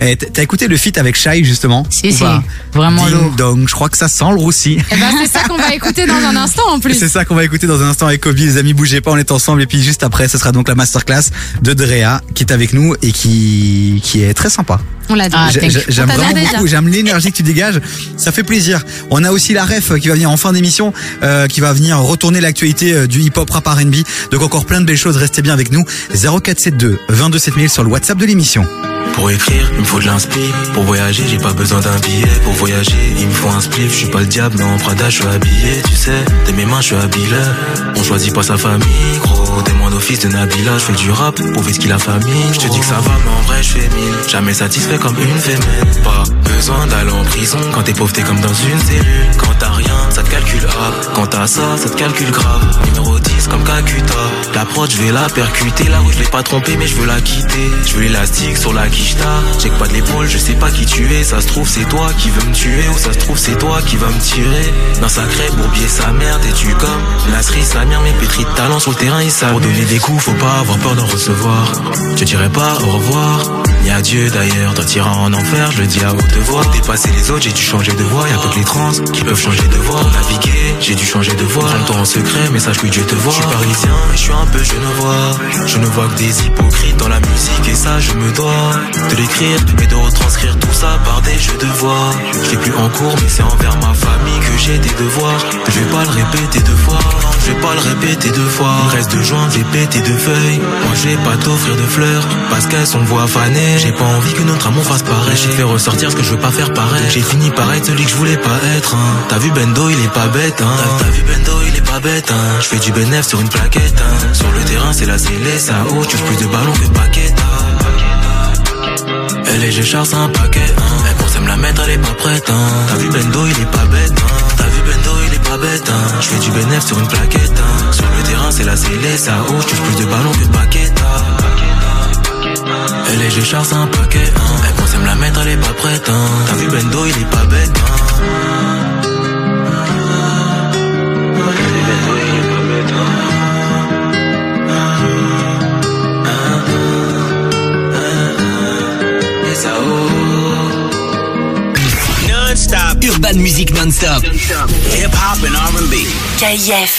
Eh, t'as écouté le feat avec Shai justement? Si, ou si, pas? vraiment Ding lourd. dong, je crois que ça sent le roussi. Eh ben, c'est ça qu'on va écouter dans un instant en plus. C'est ça qu'on va écouter dans un instant avec Kobe. Les amis, bougez pas, on est ensemble. Et puis juste après, ce sera donc la masterclass de Drea qui est avec nous et qui, qui est très sympa. On l'a dit. Ah, J'ai- thank you. J'aime On t'a vraiment dit déjà. beaucoup, j'aime l'énergie que tu dégages, ça fait plaisir. On a aussi la ref qui va venir en fin d'émission, euh, qui va venir retourner l'actualité euh, du hip-hop rap R and B. Donc encore plein de belles choses, restez bien avec nous. zéro quatre sept deux vingt-deux sept mille sur le WhatsApp de l'émission. Pour écrire, il me faut de l'inspi. Pour voyager, j'ai pas besoin d'un billet. Pour voyager, il me faut un spliff. Je suis pas le diable, mais en Prada, je suis habillé. Tu sais, de mes mains, je suis habillé. On choisit pas sa famille, gros. Demande au fils de Nabila. Je fais du rap, pour ce qu'il a famille. Je te dis que ça va, mais en vrai, je fais mille. Jamais satisfait comme une fémène. Pas besoin d'aller en prison. Quand t'es pauvre, t'es comme dans une cellule. Quand t'as rien, ça te calcule up. Quand t'as ça, ça te calcule grave. Numéro dix comme Kakuta. La prod, je vais la percuter. Là où je l'ai pas trompé, mais je veux la quitter. Je veux l'élastique sur la quicheta. Check pas de l'épaule, je sais pas qui tu es. Ça se trouve, c'est toi qui veux me tuer. Ou ça se trouve, c'est toi qui va me tirer. D'un sacré bourbier, sa mère, t'es-tu comme la cerise, sa mère, mes pétris de talent sur le terrain, ils savent. Pour donner des coups, faut pas avoir peur d'en recevoir. Je dirais pas au revoir, ni adieu d'ailleurs. Toi t'iras en enfer, je le dis à haute voix. Dépasser les autres, j'ai dû changer de voix. Y'a pas que les trans qui peuvent changer de voix. Pour naviguer, j'ai dû changer de voix. Prends-toi en secret, mais sache que Dieu te voit. Je suis parisien, mais je suis un peu genevois. Je ne vois que des hypocrites dans la musique, et ça je me dois de l'écrire et de retranscrire tout ça par des jeux de voix. Je l'ai plus en cours, mais c'est envers ma famille que j'ai des devoirs. Je vais pas le répéter deux fois, non, je vais pas le répéter deux fois. Il reste de joints, j'ai pété de feuilles. Moi je vais pas t'offrir de fleurs, parce qu'elles sont voix fanées. J'ai pas envie que notre amour fasse pareil. J'ai fait ressortir ce que je veux pas faire pareil. J'ai fini par être celui que je voulais pas être, hein. T'as vu Bendo, il est pas bête, hein. T'as, t'as vu Bendo, il est pas bête, hein. Je fais du bénéf sur une plaquette, hein. Sur le terrain c'est la scellée, ça haut, tu plus de ballons que paquet, hein. Elle est, je charge un paquet, hein. Elle pense à me la mettre, elle est pas prête, hein. T'as vu Bendo, il est pas bête, hein. T'as vu Bendo, il est pas bête, hein. Je fais du bénéf sur une plaquette, hein. Sur le terrain, c'est la scellée, ça haut, tu plus de ballons que paquet, hein. Elle est, je charge un paquet, hein. Elle pense à me la mettre, elle est pas prête, hein. T'as vu Bendo, il est pas bête, hein. Non-stop. Urban Music non-stop. Hip-hop and R and B. K F.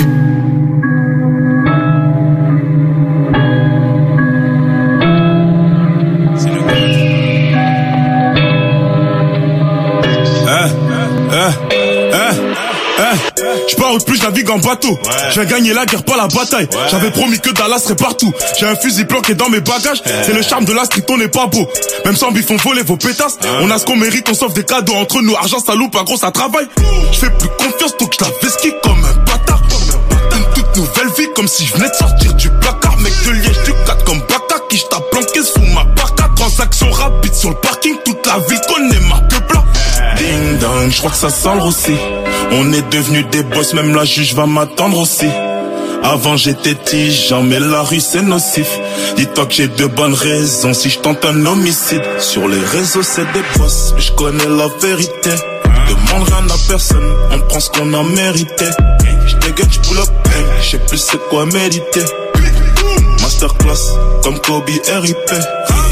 Je pars au plus, je navigue en bateau. Je vais gagner la guerre, pas la bataille. J'avais promis que Dallas serait partout. J'ai un fusil planqué dans mes bagages. C'est le charme de la street, on n'est pas beau. Même sans bif, on volait vos pétasses. On a ce qu'on mérite, on sauve des cadeaux entre nous. Argent, ça loupe, pas gros, ça travaille. Je fais plus confiance, donc je la vesquille comme un bâtard. Une toute nouvelle vie, comme si je venais de sortir du placard. Mec de Liège, du quatre comme Baka, qui je t'a planqué sous ma barca. Transaction rapide sur le parking, toute la ville connaît marque blanc. Ding dong, je crois que ça sent le rossi. On est devenus des boss, même la juge va m'attendre aussi. Avant j'étais tigeant, mais la rue c'est nocif. Dis-toi que j'ai de bonnes raisons si je tente un homicide. Sur les réseaux c'est des boss, mais je connais la vérité. Demande rien à personne, on prend ce qu'on a mérité. Je dégaine, je pull up, je sais plus c'est quoi méditer. Masterclass, comme Kobe R I P.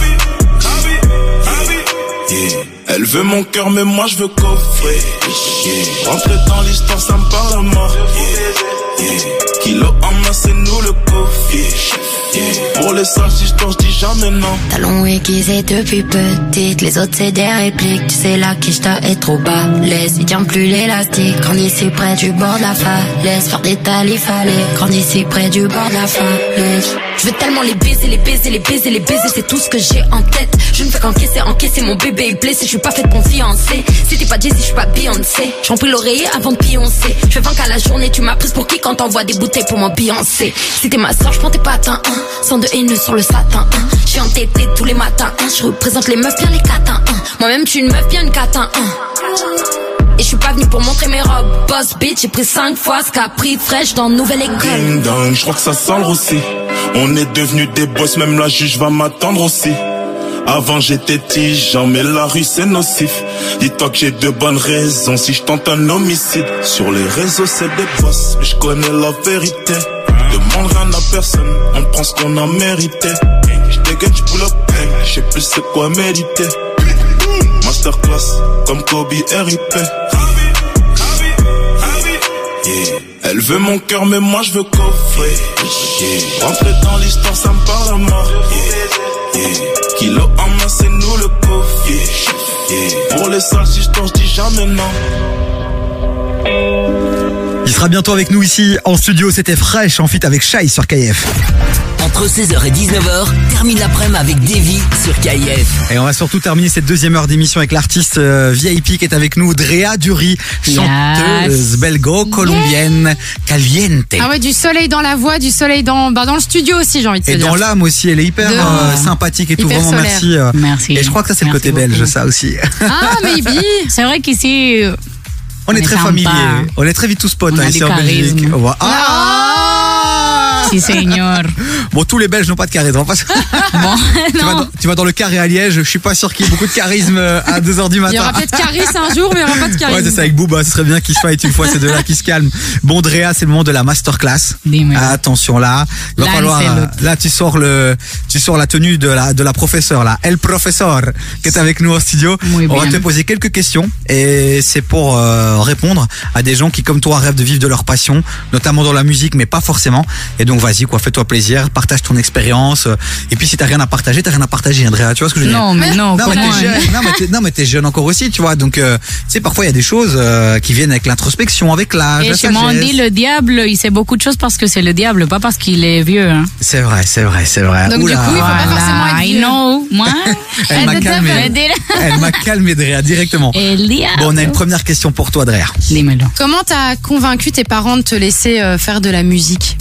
Yeah. Elle veut mon cœur mais moi je veux coffrer, yeah. Rentrer dans l'histoire ça me parle à mort, yeah. Yeah. Kilo en main c'est nous le coffre, yeah. Pour les sages histoires je dis jamais non. Talons aiguisés depuis petite, les autres c'est des répliques. Tu sais la quicheta est trop bas, laisse, il tient plus l'élastique. Grandi ici près du bord de la falaise, faire des talis fallait. Grandi ici près du bord de la falaise. Je veux tellement les baiser, les baiser, les baiser, les baiser, c'est tout ce que j'ai en tête. Je ne fais qu'encaisser, encaisser, mon bébé est blessé. Je suis pas faite pour me fiancer. Si t'es pas Jay-Z, je suis pas Beyoncé. J'en prie l'oreiller avant de pioncer. Je fais vingt qu'à la journée, tu m'as prise pour qui quand t'envoies des bouteilles pour m'ambiancer. Si t'es ma soeur, je prends tes patins, hein. Sans de haineux sur le satin, hein. Je suis entêtée tous les matins, hein. Je représente les meufs bien les catins, hein. Moi-même, je suis une meuf bien une catin, hein. Et je suis pas venue pour montrer mes robes. Boss bitch, j'ai pris cinq fois ce qu'a pris fraîche dans nouvelle école. Ding dong, je crois que ça sent le rossi. On est devenus des boss, même la juge va m'attendre aussi. Avant j'étais tigeant, mais la rue c'est nocif. Dis-toi que j'ai de bonnes raisons si je tente un homicide. Sur les réseaux c'est des boss, mais je connais la vérité. Demande rien à personne, on prend ce qu'on a mérité. Je dégaine, je pull up, je sais plus c'est quoi méditer. Masterclass, comme Kobe R I P. Yeah. Elle veut mon cœur, mais moi je veux coffrer. Yeah. Rentrer dans l'histoire, ça me parle à mort. Yeah. Yeah. Kilo en main, c'est nous le coffre. Yeah. Yeah. Pour les salsistons, je dis jamais non. Il sera bientôt avec nous ici en studio, c'était Fresh en feat avec Shai sur K F. Entre seize heures et dix-neuf heures, termine l'après-midi avec Davy sur K F. Et on va surtout terminer cette deuxième heure d'émission avec l'artiste euh, V I P qui est avec nous, Drea Dury, chanteuse yes. belgo-colombienne, yeah. Caliente. Ah ouais, du soleil dans la voix, du soleil dans, bah dans le studio aussi, j'ai envie de te et dire. Et dans l'âme aussi, elle est hyper euh, sympathique et hyper tout, vraiment solaire. merci. Euh, merci. Et je crois que ça c'est merci le côté beaucoup. Belge, ça aussi. Ah, maybe. C'est vrai qu'ici... On, on est, est très familier, on est très vite tous potes hein, ici en Belgique. Ah, ah si, señor. Bon, tous les Belges n'ont pas de charisme. Bon, tu, vas dans, tu vas dans le Carré à Liège, je suis pas sûr qu'il y ait beaucoup de charisme à deux heures du matin. Il y aura peut-être charisme un jour, mais il y aura pas de charisme. Ouais, c'est ça avec Booba, ce serait bien qu'il soit une fois ces deux-là qui se calment. Bon, Drea, c'est le moment de la masterclass. Ah, attention là, il va là, falloir, là tu sors le, tu sors la tenue de la, de la professeure là, El Professeur, qui est avec nous au studio. Muy On bien. va te poser quelques questions et c'est pour euh, répondre à des gens qui, comme toi, rêvent de vivre de leur passion, notamment dans la musique, mais pas forcément. Et donc vas-y quoi, fais-toi plaisir, partage ton expérience. Et puis si t'as rien à partager, t'as rien à partager, Andrea. Tu vois ce que je veux dire? Non, mais non. Non, mais t'es jeune. Non, mais t'es, non, mais t'es jeune encore aussi, tu vois. Donc, euh, tu sais, parfois il y a des choses euh, qui viennent avec l'introspection, avec l'âge. Et chez moi on dit le diable, il sait beaucoup de choses parce que c'est le diable, pas parce qu'il est vieux. Hein. C'est vrai, c'est vrai, c'est vrai. Donc Oula. du coup, il faut voilà. pas forcément être vieux. I know, moi. Elle m'a calmé. Elle m'a calmé, Drea, directement. Et bon, on a une première question pour toi, Drea. Dis-moi-le. Comment t'as convaincu tes parents de te laisser euh, faire de la musique?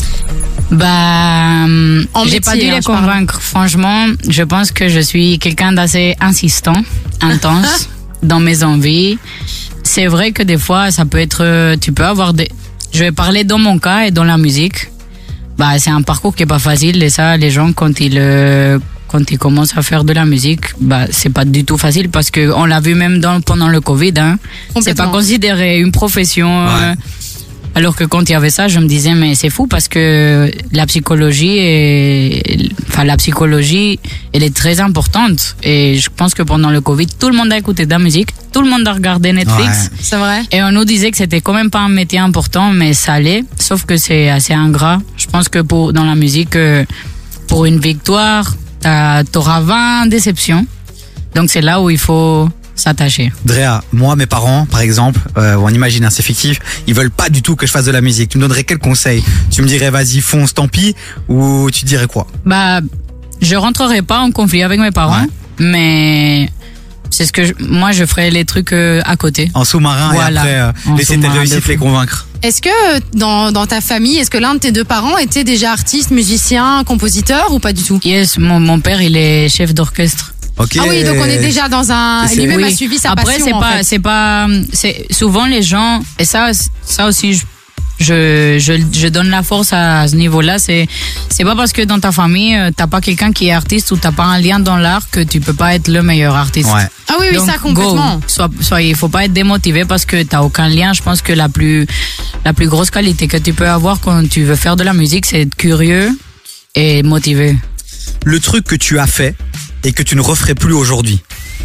Bah, euh, j'ai métier, pas dû hein, les convaincre. Franchement, je pense que je suis quelqu'un d'assez insistant, intense dans mes envies. C'est vrai que des fois, ça peut être, tu peux avoir des, je vais parler dans mon cas et dans la musique. Bah, c'est un parcours qui est pas facile et ça, les gens quand ils, euh, quand ils commencent à faire de la musique, bah, c'est pas du tout facile parce que on l'a vu même dans, pendant le Covid, hein. C'est pas considéré une profession. Ouais. Euh, Alors que quand il y avait ça, je me disais mais c'est fou parce que la psychologie est, enfin la psychologie, elle est très importante et je pense que pendant le Covid, tout le monde a écouté de la musique, tout le monde a regardé Netflix. Ouais. C'est vrai. Et on nous disait que c'était quand même pas un métier important, mais ça l'est. Sauf que c'est assez ingrat. Je pense que pour dans la musique, pour une victoire, t'as, t'auras vingt déceptions. Donc c'est là où il faut s'attacher. Drea, moi, mes parents, par exemple, euh, on imagine, hein, c'est fictif, ils veulent pas du tout que je fasse de la musique. Tu me donnerais quel conseil? Tu me dirais, vas-y, fonce, tant pis, ou tu dirais quoi? Bah, je rentrerai pas en conflit avec mes parents, ouais. mais c'est ce que je, moi je ferais les trucs euh, à côté. En sous-marin, voilà. Et après, euh, laisser tes réussites les convaincre. Est-ce que dans, dans ta famille, est-ce que l'un de tes deux parents était déjà artiste, musicien, compositeur ou pas du tout? Yes, mon, mon père il est chef d'orchestre. Okay. Ah oui, donc on est déjà dans un. Lui-même oui. a suivi sa Après, passion. Après, c'est pas, fait. c'est pas, c'est souvent les gens et ça, ça aussi, je, je, je, je donne la force à ce niveau-là. C'est, c'est pas parce que dans ta famille t'as pas quelqu'un qui est artiste ou t'as pas un lien dans l'art que tu peux pas être le meilleur artiste. Ouais. Ah oui, oui, donc, ça complètement. Go. Sois, sois, il faut pas être démotivé parce que t'as aucun lien. Je pense que la plus, la plus grosse qualité que tu peux avoir quand tu veux faire de la musique, c'est être curieux et motivé. Le truc que tu as fait et que tu ne referais plus aujourd'hui.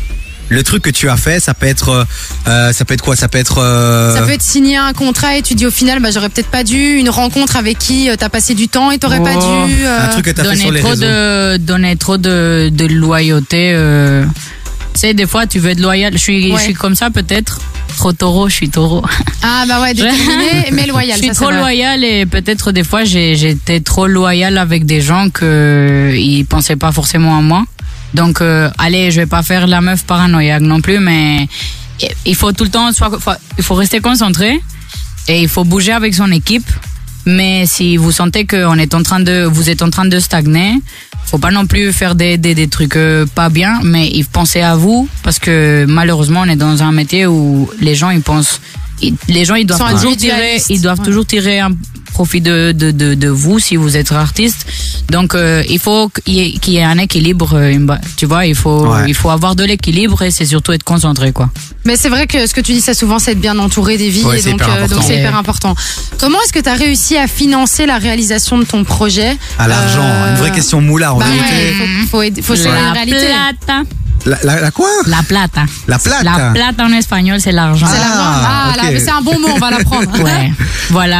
Le truc que tu as fait, ça peut être, euh, ça peut être quoi? Ça peut être. Euh... Ça peut être signer un contrat et tu dis au final, bah j'aurais peut-être pas dû. Une rencontre avec qui euh, t'as passé du temps et t'aurais oh, pas dû. Euh... Un truc que t'as donner fait sur les trop réseaux. De, donner trop de, de loyauté. Euh... Tu sais, des fois, tu veux être loyal. Je suis, ouais. je suis comme ça peut-être. Trop taureau, je suis taureau. Ah bah ouais, déterminé mais loyal. Je suis ça, trop loyal et peut-être des fois j'ai, j'étais trop loyal avec des gens que ils pensaient pas forcément à moi. Donc, euh, allez, je vais pas faire la meuf paranoïaque non plus, mais il faut tout le temps, soit, il faut rester concentré et il faut bouger avec son équipe. Mais si vous sentez que on est en train de, vous êtes en train de stagner, faut pas non plus faire des des, des trucs euh, pas bien, mais il pensez à vous parce que malheureusement on est dans un métier où les gens ils pensent, ils, les gens ils doivent toujours tirer, ils doivent ouais. toujours tirer un profit de, de, de, de vous si vous êtes artiste. Donc euh, il faut qu'il y, ait, qu'il y ait un équilibre, euh, tu vois, il faut, ouais. il faut avoir de l'équilibre et c'est surtout être concentré, quoi. Mais c'est vrai que ce que tu dis, ça souvent, c'est être bien entouré des vies, ouais, et donc euh, donc c'est hyper important. Comment est-ce que tu as réussi à financer la réalisation de ton projet? À l'argent, euh... une vraie question moula. Bah ouais, faut, faut, faut, faut la la réalité. Plata. La, la, la quoi? La plata. La plata. La plata en espagnol, c'est l'argent. C'est l'argent. Ah, ok. là, mais c'est un bon mot, on va l'apprendre. Ouais. Voilà,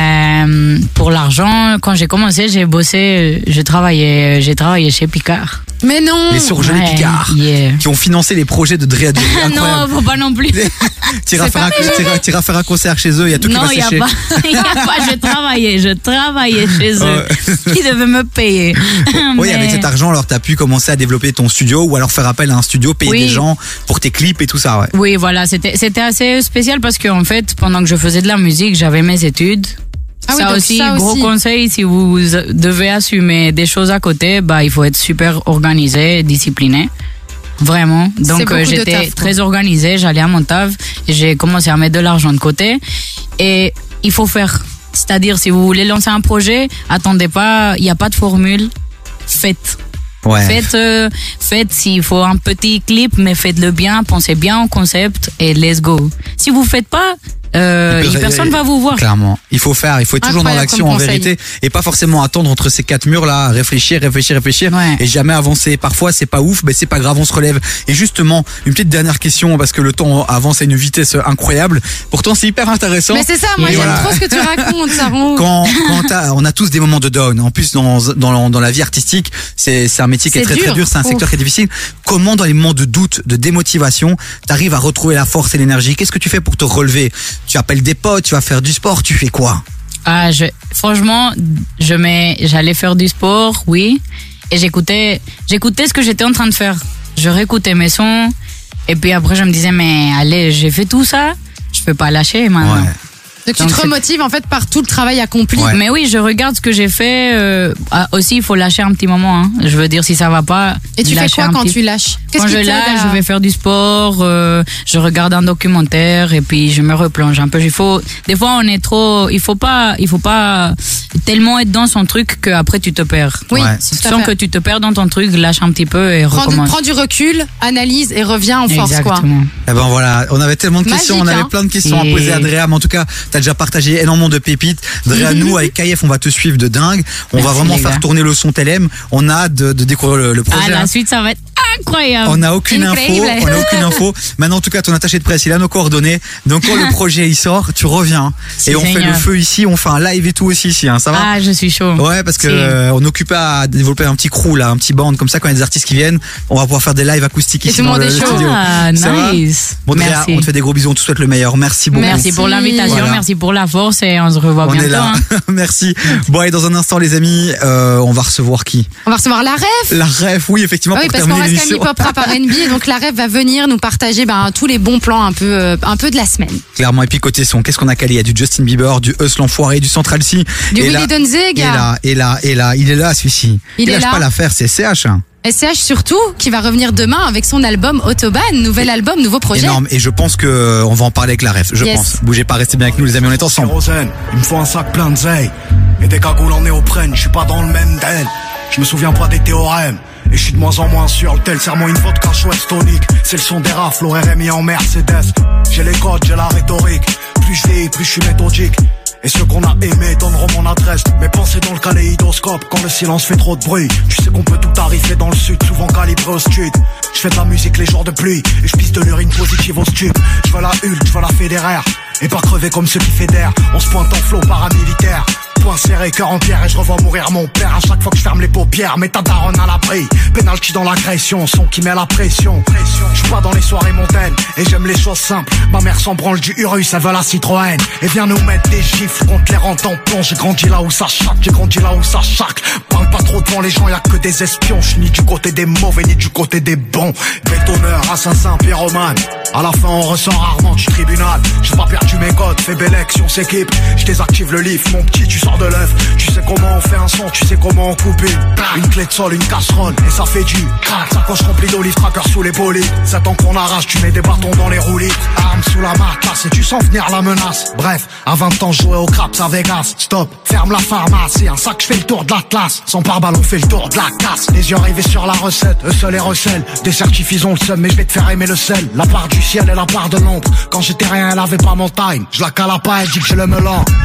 ben, pour l'argent, quand j'ai commencé, j'ai bossé, je travaillais, j'ai travaillé chez Picard. Mais non. Les surgelés Ouais, Picard. yeah. Qui ont financé les projets de Drea Dury. non, Incroyable. faut pas non plus. T'iras C'est faire, pas un- vrai. t'iras- t'iras faire un concert chez eux, il y a tout non, qui il va y a sécher. pas, y a pas, je travaillais, je travaillais chez eux. Ouais. Ils devaient me payer. Oui, Mais- avec cet argent, alors t'as pu commencer à développer ton studio ou alors faire appel à un studio, payer Oui. des gens pour tes clips et tout ça, ouais. Oui, voilà, c'était c'était assez spécial parce que en fait, pendant que je faisais de la musique, j'avais mes études. Ah oui, ça donc aussi, ça gros aussi. conseil, si vous devez assumer des choses à côté, bah il faut être super organisé, discipliné. Vraiment. Donc beaucoup euh, de j'étais taf, quoi. très organisée, j'allais à mon taf, et j'ai commencé à mettre de l'argent de côté et il faut faire. C'est-à-dire si vous voulez lancer un projet, attendez pas, il n'y a pas de formule, faites. Ouais. Faites, euh, faites s'il faut un petit clip, mais faites-le bien, pensez bien au concept et let's go. Si vous faites pas, euh, Il peut- personne va vous voir. Clairement. Il faut faire, il faut être toujours dans Incroyable l'action comme en conseil. vérité et pas forcément attendre entre ces quatre murs là, réfléchir, réfléchir, réfléchir Ouais. et jamais avancer. Parfois c'est pas ouf, mais c'est pas grave, on se relève. Et justement, une petite dernière question parce que le temps avance à une vitesse incroyable. Pourtant c'est hyper intéressant. Mais c'est ça, moi Et j'aime voilà. trop ce que tu racontes, ça rend ouf. Quand, quand t'as- on a tous des moments de down. En plus, dans, dans, dans la vie artistique, c'est, c'est un métier qui est, C'est très très dur. dur, c'est un secteur Ouf. qui est difficile. Comment, dans les moments de doute, de démotivation, t'arrives à retrouver la force et l'énergie? Qu'est-ce que tu fais pour te relever? Tu appelles des potes, tu vas faire du sport, tu fais quoi? Ah, je, franchement, je mets, j'allais faire du sport, oui, et j'écoutais, j'écoutais ce que j'étais en train de faire. Je réécoutais mes sons, et puis après je me disais, mais allez, j'ai fait tout ça, je peux pas lâcher maintenant. Ouais. Donc tu Donc, te c'est- remotives en fait par tout le travail accompli. Ouais. Mais oui, je regarde ce que j'ai fait. Euh, ah, aussi, il faut lâcher un petit moment. Hein. Je veux dire, si ça va pas. Et tu fais lâcher quoi un quand petit- tu lâches? Qu'est-ce Quand qui je t'aide lâche, à- je vais faire du sport, euh, je regarde un documentaire et puis je me replonge un peu. Il faut, des fois, on est trop, il faut pas, il faut pas tellement être dans son truc qu'après tu te perds. Oui, Ouais. Si tu tout à sens fait. que tu te perds dans ton truc, lâche un petit peu et Prends du, recommence. prends du recul, analyse et reviens en force, quoi. Exactement. Eh ben voilà, on avait tellement de Magique, questions, on avait hein. plein de questions à Et- poser à Drea, mais en tout cas, t'as déjà partagé énormément de pépites. Drea, nous, avec K F, on va te suivre de dingue. On va Merci, vraiment les faire gars. tourner le son T L M. On a hâte de, de découvrir le, le projet. Ah, la hein. suite, ça va être incroyable. On n'a aucune info, Incroyable. on n'a aucune info. Maintenant, en tout cas, ton attaché de presse, il a nos coordonnées. Donc, quand le projet il sort, tu reviens. C'est Et on fait génial. le feu ici, on fait un live et tout aussi ici, hein. Ça va? Ah, je suis chaud. Ouais, parce que Si. euh, on est occupé à développer un petit crew là, un petit band comme ça. Quand il y a des artistes qui viennent, on va pouvoir faire des lives acoustiques Et ici tout le dans monde le, est le chaud. studio. Ah, Ça va? nice. Bon, Drea, Merci. on te fait des gros bisous, on te souhaite le meilleur. Merci beaucoup. Merci pour l'invitation, Voilà. merci pour la force et on se revoit On bientôt. est là. hein. Merci. Bon, et dans un instant, les amis, euh, on va recevoir qui? On va recevoir la ref. La ref, oui, effectivement, Ah oui, pour parce qu'on terminer reste quand même l'émission. hip-hop rap R and B et donc la ref va venir nous partager ben, tous les bons plans un peu, euh, un peu de la semaine. Clairement, et puis côté son, qu'est-ce qu'on a calé? Il y a du Justin Bieber, du Hustle l'enfoiré, du Central C. Du Et Willy là- Donzeg. Et là, et là, et là, il est là, celui-ci. Il est lâche là. pas l'affaire, c'est C H. hein. S C H surtout, qui va revenir demain avec son album Autobahn, nouvel album, nouveau projet. Énorme. Et je pense que euh, on va en parler avec la ref. Je Yes. pense. Bougez pas, restez bien avec nous, les amis, on est ensemble. Kérosène, il me faut un sac plein de zeille et des cagoules en néoprène, je suis pas dans le même den. Je me souviens pas des théorèmes et je suis de moins en moins sûr. Le tel serre-moi une vodka chouette tonique. C'est le son des rafles au R M I en Mercedes. J'ai les codes, j'ai la rhétorique. Plus je vieillis, plus je suis méthodique. Et ceux qu'on a aimés donneront mon adresse. Mes pensées dans le kaléidoscope quand le silence fait trop de bruit. Tu sais qu'on peut tout arriver dans le sud, souvent calibré au stud. Je fais de la musique les jours de pluie et je pisse de l'urine positive au stup. Je veux la Hulk, je veux la Federer et pas crever comme ceux qui fédèrent. On se pointe en flot paramilitaire. Point serré, cœur en pierre et je revois mourir mon père à chaque fois que je ferme les paupières. Mais ta daronne à l'abri, pénalty dans l'agression, son qui met la pression. Je suis pas dans les soirées montaines et j'aime les choses simples. Ma mère s'en branle du Urus, elle veut la Citroën et vient nous mettre des gifles contre les rentes en plomb. J'ai grandi là où ça chaque, j'ai grandi là où ça chaque. Parle pas trop devant les gens, y'a que des espions. Je suis ni du côté des mauvais ni du côté des bons. Bétonneur, assassin, pyromane. À la fin on ressort rarement du tribunal. J'ai pas perdu mes codes, fais belle action, s'équipe. Je désactive le lift, mon petit, tu sors de l'œuf. Tu sais comment on fait un son, tu sais comment on coupe une Une clé de sol, une casserole, et ça fait du crack. Sacoche remplie d'olive tracker sous les bolides. Sept ans qu'on arrache, tu mets des bâtons dans les roulis. Arme sous la matelasse et tu sens venir la menace. Bref, à vingt ans, je jouais au craps à Vegas. Stop, ferme la pharmacie, un sac, je fais le tour de l'Atlas. Sans pare-balles, on fait le tour de la casse. Les yeux rivés sur la recette, eux seuls les recèlent. Des certifs, ils ont le seum, mais je vais te faire aimer le sel. La part du ciel et la part de l'ombre. Quand j'étais rien, elle avait pas mon time. Je la cala pas, elle dit que j'ai le melon.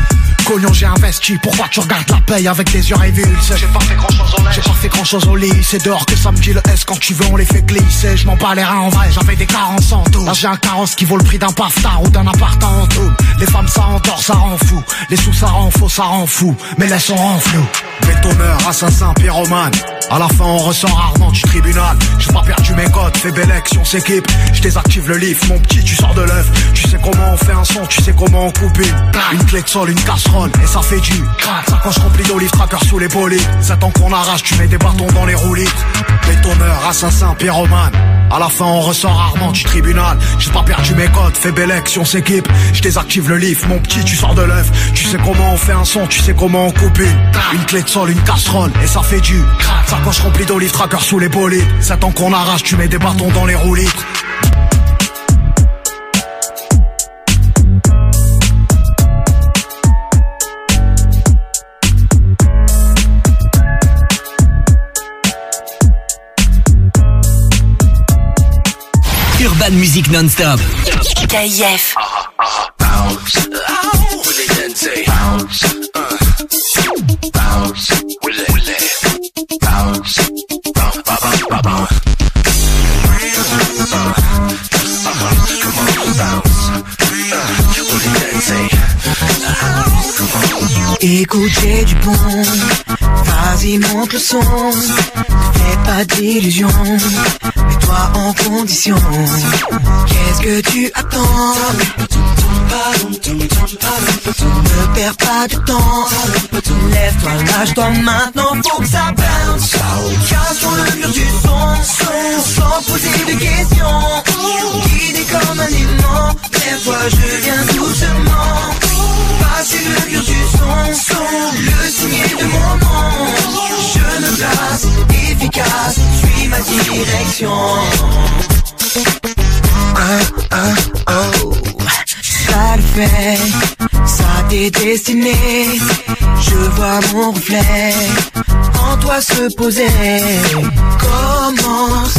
Cognon j'ai investi, pourquoi tu regardes la paye avec des yeux révulsés? J'ai pas fait grand chose au lait, j'ai pas fait grand chose au lit. C'est dehors que ça me dit le S, quand tu veux on les fait glisser. Je m'en bats les reins en vrai, j'avais des carences en tout. Là j'ai un carrosse qui vaut le prix d'un paftar ou d'un appart en tout. Les femmes ça endort, ça rend fou. Les sous ça rend faux, ça rend fou. Mais laisse on rend flou. Bétonneur, assassin, pyromane. À la fin on ressort rarement du tribunal. J'ai pas perdu mes codes, fais belle action, s'équipe. Je désactive le lift, mon petit tu sors de l'œuf. Tu sais comment on fait un son, tu sais comment on coupe une Une clé de sol, une casserole, et ça fait du crack. Sacoche remplie d'olive, tracker sous les polices. Sept ans qu'on arrache, tu mets des bâtons dans les roulis. Bétonneur, assassin, pyromane. À la fin on ressort rarement du tribunal. J'ai pas perdu mes codes, fais belle action, s'équipe. Je désactive le lift, mon petit tu sors de l'œuf. Tu sais comment on fait un son, tu sais comment on coupe une Une clé de sol, une casserole, et ça fait du crack. Sacoche remplie d'olive, tracker sous les polices. Sept ans qu'on arrache, tu mets des bâtons dans les roulis. Urban Music non-stop. K I F. Écoute, j'ai du bon, vas-y monte le son. Fais pas d'illusions, mets-toi en condition. Qu'est-ce que tu attends? Ne perds pas de temps. Lève-toi, lâche-toi maintenant, faut que ça bounce. Casse sur le mur du son, sans poser de questions. Guidé comme un aimant, lève-toi, je viens doucement. Passer le mur du son, le signet de mon nom. Je me place, efficace, suis ma direction. Ah, ah, oh. Ça le fait, ça t'est destiné. Je vois mon reflet en toi se poser. Commence.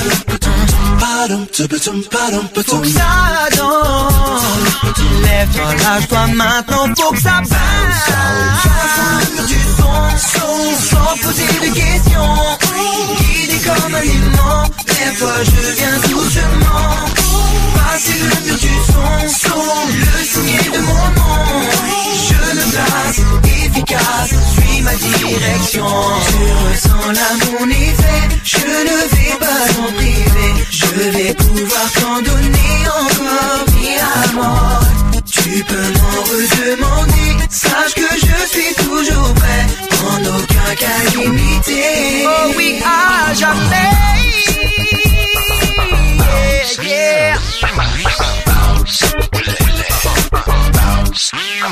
Faut que ça danse. Lève-toi, lâche-toi maintenant, faut que ça passe. Sur du son, sans poser de questions. Guidé comme un aimant, lève-toi, je viens doucement. Passer le mur du son, le signet de mon nom. Je me place, efficace, suis ma direction. Tu ressens là mon effet, je ne vais pas t'en priver. Je vais pouvoir t'en donner encore mis à mort. Tu peux m'en redemander, sache que je suis toujours prêt, en aucun cas limité. Oh oui, à jamais. Yeah, yeah. Bounce, bounce,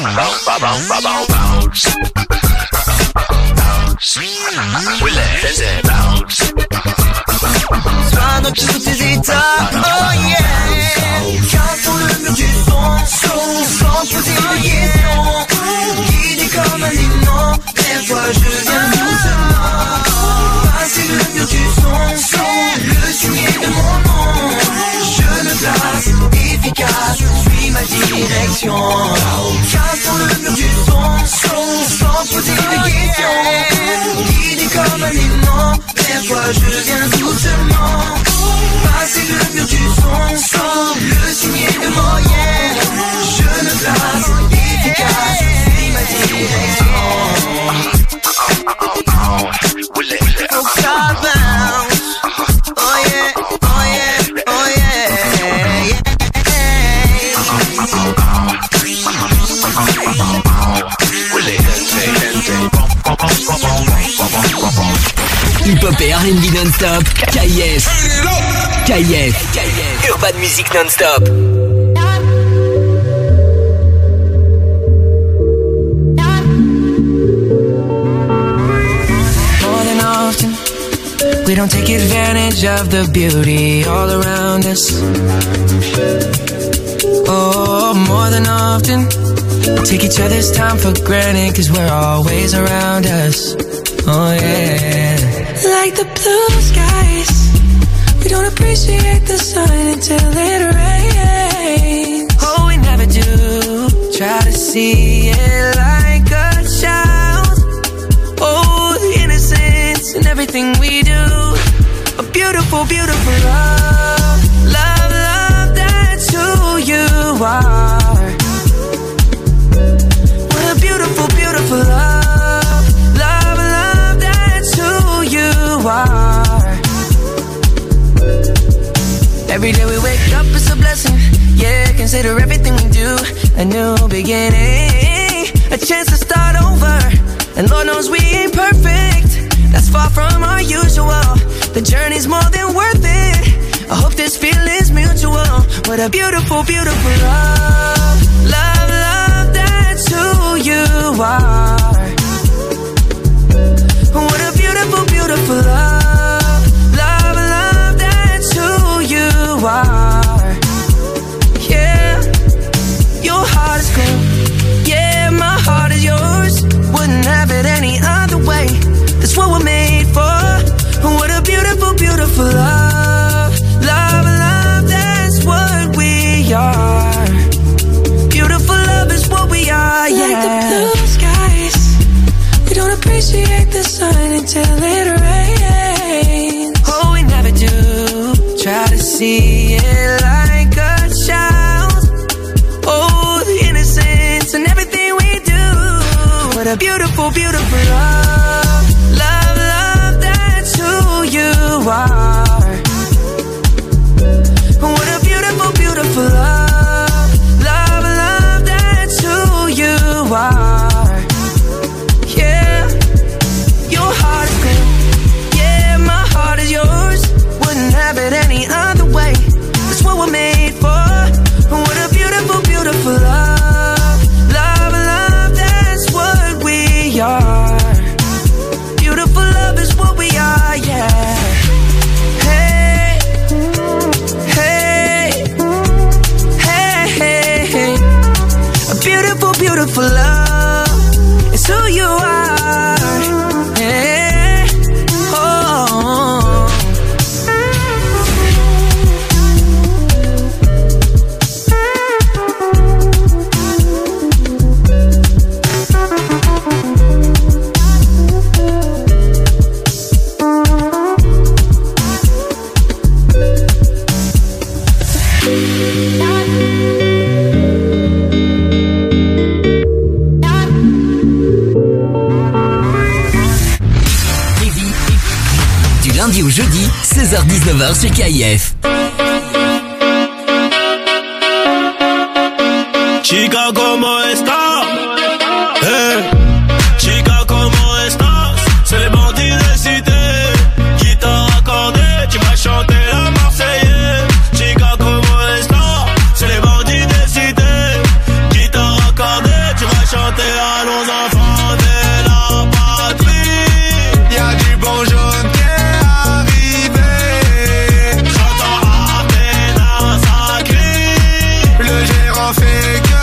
sois dans tous tes états, oh yeah. Casse sur le mur du son, sans poser de questions. Guidé comme un aimant, lève-toi, je viens doucement. Passer le mur du son, le signet de mon nom. Je me place, efficace, suis ma direction. Casse sur le mur du son, sans poser de questions. Guidé comme un aimant, lève-toi, je viens doucement. Passer le mur du son, le signet de mon yeah. Je me place, efficace, suis ma direction. Faut que ça bounce. Oh yeah, oh yeah, oh yeah, yeah. Hip-hop et R and B non-stop. K I F. K I F. Urban Music non-stop. More than often, we don't take advantage of the beauty all around us. Oh, more than often, we take each other's time for granted, cause we're always around us. Oh yeah. Like the blue skies, we don't appreciate the sun until it rains. Oh, we never do try to see it like in everything we do. A beautiful, beautiful love. Love, love, that's who you are. What a beautiful, beautiful love. Love, love, that's who you are. Every day we wake up, it's a blessing. Yeah, consider everything we do a new beginning, a chance to start over. And Lord knows we ain't perfect, that's far from our usual. The journey's more than worth it. I hope this feeling's mutual. What a beautiful, beautiful love. Love, love, that's who you are. What a beautiful, beautiful love. Love, love, that's who you are. Yeah, your heart is cool. Yeah, my heart is yours. Wouldn't have it any other way. That's what we're made for. What a beautiful, beautiful love. Love, love, that's what we are. Beautiful love is what we are, yeah. Like the blue skies, we don't appreciate the sun until it rains. Oh, we never do. Try to see it like a child. Oh, the innocence and everything we do. What a beautiful, beautiful love. Love, love, that's who you are. What a beautiful, beautiful love. Love, love, that's who you are. Yeah, your heart is cool. Yeah, my heart is yours. Wouldn't have it any other way. That's what we're made for. What a beautiful, beautiful love. Love, love, that's what we are. Beautiful love is what we are, yeah. Hey, hey, hey, hey, hey. A beautiful, beautiful love is who you are. Yeah. Oh. Du lundi au jeudi, seize heures dix-neuf heures sur K I F. Chica, ¿cómo estás? Hey. Chica, ¿cómo estás? C'est les bandits de cité. Guitare accordée, tu vas chanter la Marseillaise. Chica, ¿cómo estás? C'est les bandits de cité. Guitare accordée, tu vas chanter à nos enfants de la patrie. Y'a du bon jaune qui est arrivé. J'entends à peine un sacré. Le gérant fait que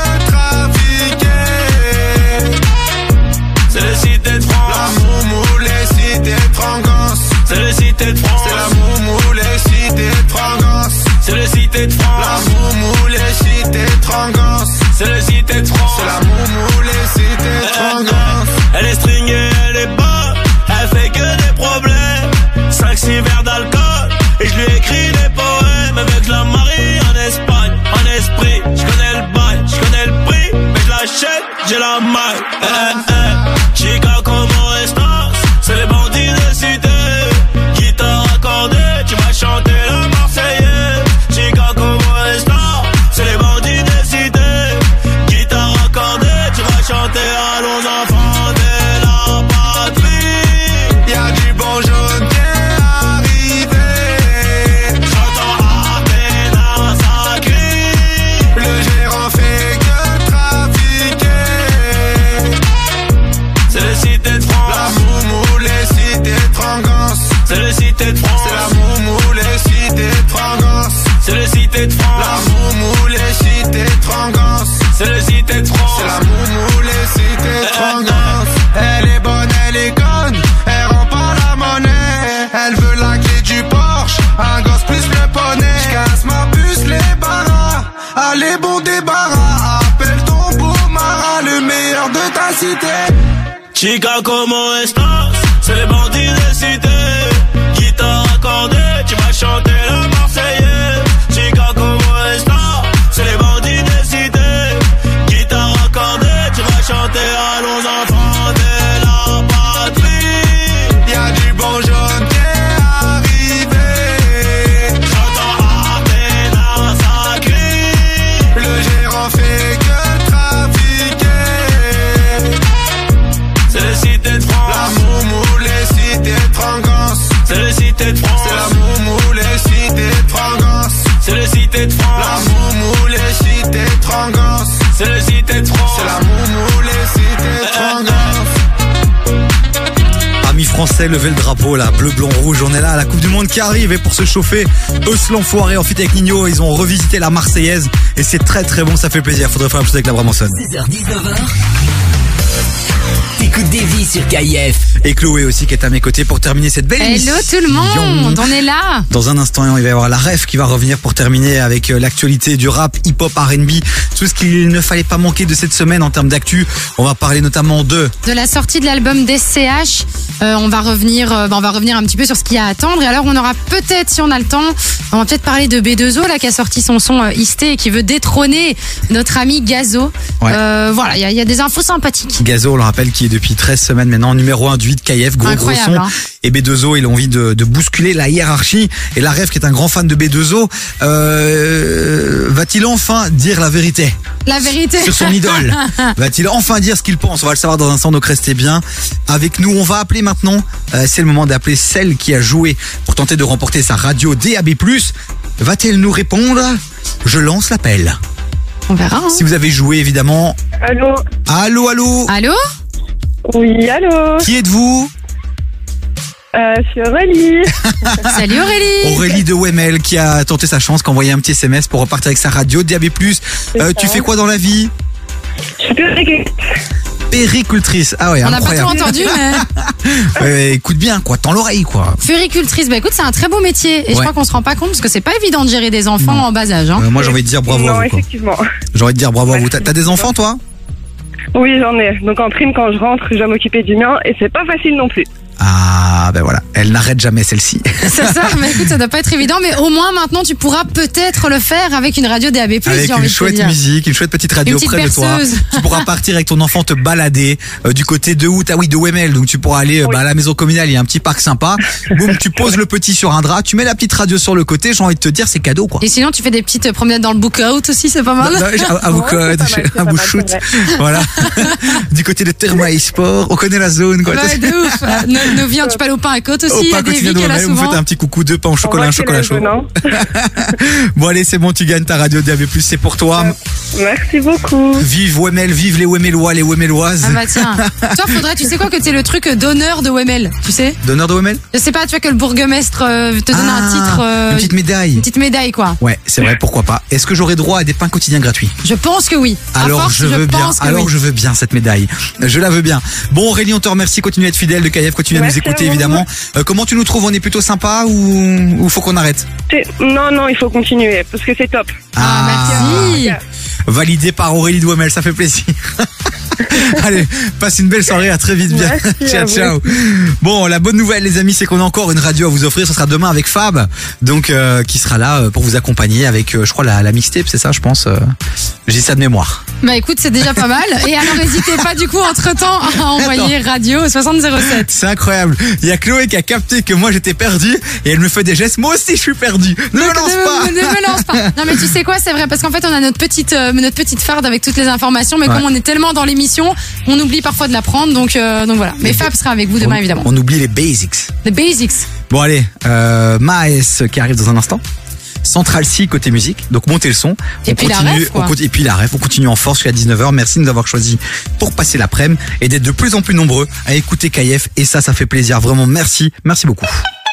c'est le cité de France. La moumou, les cités de France. C'est le cité de France. C'est la moumou, les cités de France. C'est le cité de France. La moumou, les cités de France. C'est le cité de France. C'est la moumou, les cités de France. Elle est stringée, elle est bonne. Elle fait que des problèmes. cinq six verres d'alcool. Et je lui écris des poèmes. Avec la Marie en Espagne. En esprit, je connais le bail, je connais le prix. Mais je l'achète, j'ai la maille. Eh, eh. Chica, ¿cómo estás? C'est les bandits de cité. Guitare accordée, tu vas chanter la Marseillaise. Chica, ¿cómo estás? C'est les bandits de cité. Guitare accordée, tu vas chanter à nos enfants de la patrie. Y'a du bon jaune qui est arrivé. J'entends à peine un sacré. Le gérant fait que trafiquer. C'est le cité de France. La moumou, les cités de France. C'est le cité de France. C'est la moumou, les cités de France. C'est le cité de France. La moumou, les cités de France. C'est le cité de France. C'est la moumou, les cités de France. Elle est bonne, elle est conne. Elle rend pas la monnaie. Elle veut la clé du Porsche. Un gosse plus le poney. J'casse ma puce, les barras. Allez, bon débarras. Appelle ton beau marin, le meilleur de ta cité. Chica, ¿cómo estás? C'est les bandits de cité. cités de France. La moumou, les cités de Trangance. C'est les cités de France. C'est la moumou, les cités de Trangance. Amis français, levez le drapeau là, bleu, blanc, rouge, on est là, la Coupe du Monde qui arrive et pour se chauffer, eux l'enfoiré en fit avec Nino, ils ont revisité la Marseillaise et c'est très très bon, ça fait plaisir, faudrait faire un chose avec la Bramançonne. seize heures dix-neuf heures. T'écoutes Davy sur K I F. Et Chloé aussi qui est à mes côtés pour terminer cette belle émission. Hello tout le monde, on est là. Dans un instant, il va y avoir la ref qui va revenir pour terminer avec l'actualité du rap, hip-hop, R and B, tout ce qu'il ne fallait pas manquer de cette semaine en termes d'actu. On va parler notamment de... De la sortie de l'album d'S C H. Euh, on va revenir, euh, bah, on va revenir un petit peu sur ce qu'il y a à attendre. Et alors, on aura peut-être, si on a le temps, on va peut-être parler de B deux O là qui a sorti son son euh, Isté et qui veut détrôner notre ami Gazo. Ouais. Euh, voilà, il y, a- il y a des infos sympathiques. Gazo, on le rappelle, qui est depuis treize semaines maintenant numéro un du huit K F, gros Incroyable, gros son. hein. Et B deux O, il a envie de, de bousculer la hiérarchie. Et la ref, qui est un grand fan de B deux O, euh, va-t-il enfin dire la vérité La vérité. sur son idole? Va-t-il enfin dire ce qu'il pense? On va le savoir dans un instant, donc restez bien avec nous. On va appeler maintenant, euh, c'est le moment d'appeler celle qui a joué pour tenter de remporter sa radio D A B plus. Va-t-elle nous répondre? Je lance l'appel. On verra. Hein. Si vous avez joué, évidemment. Allô? Allô, allô? Allô? Oui, allô? Qui êtes-vous? Euh, je suis Aurélie. Salut Aurélie. Aurélie de Wemel qui a tenté sa chance, qui a envoyé un petit S M S pour repartir avec sa radio D A B plus. Euh, tu fais quoi dans la vie? Je suis péricultrice. Péricultrice. Ah ouais, On n'a pas tout incroyable. entendu, mais. Ouais, écoute bien, quoi. Tends l'oreille, quoi. Furicultrice, bah écoute, c'est un très beau métier. Et je Ouais. crois qu'on se rend pas compte parce que c'est pas évident de gérer des enfants en bas âge. Hein. Euh, moi, j'ai envie de dire bravo non, à vous, quoi. effectivement. J'ai envie de dire bravo à vous. T'as t'as des enfants, toi? Oui, j'en ai. Donc en prime, quand je rentre, je dois m'occuper du mien et c'est pas facile non plus. Ah, ben voilà. Elle n'arrête jamais, celle-ci. C'est ça, mais écoute, ça doit pas être évident, mais au moins maintenant tu pourras peut-être le faire avec une radio D A B plus, Avec j'ai envie une de te chouette dire. musique, une chouette petite radio Une petite près de toi. berceuse. Tu pourras partir avec ton enfant te balader euh, du côté de où? Ah oui, de Wemel. Donc tu pourras aller euh, bah, à la maison communale, il y a un petit parc sympa. Boum, tu poses le petit sur un drap, tu mets la petite radio sur le côté, j'ai envie de te dire, c'est cadeau, quoi. Et sinon, tu fais des petites promenades dans le book out aussi, c'est pas mal. Non, non, à- à vous code, à vous shoot. Voilà. Du côté de Thermae Sport, on connaît la zone, quoi. Ouais, de ouf. Nos, nos vies, tu peux aller au pain à côte aussi, Au il y a pain des quotidien vies de qu'elle a Wemel, vous souvent. faites un petit coucou, deux pains au chocolat, un chocolat chaud. Non. Bon allez, c'est bon, tu gagnes ta radio D A B plus, c'est pour toi. Merci beaucoup. Vive Wemel, vive les Wemelois, les Wemeloises. Ah bah tiens. Toi, faudrait, tu sais quoi, que tu le truc d'honneur de Wemel, tu sais? D'honneur de Wemel? Je sais pas, tu vois que le bourgmestre euh, te donne Ah, un titre. euh, une petite médaille. Une petite médaille, quoi. Ouais, c'est vrai, pourquoi pas. Est-ce que j'aurai droit à des pains quotidiens gratuits? Je pense que oui. À Alors force, je veux bien, pense que alors oui. je veux bien cette médaille. Je la veux bien. Bon Aurélie, on te remercie, continue à être fidèle de K F, continue à nous Merci écouter à vous. évidemment. Euh, comment tu nous trouves? On est plutôt sympa ou, ou faut qu'on arrête? C'est- Non, non, il faut continuer parce que c'est top. Ah, merci. Validé par Aurélie de Wemel, ça fait plaisir. Allez, passe une belle soirée, à très vite, bien. Merci ciao, à vous. ciao. Bon, la bonne nouvelle, les amis, c'est qu'on a encore une radio à vous offrir. Ce sera demain avec Fab, donc euh, qui sera là euh, pour vous accompagner avec, euh, je crois, la, la mixtape, c'est ça, je pense. Euh, J'ai ça de mémoire. Bah écoute, c'est déjà pas mal. Et alors, n'hésitez pas du coup, entre-temps, à envoyer radio au soixante zéro sept. C'est incroyable. Il y a Chloé qui a capté que moi j'étais perdu et elle me fait des gestes. Moi aussi, je suis perdu. Ne me lance ne, pas. Ne me lance pas. Non mais tu sais quoi, c'est vrai parce qu'en fait on a notre petite euh, notre petite farde avec toutes les informations, mais Ouais. comme on est tellement dans l'émission, on oublie parfois de la prendre, donc euh, donc voilà. Mais Fab sera avec vous demain on, évidemment. on oublie les basics. The basics. Bon allez, euh, Maes qui arrive dans un instant. Central C côté musique, donc montez le son. Et puis la ref, quoi. on continue- et puis la ref, on continue en force jusqu'à dix-neuf heures. Merci de nous avoir choisi pour passer l'après-midi et d'être de plus en plus nombreux à écouter K F. Et ça, ça fait plaisir. Vraiment, merci. Merci beaucoup.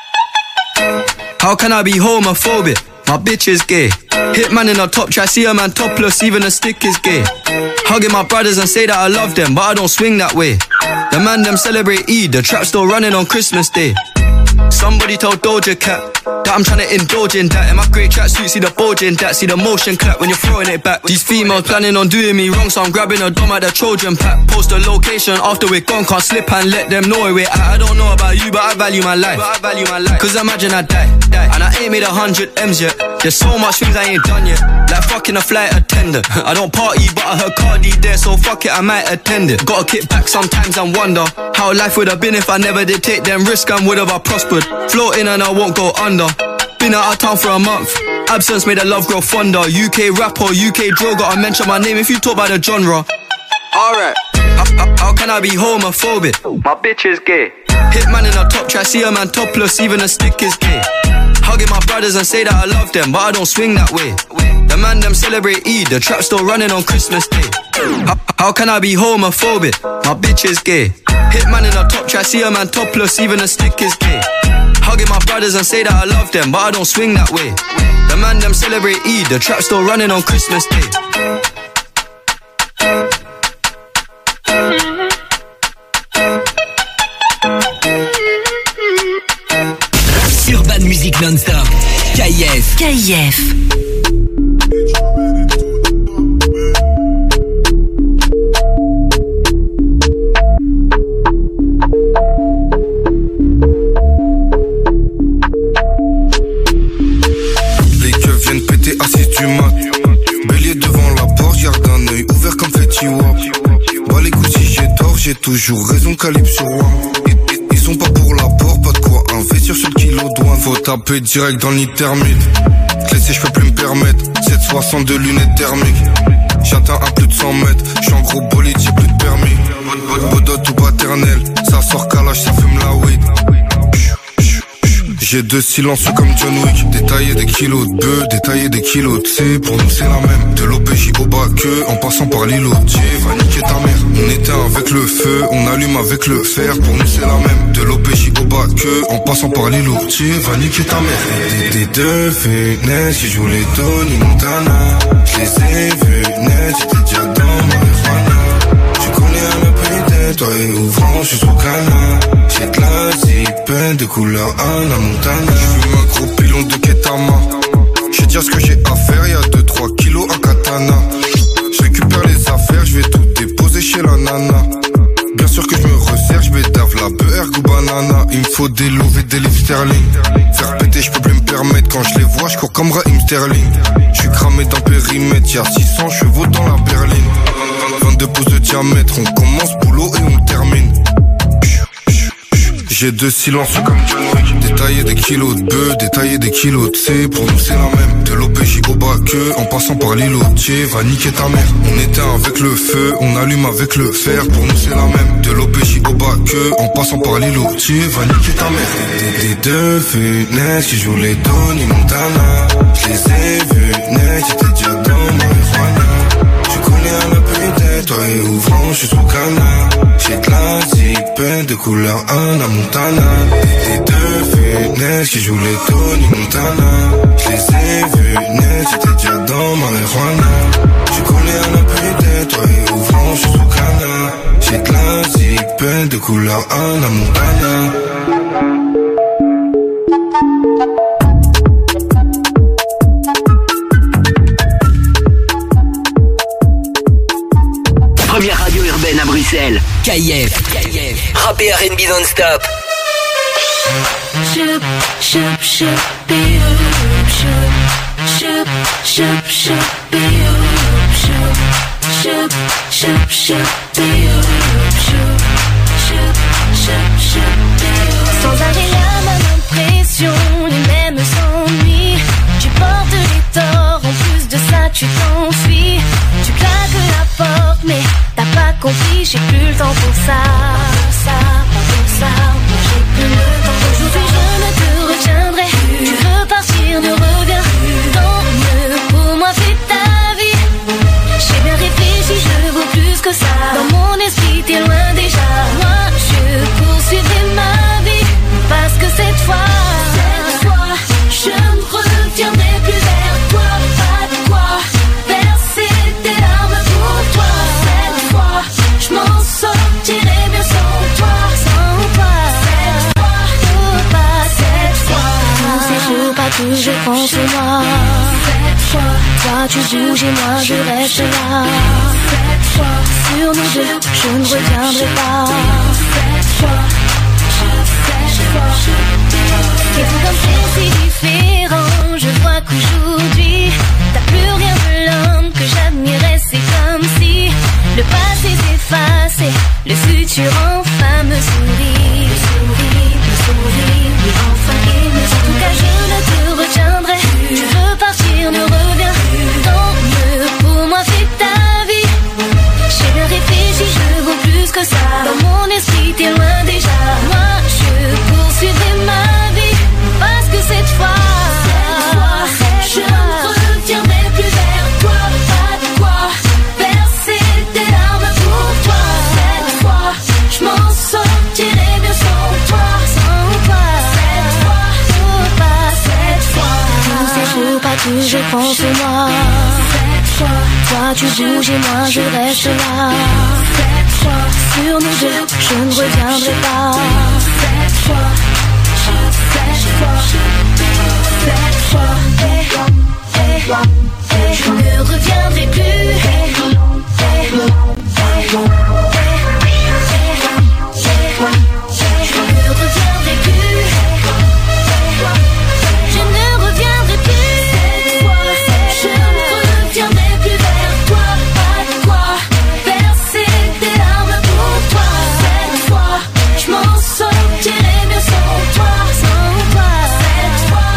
How can I be homophobic? My bitch is gay. Hitman in a top try, see a man topless, even a stick is gay. Hugging my brothers and say that I love them, but I don't swing that way. The man them celebrate Eid, the trap still running on Christmas Day. Somebody told Doja Cat that I'm trying to indulge in that. In my grey tracksuit, see the bulge in that. See the motion clap when you're throwing it back. These females planning on doing me wrong, so I'm grabbing a dom at the Trojan pack. Post the location after we're gone, can't slip and let them know where we're at. I don't know about you, but I value my life. But I value my life. Cause imagine I die, die, and I ain't made a hundred M's yet. There's so much things I ain't done yet. Like fucking a flight attendant. I don't party, but I heard Cardi there, so fuck it, I might attend it. Gotta kick back sometimes and wonder how life would have been if I never did take them risks and would have I prospered. Floating and I won't go under. Been out of town for a month. Absence made the love grow fonder. U K rapper, U K drill, gotta mention my name if you talk about the genre. Alright, how, how, how can I be homophobic? My bitch is gay. Hitman in a top try, see a man topless, even a stick is gay. Hugging my brothers and say that I love them, but I don't swing that way. The man them celebrate Eid, the trap still running on Christmas Day. How, how can I be homophobic? My bitch is gay. Hitman in a top try, see a man topless, even a stick is gay. Hugging my brothers and say that I love them, but I don't swing that way. The man them celebrate Eid, the trap still running on Christmas Day. Urban Music Non-Stop. K I F. K I F. Les keufs viennent péter à six du mat. Bélier devant la porte, garde un œil ouvert comme Fetty Wap. Bah les coups si j'ai tort, j'ai toujours raison, calibre sur One. Ils, ils, ils sont pas pour l'apport, pas de quoi investir sur le kilo douane. Faut taper direct dans le nid thermite. Laisser, je peux plus me permettre. sept cent soixante-deux lunettes thermiques. J'atteins à plus de cent mètres. J'suis en gros bolide, j'ai plus de permis. Bodot ou paternel, ça sort calage, ça fume la weed. J'ai deux silencieux comme John Wick. Détailler des kilos de bœuf, détailler des kilos de C. Pour nous c'est la même. De l'O P J au bas que, en passant par l'îlot. Tiens, va niquer ta mère. On éteint avec le feu, on allume avec le fer. Pour nous c'est la même. De l'O P J au bas que, en passant par l'îlot. Tiens, va niquer ta mère. Des, des deux fenêtres qui jouent les Tony Montana. Je les ai vus net, j'étais déjà dans marijuana. Tu connais un peu peut-être, toi et ouvrant, je suis sous canard. J'ai de la zipette de couleur Anna Montana. J'fume un gros pilon de Ketama. J'vais dire ce que j'ai à faire, y'a deux trois kilos à katana. J'récupère les affaires, j'vais tout déposer chez la nana. Bien sûr que j'me resserre, j'bédave la beurre ou banana. Il me faut des louves et des livres sterling. Faire péter, j'peux plus me permettre. Quand j'les vois, j'cours comme Raheem Sterling. J'suis cramé dans le périmètre, y'a six cents chevaux dans la berline. vingt-deux pouces de diamètre, on commence boulot et on le termine. J'ai deux silencieux comme John Wick. Détailler des kilos de bœuf, détailler des kilos de C. Pour nous c'est la même. De l'O P J au bas que, en passant par l'îlot. Tiens, va niquer ta mère. On éteint avec le feu, on allume avec le fer. Pour nous c'est la même. De l'O P J au bas que, en passant par l'îlot. Tiens, va niquer ta mère. Des, des deux fenêtres qui jouent les Tony Montana. Je les ai vus net, j'étais déjà dans marijuana. Tu connais un peu peut-être, toi et ouvrant, je suis sous canard. J'ai de la zipette de couleur Anna Montana. Des deux fenêtres qui jouent les Tony Montana. Je les ai vus net, j'étais déjà dans marijuana. Tu connais un peu peut-être, toi et ouvrant, je suis sous canard. J'ai de la zipette de couleur Anna Montana. Première radio urbaine à Bruxelles. K I F. K I F. Rap et R and B non-stop. Ship, ship, ship, be up, ship, ship, ship, ship, be up, ship, ship, ship, ship, be up, ship, ship, ship, ship, be up. Sans arrêt la même impression, les mêmes ennuis. Tu portes les torts, en plus de ça tu t'enfuis. Tu claques la porte, mais t'as pas compris, j'ai plus le temps pour ça. Pour ça, pas pour ça, moi j'ai plus le temps. Aujourd'hui je ne te retiendrai. Tu veux partir, ne reviens. Tant mieux, pour moi fais ta vie. J'ai bien réfléchi, je vaux plus que ça. Dans mon esprit t'es loin déjà. Moi je poursuivrai ma vie. Parce que cette fois, cette fois, je ne reviendrai plus vers toi. Pas de quoi verser des larmes pour toi. Cette fois, je m'en sortirai bien sans toi. Sans toi, cette fois, oh pas cette fois. Tous ces jours, pas toujours contre moi. Cette fois, toi tu bouges et moi je reste là. Cette fois, sur nous deux, je ne reviendrai pas. Cette fois, et tout comme c'est si différent, je vois qu'aujourd'hui t'as plus rien de l'homme que j'admirais. C'est comme si le passé s'effaçait, le futur enfin me sourit. Me sourit, me sourit, oui enfin il me sourit. En tout cas je ne te retiendrai. Tu veux partir, ne reviens. Tant mieux, pour moi fais ta vie. J'ai bien réfléchi, je vaux plus que ça. Dans mon esprit t'es loin déjà. toujours pense à moi. Toi tu bouges et moi je reste là. Sur nous deux, je ne reviendrai pas. Cette fois, cette fois, cette fois, cette fois, je ne reviendrai plus. Je ne reviendrai plus. Je ne reviendrai plus. Cette fois, je ne reviendrai plus vers toi. Pas de quoi verser des larmes pour toi. Cette fois, je m'en sortirai mieux sans toi, sans toi. Cette fois,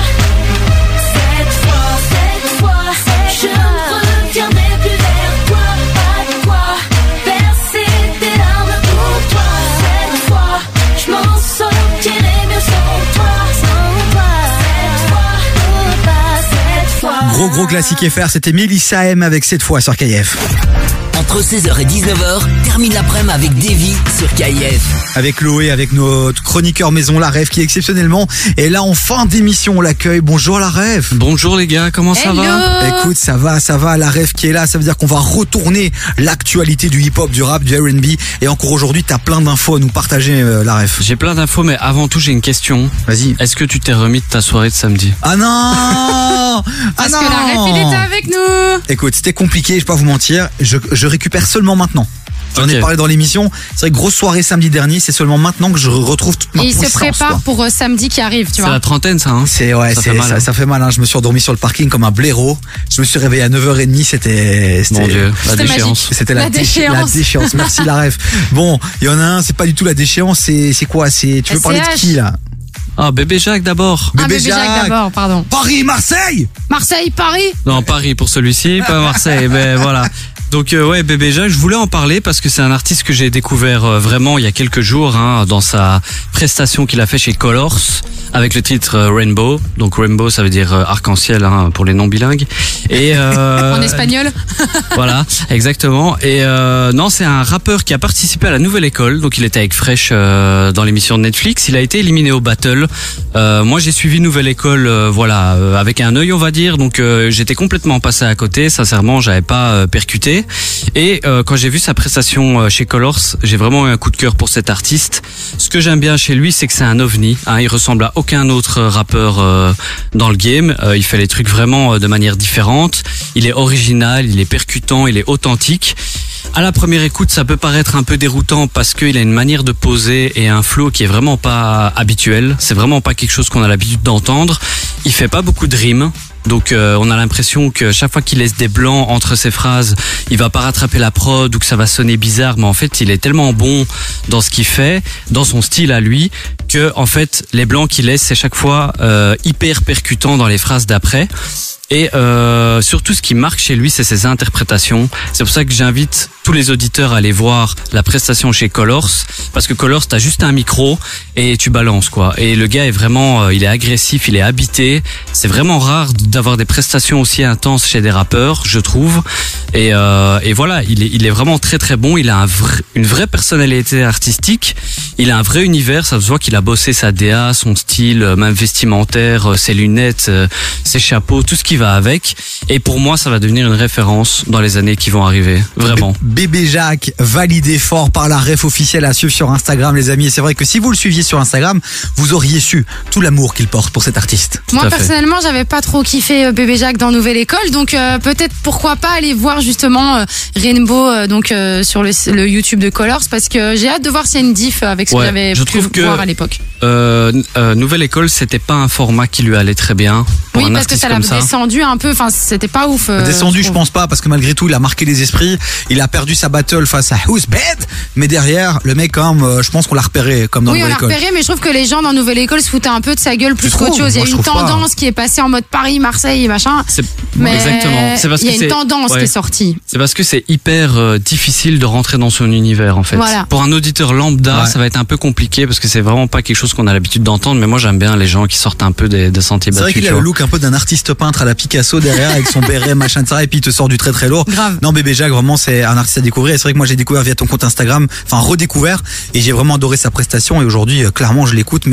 cette fois, cette fois, je ne reviendrai plus vers toi. Pas de quoi verser des larmes pour toi. Cette fois, je m'en sortirai mieux sans toi, sans toi. Cette fois, oh, pas cette fois. Gros gros classique F R, c'était Mélissa M avec cette fois sur K F. Entre seize heures et dix-neuf heures, termine l'après-midi avec Davy sur K F. Avec Loé, avec notre chroniqueur maison, la Rêve, qui exceptionnellement est là en fin d'émission. On l'accueille. Bonjour la Rêve. Bonjour les gars, comment ça Hello. va? Écoute, ça va, ça va. La Rêve qui est là, ça veut dire qu'on va retourner l'actualité du hip-hop, du rap, du R and B. Et encore aujourd'hui, t'as plein d'infos à nous partager, euh, la Rêve. J'ai plein d'infos, mais avant tout, j'ai une question. Vas-y. Est-ce que tu t'es remis de ta soirée de samedi? Ah non. Ah Parce non. que la ref, il était avec nous. Écoute, c'était compliqué, je vais pas vous mentir. Je, je récupère seulement maintenant. J'en ai Ok. parlé dans l'émission. C'est vrai que grosse soirée samedi dernier, c'est seulement maintenant que je retrouve toute ma Et il se puissance, prépare quoi. pour euh, samedi qui arrive, tu C'est vois. la trentaine, ça, hein? C'est ouais, Ça c'est fait mal, ça, hein. ça fait mal. Hein. Je me suis endormi sur le parking comme un blaireau. Je me suis réveillé à neuf heures trente. C'était, c'était Mon Dieu, la C'était déchéance. magique. C'était la, La déche- déchéance. la déchéance. Merci la ref. Bon, il y en a un, c'est pas du tout la déchéance, c'est c'est quoi? C'est tu veux parler de S C H. qui là? Ah, bébé Jacques d'abord. Ah, bébé Jacques d'abord, pardon. Paris, Marseille. Marseille, Paris. Non, Paris pour celui-ci, pas Marseille, mais voilà. Donc euh, ouais, bébé Jacques, je voulais en parler parce que c'est un artiste que j'ai découvert euh, vraiment il y a quelques jours hein, dans sa prestation qu'il a fait chez Colors avec le titre euh, Rainbow. Donc Rainbow, ça veut dire euh, arc-en-ciel hein, pour les non bilingues. Et euh, En espagnol. Voilà, exactement. Et euh, non, c'est un rappeur qui a participé à la Nouvelle École. Donc il était avec Fresh euh, dans l'émission de Netflix. Il a été éliminé au battle. Euh, moi, j'ai suivi Nouvelle École, euh, voilà, euh, avec un œil, on va dire. Donc euh, j'étais complètement passé à côté. Sincèrement, j'avais pas euh, percuté. Et euh, quand j'ai vu sa prestation euh, chez Colors, j'ai vraiment eu un coup de cœur pour cet artiste. Ce que j'aime bien chez lui, c'est que c'est un ovni. Hein, il ressemble à aucun autre rappeur euh, dans le game. Euh, il fait les trucs vraiment euh, de manière différente. Il est original, il est percutant, il est authentique. À la première écoute, ça peut paraître un peu déroutant parce qu'il a une manière de poser et un flow qui est vraiment pas habituel. C'est vraiment pas quelque chose qu'on a l'habitude d'entendre. Il fait pas beaucoup de rimes. Donc euh, on a l'impression que chaque fois qu'il laisse des blancs entre ses phrases, il va pas rattraper la prod ou que ça va sonner bizarre, mais en fait il est tellement bon dans ce qu'il fait, dans son style à lui, que en fait les blancs qu'il laisse c'est chaque fois euh, hyper percutant dans les phrases d'après. Et euh, surtout, ce qui marque chez lui, c'est ses interprétations. C'est pour ça que j'invite tous les auditeurs à aller voir la prestation chez Colors, parce que Colors, t'as juste un micro et tu balances quoi. Et le gars est vraiment, euh, il est agressif, il est habité. C'est vraiment rare d'avoir des prestations aussi intenses chez des rappeurs, je trouve. Et, euh, et voilà, il est, il est vraiment très très bon. Il a un vrai, une vraie personnalité artistique. Il a un vrai univers. Ça se voit qu'il a bossé sa D A, son style, même vestimentaire, ses lunettes, ses chapeaux, tout ce qui va avec. Et pour moi, ça va devenir une référence dans les années qui vont arriver. Vraiment. Bébé Jacques, validé fort par la ref officielle à suivre sur Instagram, les amis. Et c'est vrai que si vous le suiviez sur Instagram, vous auriez su tout l'amour qu'il porte pour cet artiste. Moi personnellement, j'avais pas trop kiffé euh, Bébé Jacques dans Nouvelle École, donc euh, peut-être pourquoi pas aller voir justement euh, Rainbow euh, donc euh, sur le, le YouTube de Colors, parce que j'ai hâte de voir s'il y a une diff avec ce Ouais, que j'avais je pu trouve que voir à l'époque. Euh, euh, Nouvelle École, c'était pas un format qui lui allait très bien. Pour Oui, un parce que artiste ça l'a comme ça. descendu un peu, enfin c'était pas ouf. euh, Descendu, je trouve. pense pas, parce que malgré tout, il a marqué les esprits. Il a perdu sa battle face à Who's Bad, mais derrière, le mec, quand même, euh, je pense qu'on l'a repéré comme dans Oui, on Nouvelle l'a École. repéré, mais je trouve que les gens dans Nouvelle École se foutaient un peu de sa gueule plus Tu qu'autre trouves chose. Il y a Moi, je une trouve pas. tendance qui est passée en mode Paris, Marseille, machin. C'est- Mais Exactement. C'est parce il y a que une c'est- tendance ouais. qui est sortie. C'est parce que c'est hyper euh, difficile de rentrer dans son univers en fait. Voilà. Pour un auditeur lambda, Ouais. ça va être un peu compliqué parce que c'est vraiment pas quelque chose qu'on a l'habitude d'entendre. Mais moi, j'aime bien les gens qui sortent un peu des, des sentiers C'est vrai battus. qu'il a tu le vois. look un peu d'un artiste peintre à la Picasso derrière avec son béret machin de ça et puis il te sort du très très lourd. Grave. Non, Bébé Jacques, vraiment c'est un artiste à découvrir. Et c'est vrai que moi j'ai découvert via ton compte Instagram, enfin redécouvert, et j'ai vraiment adoré sa prestation et aujourd'hui euh, clairement je l'écoute, mais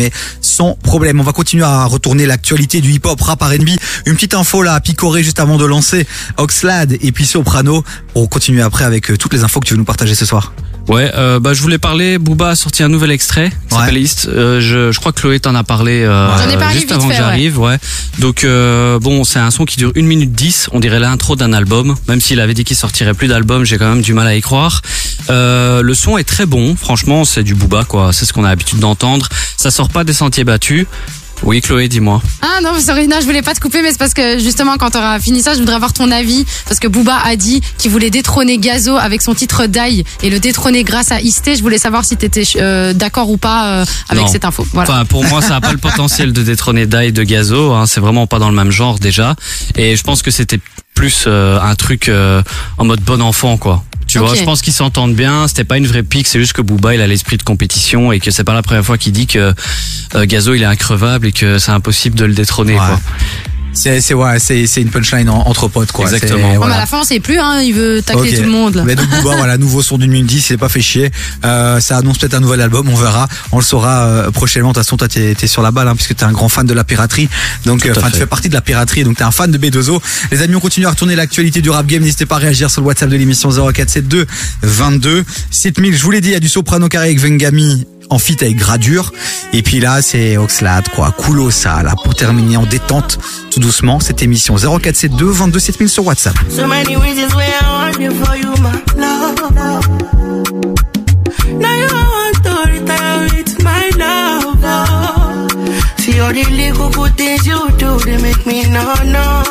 sans problème. On va continuer à retourner l'actualité du hip-hop, rap, R and B. Une petite info là à picorer juste avant de lancer Oxlade et puis Soprano. On continue après avec toutes les infos que tu veux nous partager ce soir. Ouais, euh, bah je voulais parler. Booba a sorti un nouvel extrait qui s'appelle East. Euh, je, je crois que Chloé t'en a parlé euh, J'en ai parlé juste vite avant fait, que j'arrive. Ouais. ouais. Donc euh, bon, c'est un son qui dure une minute dix. On dirait l'intro d'un album. Même s'il avait dit qu'il sortirait plus d'albums, j'ai quand même du mal à y croire. Euh, le son est très bon. Franchement, c'est du Booba quoi. C'est ce qu'on a l'habitude d'entendre. Ça sort pas des sentiers battus. Oui, Chloé, dis-moi. Ah non, sorry, non, je voulais pas te couper, mais c'est parce que justement, quand t'auras fini ça, je voudrais avoir ton avis. Parce que Booba a dit qu'il voulait détrôner Gazo avec son titre Die et le détrôner grâce à Isté. Je voulais savoir si t'étais euh, d'accord ou pas euh, avec non. cette info. Voilà. Enfin, pour moi, ça a pas le potentiel de détrôner Die de Gazo. Hein, c'est vraiment pas dans le même genre déjà. Et je pense que c'était plus euh, un truc euh, en mode bon enfant, quoi. Tu okay. vois, je pense qu'ils s'entendent bien. C'était pas une vraie pique, c'est juste que Booba il a l'esprit de compétition et que c'est pas la première fois qu'il dit que euh, Gazo il est increvable et que c'est impossible de le détrôner. Ouais. Quoi. C'est c'est ouais, c'est c'est une punchline en, entre potes quoi. Exactement. Voilà. Voilà. À la fin, on sait plus. Hein, il veut tacler okay. tout le monde. Là. Mais donc Booba, voilà, nouveau son d'une minute dix, il est pas fait chier. Euh, ça annonce peut-être un nouvel album, on verra. On le saura euh, prochainement. De toute façon, toi, t'es, t'es sur la balle, hein, puisque t'es un grand fan de la piraterie. Donc, enfin, euh, tu fais partie de la piraterie. Donc, t'es un fan de B deux O. Les amis, on continue à retourner l'actualité du rap game. N'hésitez pas à réagir sur le WhatsApp de l'émission zéro quatre sept deux vingt-deux sept mille. Je vous l'ai dit, il y a du Soprano carré avec Vengami en feat avec Gradure. Et puis là, c'est Oxlade, quoi. Coulo ça, là, pour terminer en détente, tout doucement, cette émission zéro quatre sept deux vingt-deux sept mille sur WhatsApp. So many reasons why I want you for you, my love. Now you want to retire with my love. See all the little good things you do, they make me no, no.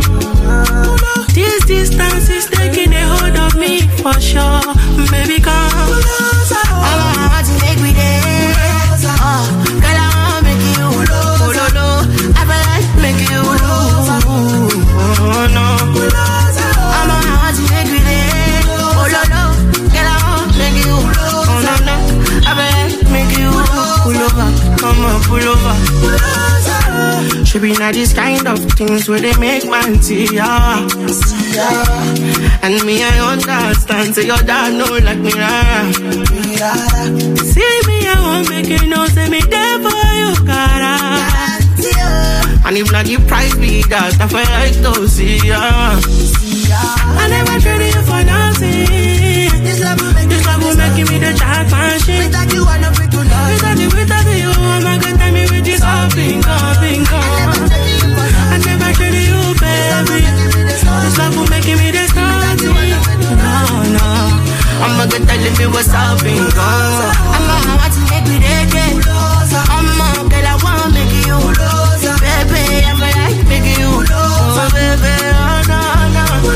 This distance is taking a hold of me for sure. Baby, come. I'm hard to make me dance. Oh, girl, I wanna make you oh, no, no. I feel like make you oh, no. I'm hard to make me dance. Oh, no, no. Girl, I wanna make you oh, no, no. I feel like make you pull over. Come on, pull over. Should be not these kind of things where they make man see ya. And me, I understand. Say your dad know like me, rah. See me, I won't make you know. Say me there for you, cara. And if not, the price be that. I feel like to see ya. I never traded you for nothing. This love will make, this love will make me the jack machine. Without you, I don't to love. Without you, without you, I'm not gonna tell me with this all finger, finger. I never traded you, baby. This love will make me the starting. No, no. I'm not gonna tell you what's up, finger. I'm not want to make me the game. I'm not gonna wanna make you. Baby, I'm gonna make you. Oh, baby, oh, no, no.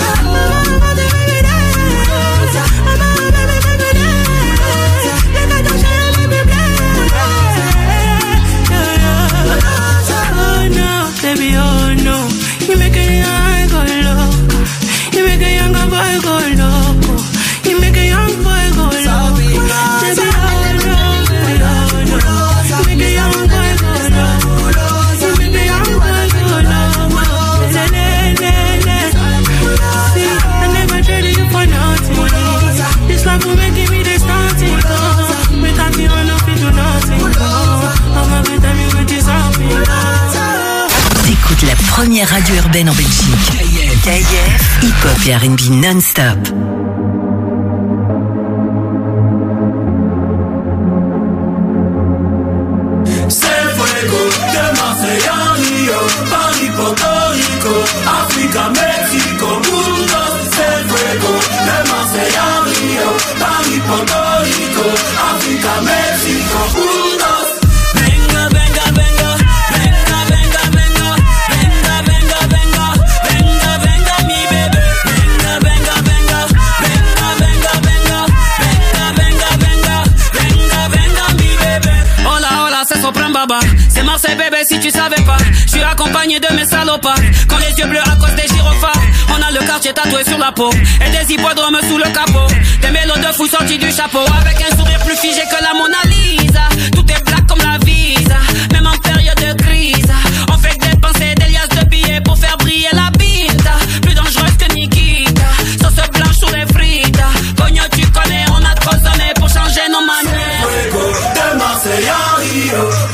Baby, oh no, you make a young go loco. You make a young boy go loco. You make a young boy go loco. Baby, oh no, oh no, you make a young boy go loco. You make a young boy go loco. Le, le, le, le. See, I never traded you for nothing. This love will make me the starting. Oh, without you, I know we do nothing. Oh, I'm a better me with this happy. Écoute la première radio urbaine en Belgique. K F, hip-hop et R and B non-stop. C'est fuego, de Marseille à Rio, Paris, Porto Rico, Africa, Mexico, Burgos. C'est fuego, de Marseille à Rio, Paris, Porto Rico, Africa, Mexico, Burgos. Venga, venga, venga. C'est Marseille bébé si tu savais pas. Je suis accompagné de mes salopards. Quand les yeux bleus à cause des gyrophares. On a le quartier tatoué sur la peau et des hippodromes sous le capot. Des mélos de fous sortis du chapeau. Avec un sourire plus figé que la Mona Lisa. Tout est black comme la visa. Même en période de crise. On fait dépenser des liasses de billets pour faire briller la pinta. Plus dangereuse que Nikita. Sauce blanche sur les frites. Cogno tu connais, on a trop sonné pour changer nos manières. Fuego, de Marseille à Rio, Paris,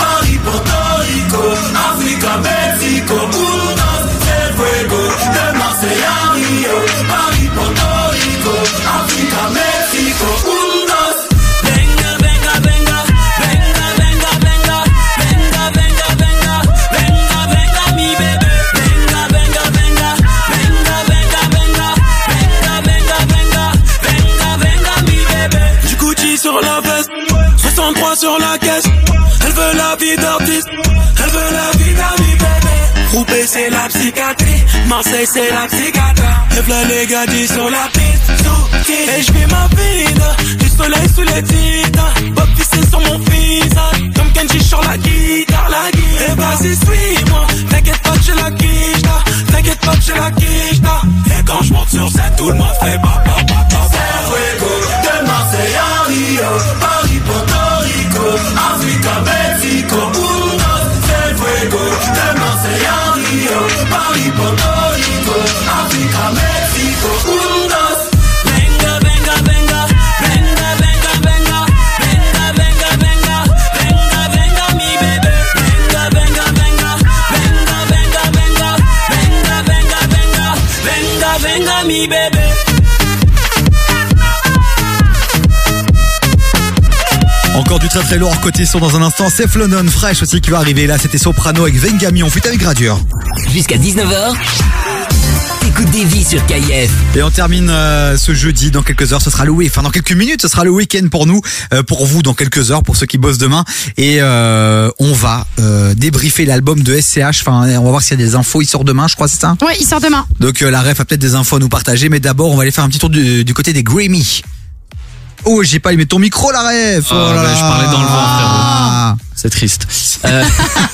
Porto Rico, Africa, Mexico, Burgos, El Fuego, de Marseille à Rio, Paris, Porto Rico, Africa, Mexico, Burgos. Venga, venga, venga, venga, venga, venga, venga, venga, venga, venga, venga, mi bébé. Venga, venga, venga, venga, venga, venga, venga, venga, venga, venga, venga, mi bébé. Du Gucci sur la veste, soixante-trois sur la caisse. Elle veut la vie d'artiste, elle veut la vie d'un bébé. Roubaix c'est la psychiatrie, Marseille c'est la psychiatre. Et v'là les gadis sur la piste, sous et j'vis ma vie, du soleil sous les titres. Bob vissé sur mon visage, comme Kenji sur la guitare, la guitare. Et vas-y suis-moi, t'inquiète pas que j'ai la quiche là, t'inquiète pas que j'ai la quiche là. Et quand j'monte sur scène, tout le monde fait ba ba ba ba. El Fuego, de Marseille à Rio, Paris, Porto Rico, Africa, Mexico, Burgos, El Fuego, de Marseille à Rio, Paris, Porto Rico, Africa, Mexico, Burgos. Venga, venga, venga, venga, venga, venga, venga, venga, venga, venga, venga, mi bébé. Venga, venga, venga, venga, venga, venga, venga, venga, venga, venga, venga, mi bébé. Encore du très très lourd côté son dans un instant. C'est Flonon Fresh aussi qui va arriver là. C'était Soprano avec Vengami. On fait avec Gradure. Jusqu'à dix-neuf heures, écoute Davy sur K F. Et on termine euh, ce jeudi. Dans quelques heures, ce sera le week. Enfin, dans quelques minutes, ce sera le week-end pour nous, euh, pour vous, dans quelques heures, pour ceux qui bossent demain. Et euh, on va euh, débriefer l'album de S C H. Enfin, on va voir s'il y a des infos. Il sort demain, je crois, c'est ça? Ouais, il sort demain. Donc euh, la ref a peut-être des infos à nous partager. Mais d'abord, on va aller faire un petit tour du, du côté des Grammy. Oh, j'ai pas allumé ton micro, la ref. Oh, Oh, là bah, là. je parlais dans le vent, frérot. C'est triste. Euh,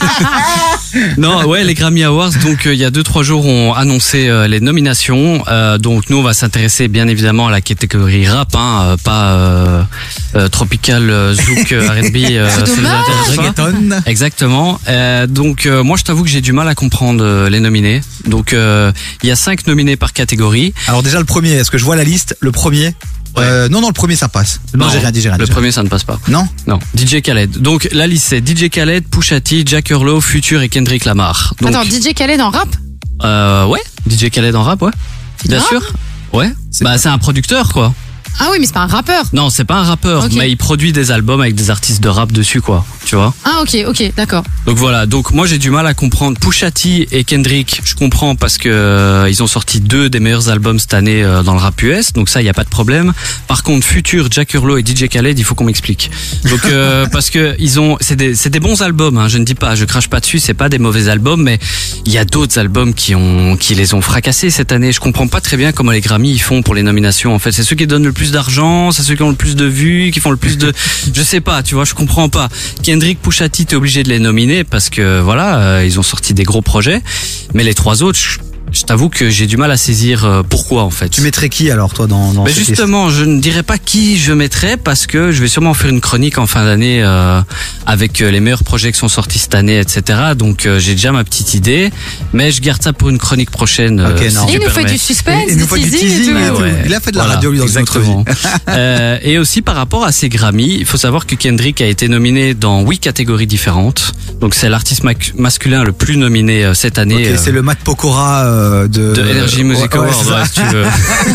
non, ouais, les Grammy Awards. Donc, euh, il y a deux trois jours, ont annoncé euh, les nominations. Euh, donc, nous, on va s'intéresser bien évidemment à la catégorie rap, hein, euh, pas euh, euh, tropical, euh, zouk, euh, R and B. Euh, C'est ça nous dommage. intéresse pas. Reggaeton. Exactement. Euh, donc, euh, moi, je t'avoue que j'ai du mal à comprendre euh, les nominés. Donc, euh, il y a cinq nominés par catégorie. Alors déjà le premier. Est-ce que je vois la liste? Le premier. Euh, non, non, le premier ça passe. Non, j'ai rien dit, j'ai rien dit. Le premier, ça ne passe pas. Non? Non. D J Khaled. Donc, la liste, c'est D J Khaled, Pusha T, Jack Harlow, Future et Kendrick Lamar. Donc, Attends, D J Khaled en rap? euh, ouais. D J Khaled en rap, ouais. du Bien rap sûr. Ouais. Bah, c'est un producteur, quoi. Ah oui, mais c'est pas un rappeur. Non, c'est pas un rappeur, Ok. mais il produit des albums avec des artistes de rap dessus, quoi. Tu vois? Ah ok, ok, d'accord. Donc voilà, donc moi j'ai du mal à comprendre. Pusha T et Kendrick, je comprends parce que euh, ils ont sorti deux des meilleurs albums cette année euh, dans le rap U S, donc ça il y a pas de problème. Par contre, Future, Jack Harlow et D J Khaled, il faut qu'on m'explique. Donc euh, parce que ils ont, c'est des, c'est des bons albums. Hein, je ne dis pas, je crache pas dessus, c'est pas des mauvais albums, mais il y a d'autres albums qui ont, qui les ont fracassés cette année. Je comprends pas très bien comment les Grammy ils font pour les nominations. En fait, c'est ceux qui donnent le plus d'argent, c'est ceux qui ont le plus de vues, qui font le plus de, je sais pas, tu vois, je comprends pas. Kendrick, Pusha T, t'es obligé de les nominer parce que voilà, euh, ils ont sorti des gros projets. Mais les trois autres, je, je t'avoue que j'ai du mal à saisir euh, pourquoi en fait. Tu mettrais qui alors toi dans, dans Mais cette justement, je ne dirais pas qui je mettrais parce que je vais sûrement faire une chronique en fin d'année euh, avec euh, les meilleurs projets qui sont sortis cette année, et cetera. Donc euh, j'ai déjà ma petite idée, mais je garde ça pour une chronique prochaine. euh, Ok, si non. tu Il nous fait permets. du suspense, Il nous du fait du teasing et teasing tout. et tout. Ouais. Il a fait de la Voilà, radio lui dans une autre vie. exactement. euh, et aussi par rapport à ces Grammy, il faut savoir que Kendrick a été nominé dans huit catégories différentes. Donc c'est l'artiste mac- masculin le plus nominé euh, cette année. Ok, euh, c'est le Matt Pokora euh, de, de Energy Music Ouais, ouais, Award, c'est ça. ouais, si tu veux.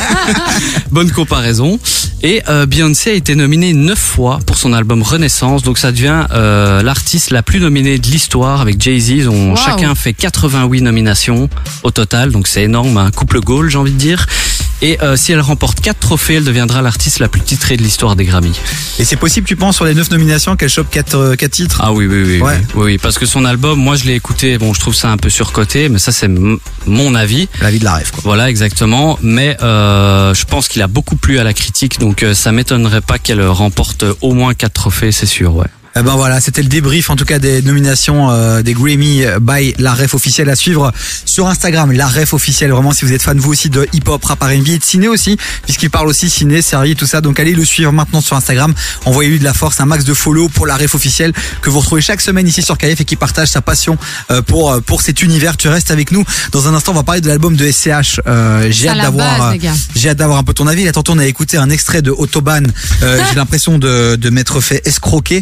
Bonne comparaison. Et euh, Beyoncé a été nominée neuf fois pour son album Renaissance, donc ça devient euh, l'artiste la plus nominée de l'histoire avec Jay-Z. Ils ont Wow. chacun fait quatre-vingt-huit nominations au total, donc c'est énorme, un couple goal, j'ai envie de dire. Et euh, si elle remporte quatre trophées, elle deviendra l'artiste la plus titrée de l'histoire des Grammy. Et c'est possible, tu penses, sur les neuf nominations qu'elle chope quatre titres? Ah oui, oui, oui, Ouais. oui, oui, oui, parce que son album, moi je l'ai écouté, bon, je trouve ça un peu surcoté, mais ça c'est m- mon avis. L'avis de la rêve, quoi. Voilà, exactement. Mais euh, je pense qu'il a beaucoup plu à la critique, donc euh, ça m'étonnerait pas qu'elle remporte au moins quatre trophées, c'est sûr, ouais. Eh ben voilà, c'était le débrief en tout cas des nominations euh, des Grammy by la ref officielle à suivre sur Instagram, la ref officielle. Vraiment, si vous êtes fan vous aussi de hip-hop, rap, R and B et de ciné aussi, puisqu'il parle aussi ciné, série, tout ça. Donc allez le suivre maintenant sur Instagram. Envoyez-lui de la force, un max de follow pour la ref officielle que vous retrouvez chaque semaine ici sur K F et qui partage sa passion euh, pour euh, pour cet univers. Tu restes avec nous. Dans un instant, on va parler de l'album de S C H. Euh, j'ai C'est à hâte la d'avoir, base, euh, les gars. j'ai hâte d'avoir un peu ton avis. Là, tantôt, on a écouté un extrait de Autobahn. Euh, j'ai l'impression de de m'être fait escroquer. Mais on était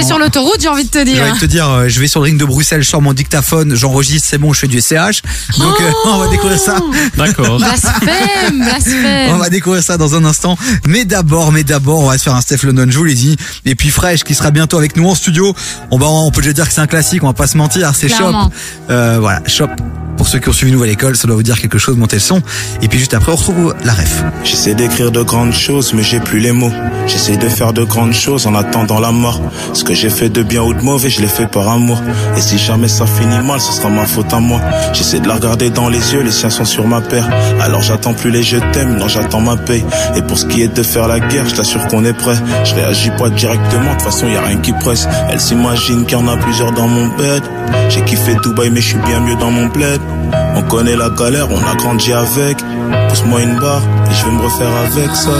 T'es sur l'autoroute, j'ai envie de te J'ai dire. envie de te dire, euh, je vais sur le ring de Bruxelles, je sors mon dictaphone, j'enregistre, c'est bon, je fais du C H. Donc euh, on va découvrir ça. D'accord. Blasphème, blasphème. On va découvrir ça dans un instant. Mais d'abord, mais d'abord, on va se faire un Steph London, je vous l'ai dit. Et puis Fresh qui sera bientôt avec nous en studio. On va, on peut déjà dire que c'est un classique, on va pas se mentir, c'est Clairement. Shop. Euh, voilà, Shop. Pour ceux qui ont suivi Nouvelle École, ça doit vous dire quelque chose, montez le son. Et puis juste après, on retrouve la ref. J'essaie d'écrire de grandes choses, mais j'ai plus les mots. J'essaie de faire de grandes choses en attendant la mort. Ce que j'ai fait de bien ou de mauvais, je l'ai fait par amour. Et si jamais ça finit mal, ce sera ma faute à moi. J'essaie de la regarder dans les yeux, les siens sont sur ma paire. Alors j'attends plus les je t'aime, non j'attends ma paye. Et pour ce qui est de faire la guerre, je t'assure qu'on est prêt. Je réagis pas directement, de toute façon y a rien qui presse. Elle s'imagine qu'il y en a plusieurs dans mon bed. J'ai kiffé Dubaï, mais je suis bien mieux dans mon bled. On connaît la galère, on a grandi avec. Pousse-moi une barre et je vais me refaire avec ça.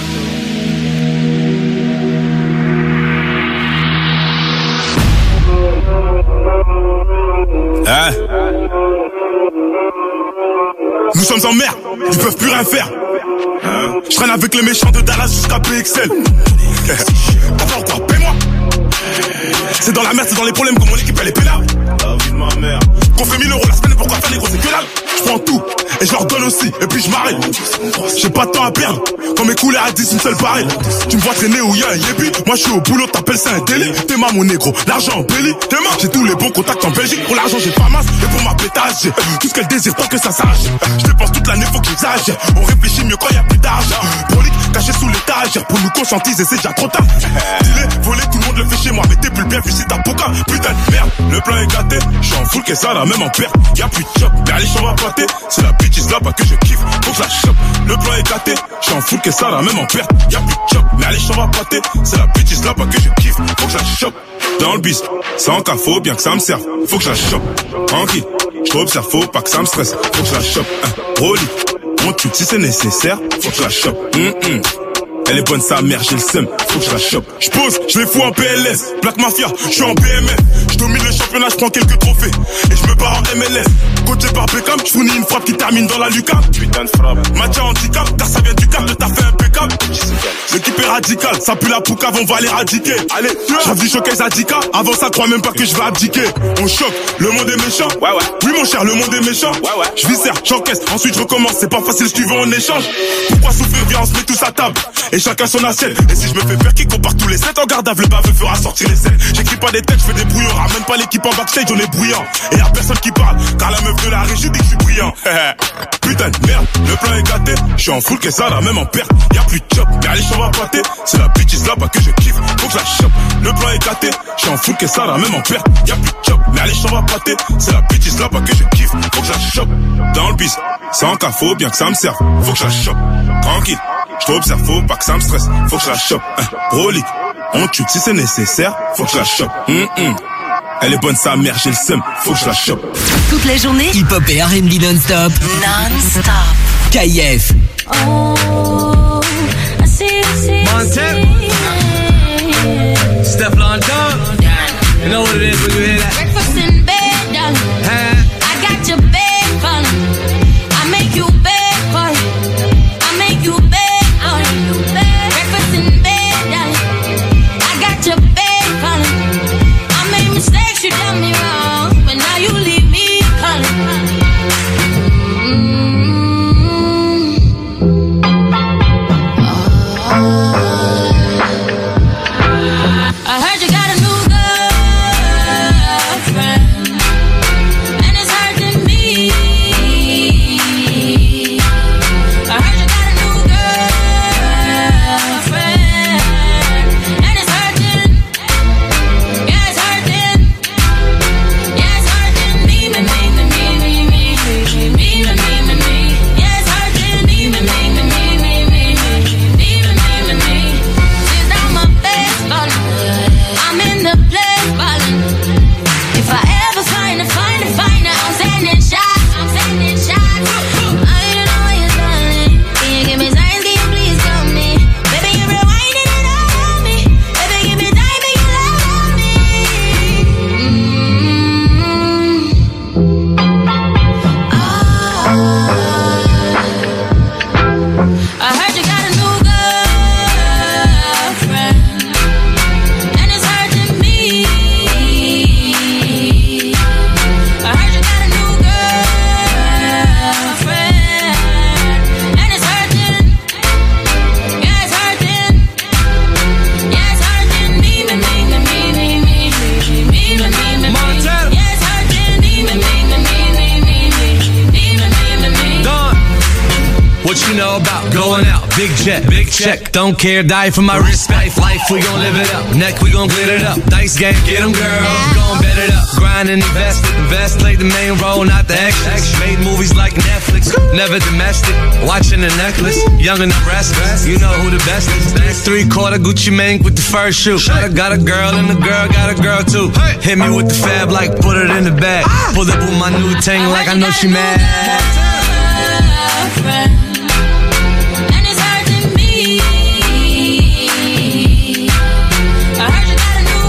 Hein? Nous sommes en mer, ils peuvent plus rien faire. Hein? Je traîne avec les méchants de Dallas jusqu'à P X L. T'as ou quoi? Paie-moi. C'est dans la merde, c'est dans les problèmes que mon équipe elle est pénale. La vie de ma mère. Qu'on fait mille euros la semaine, pourquoi faire les gros, c'est que dalle. Je prends tout et je leur donne aussi, et puis je m'arrête. J'ai pas de temps à perdre, quand mes couleurs à dix, une seule pareille. Tu me vois traîner où y'a un yébi, moi je suis au boulot, t'appelles ça un délit. T'es ma mon négro, l'argent en belly, t'es ma. J'ai tous les bons contacts en Belgique, pour l'argent j'ai pas masse, et pour ma pétage, j'ai tout ce qu'elle désire tant que ça sache. Je dépense toute l'année, faut que j'exagère, on réfléchit mieux quand y'a plus d'argent. Prolique, caché sous l'étagère, pour nous conscientiser c'est déjà trop tard. Dis-les, voler, tout le monde le fait chez moi, mais t'es plus bien vu si t'as poca. Putain de merde, le plan est gâté, j'suis en full que ça là, même en perte. Y'a plus de chop, mais allez, j'en va pâter, c'est la bitch is là-bas que je kiffe, faut que je la chope. Le plan est gâté, j'suis en full que ça là, même en perte. Y'a plus de chop, mais allez, j'en va pâter, c'est la bitch is là-bas que je kiffe, faut que je la chope. Dans le bis, sans cas, faut bien que ça me serve, faut que je la chope. Tranquille, j't'observe, faut pas que ça me stresse, faut que je la chope. Hein, Rolly, on tue si c'est nécessaire, faut que je la chope. Hum, hum. Elle est bonne sa mère, j'ai le seum, faut que je la chope. J'pose, je les fous en P L S, Black Mafia, je suis en B M F. Je domine le championnat, je prends quelques trophées et je me barre en M L S. Coaché par Beckham, je fournis une frappe qui termine dans la lucarne. Putain de frappe. Match à handicap, car ça vient du cap, le taf est impeccable. L'équipe est radicale, ça pue la poucave, on va l'éradiquer. Allez, j'avais du showcase Adika, avant ça crois même pas que je vais abdiquer. On choque, le monde est méchant. Ouais ouais. Oui mon cher, le monde est méchant. Ouais ouais. Je viscère, j'encaisse, ensuite je recommence, c'est pas facile si tu veux en échange. Pourquoi souffrir, viens on se met tous à table. Et chacun son assiette. Et si je me fais faire qui compare tous les sept en garde à le baveux fera sortir les ailes. J'écris pas des têtes, je fais des brouillons. Ramène pas l'équipe en backstage, on est bruyant. Et y'a personne qui parle, car la meuf de la régie dit que je suis brillant. Putain de merde, le plan est gâté. Je suis en full que ça, la même en perte. Y'a plus de chop, mais allez, j'en va pâter. C'est la bitch is là-bas que je kiffe, faut que je la chope. Le plan est gâté, je suis en full que ça, la même en perte. Y'a plus de chop, mais allez, j'en va pâter. C'est la bitch is là-bas que je kiffe, faut que je la chope. Dans le bis, sans cas, faut bien que ça me serve, faut que je la chope. Tranquille. Je t'observe, faut pas que ça me stresse, faut que je la chope. Hein, Rolly, on tue si c'est nécessaire, faut que je la chope. Hum, hum. Elle est bonne sa mère, j'ai le seum, faut que je la chope. Toute la journée, hip-hop et R and B non-stop. Non-stop. K I F. Oh, I see, I see, I see. Steph London. You know what it is when you hear that? Breakfast in bed, darling. Huh? I got your bed calling. I make you bed for you. I make you bed for you. Breakfast in bed, darling. I got your bed calling. I made mistakes, you done me wrong, but now you leave me calling. I heard you got a new girl. What you know about going out? Big jet, big check. Don't care, die for my respect. Life, we gon' live it up. Neck, we gon' glitter it up. Dice game, get them girls. Gon' bet it up. Grind and invest it. Invest, played the main role, not the extras. Made movies like Netflix. Never domestic. Watching the necklace. Young and I'm restless. You know who the best is. Three quarter Gucci Mane with the first shoe. Got a, got a girl and the girl got a girl too. Hit me with the fab like put it in the bag. Pull up with my new tank like I know she mad. And it's hurting me. I heard you got a new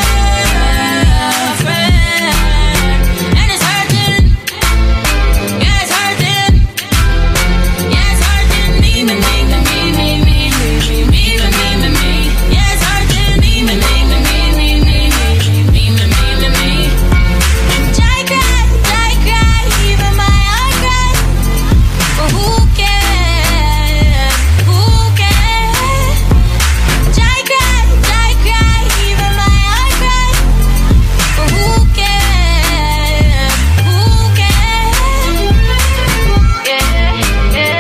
girlfriend. And it's hurting. Yeah, it's hurting. Yeah, it's hurting me, me, me, me, me, me, me, me, me, me, me, me. Yeah, it's hurting me, me, me, me, me, me, me, me, me, me, me, me. I cry, I cry, even my heart cries. But who cares? Who cares? I cry, I cry, even my heart cries. But who cares? Who cares? Yeah, yeah,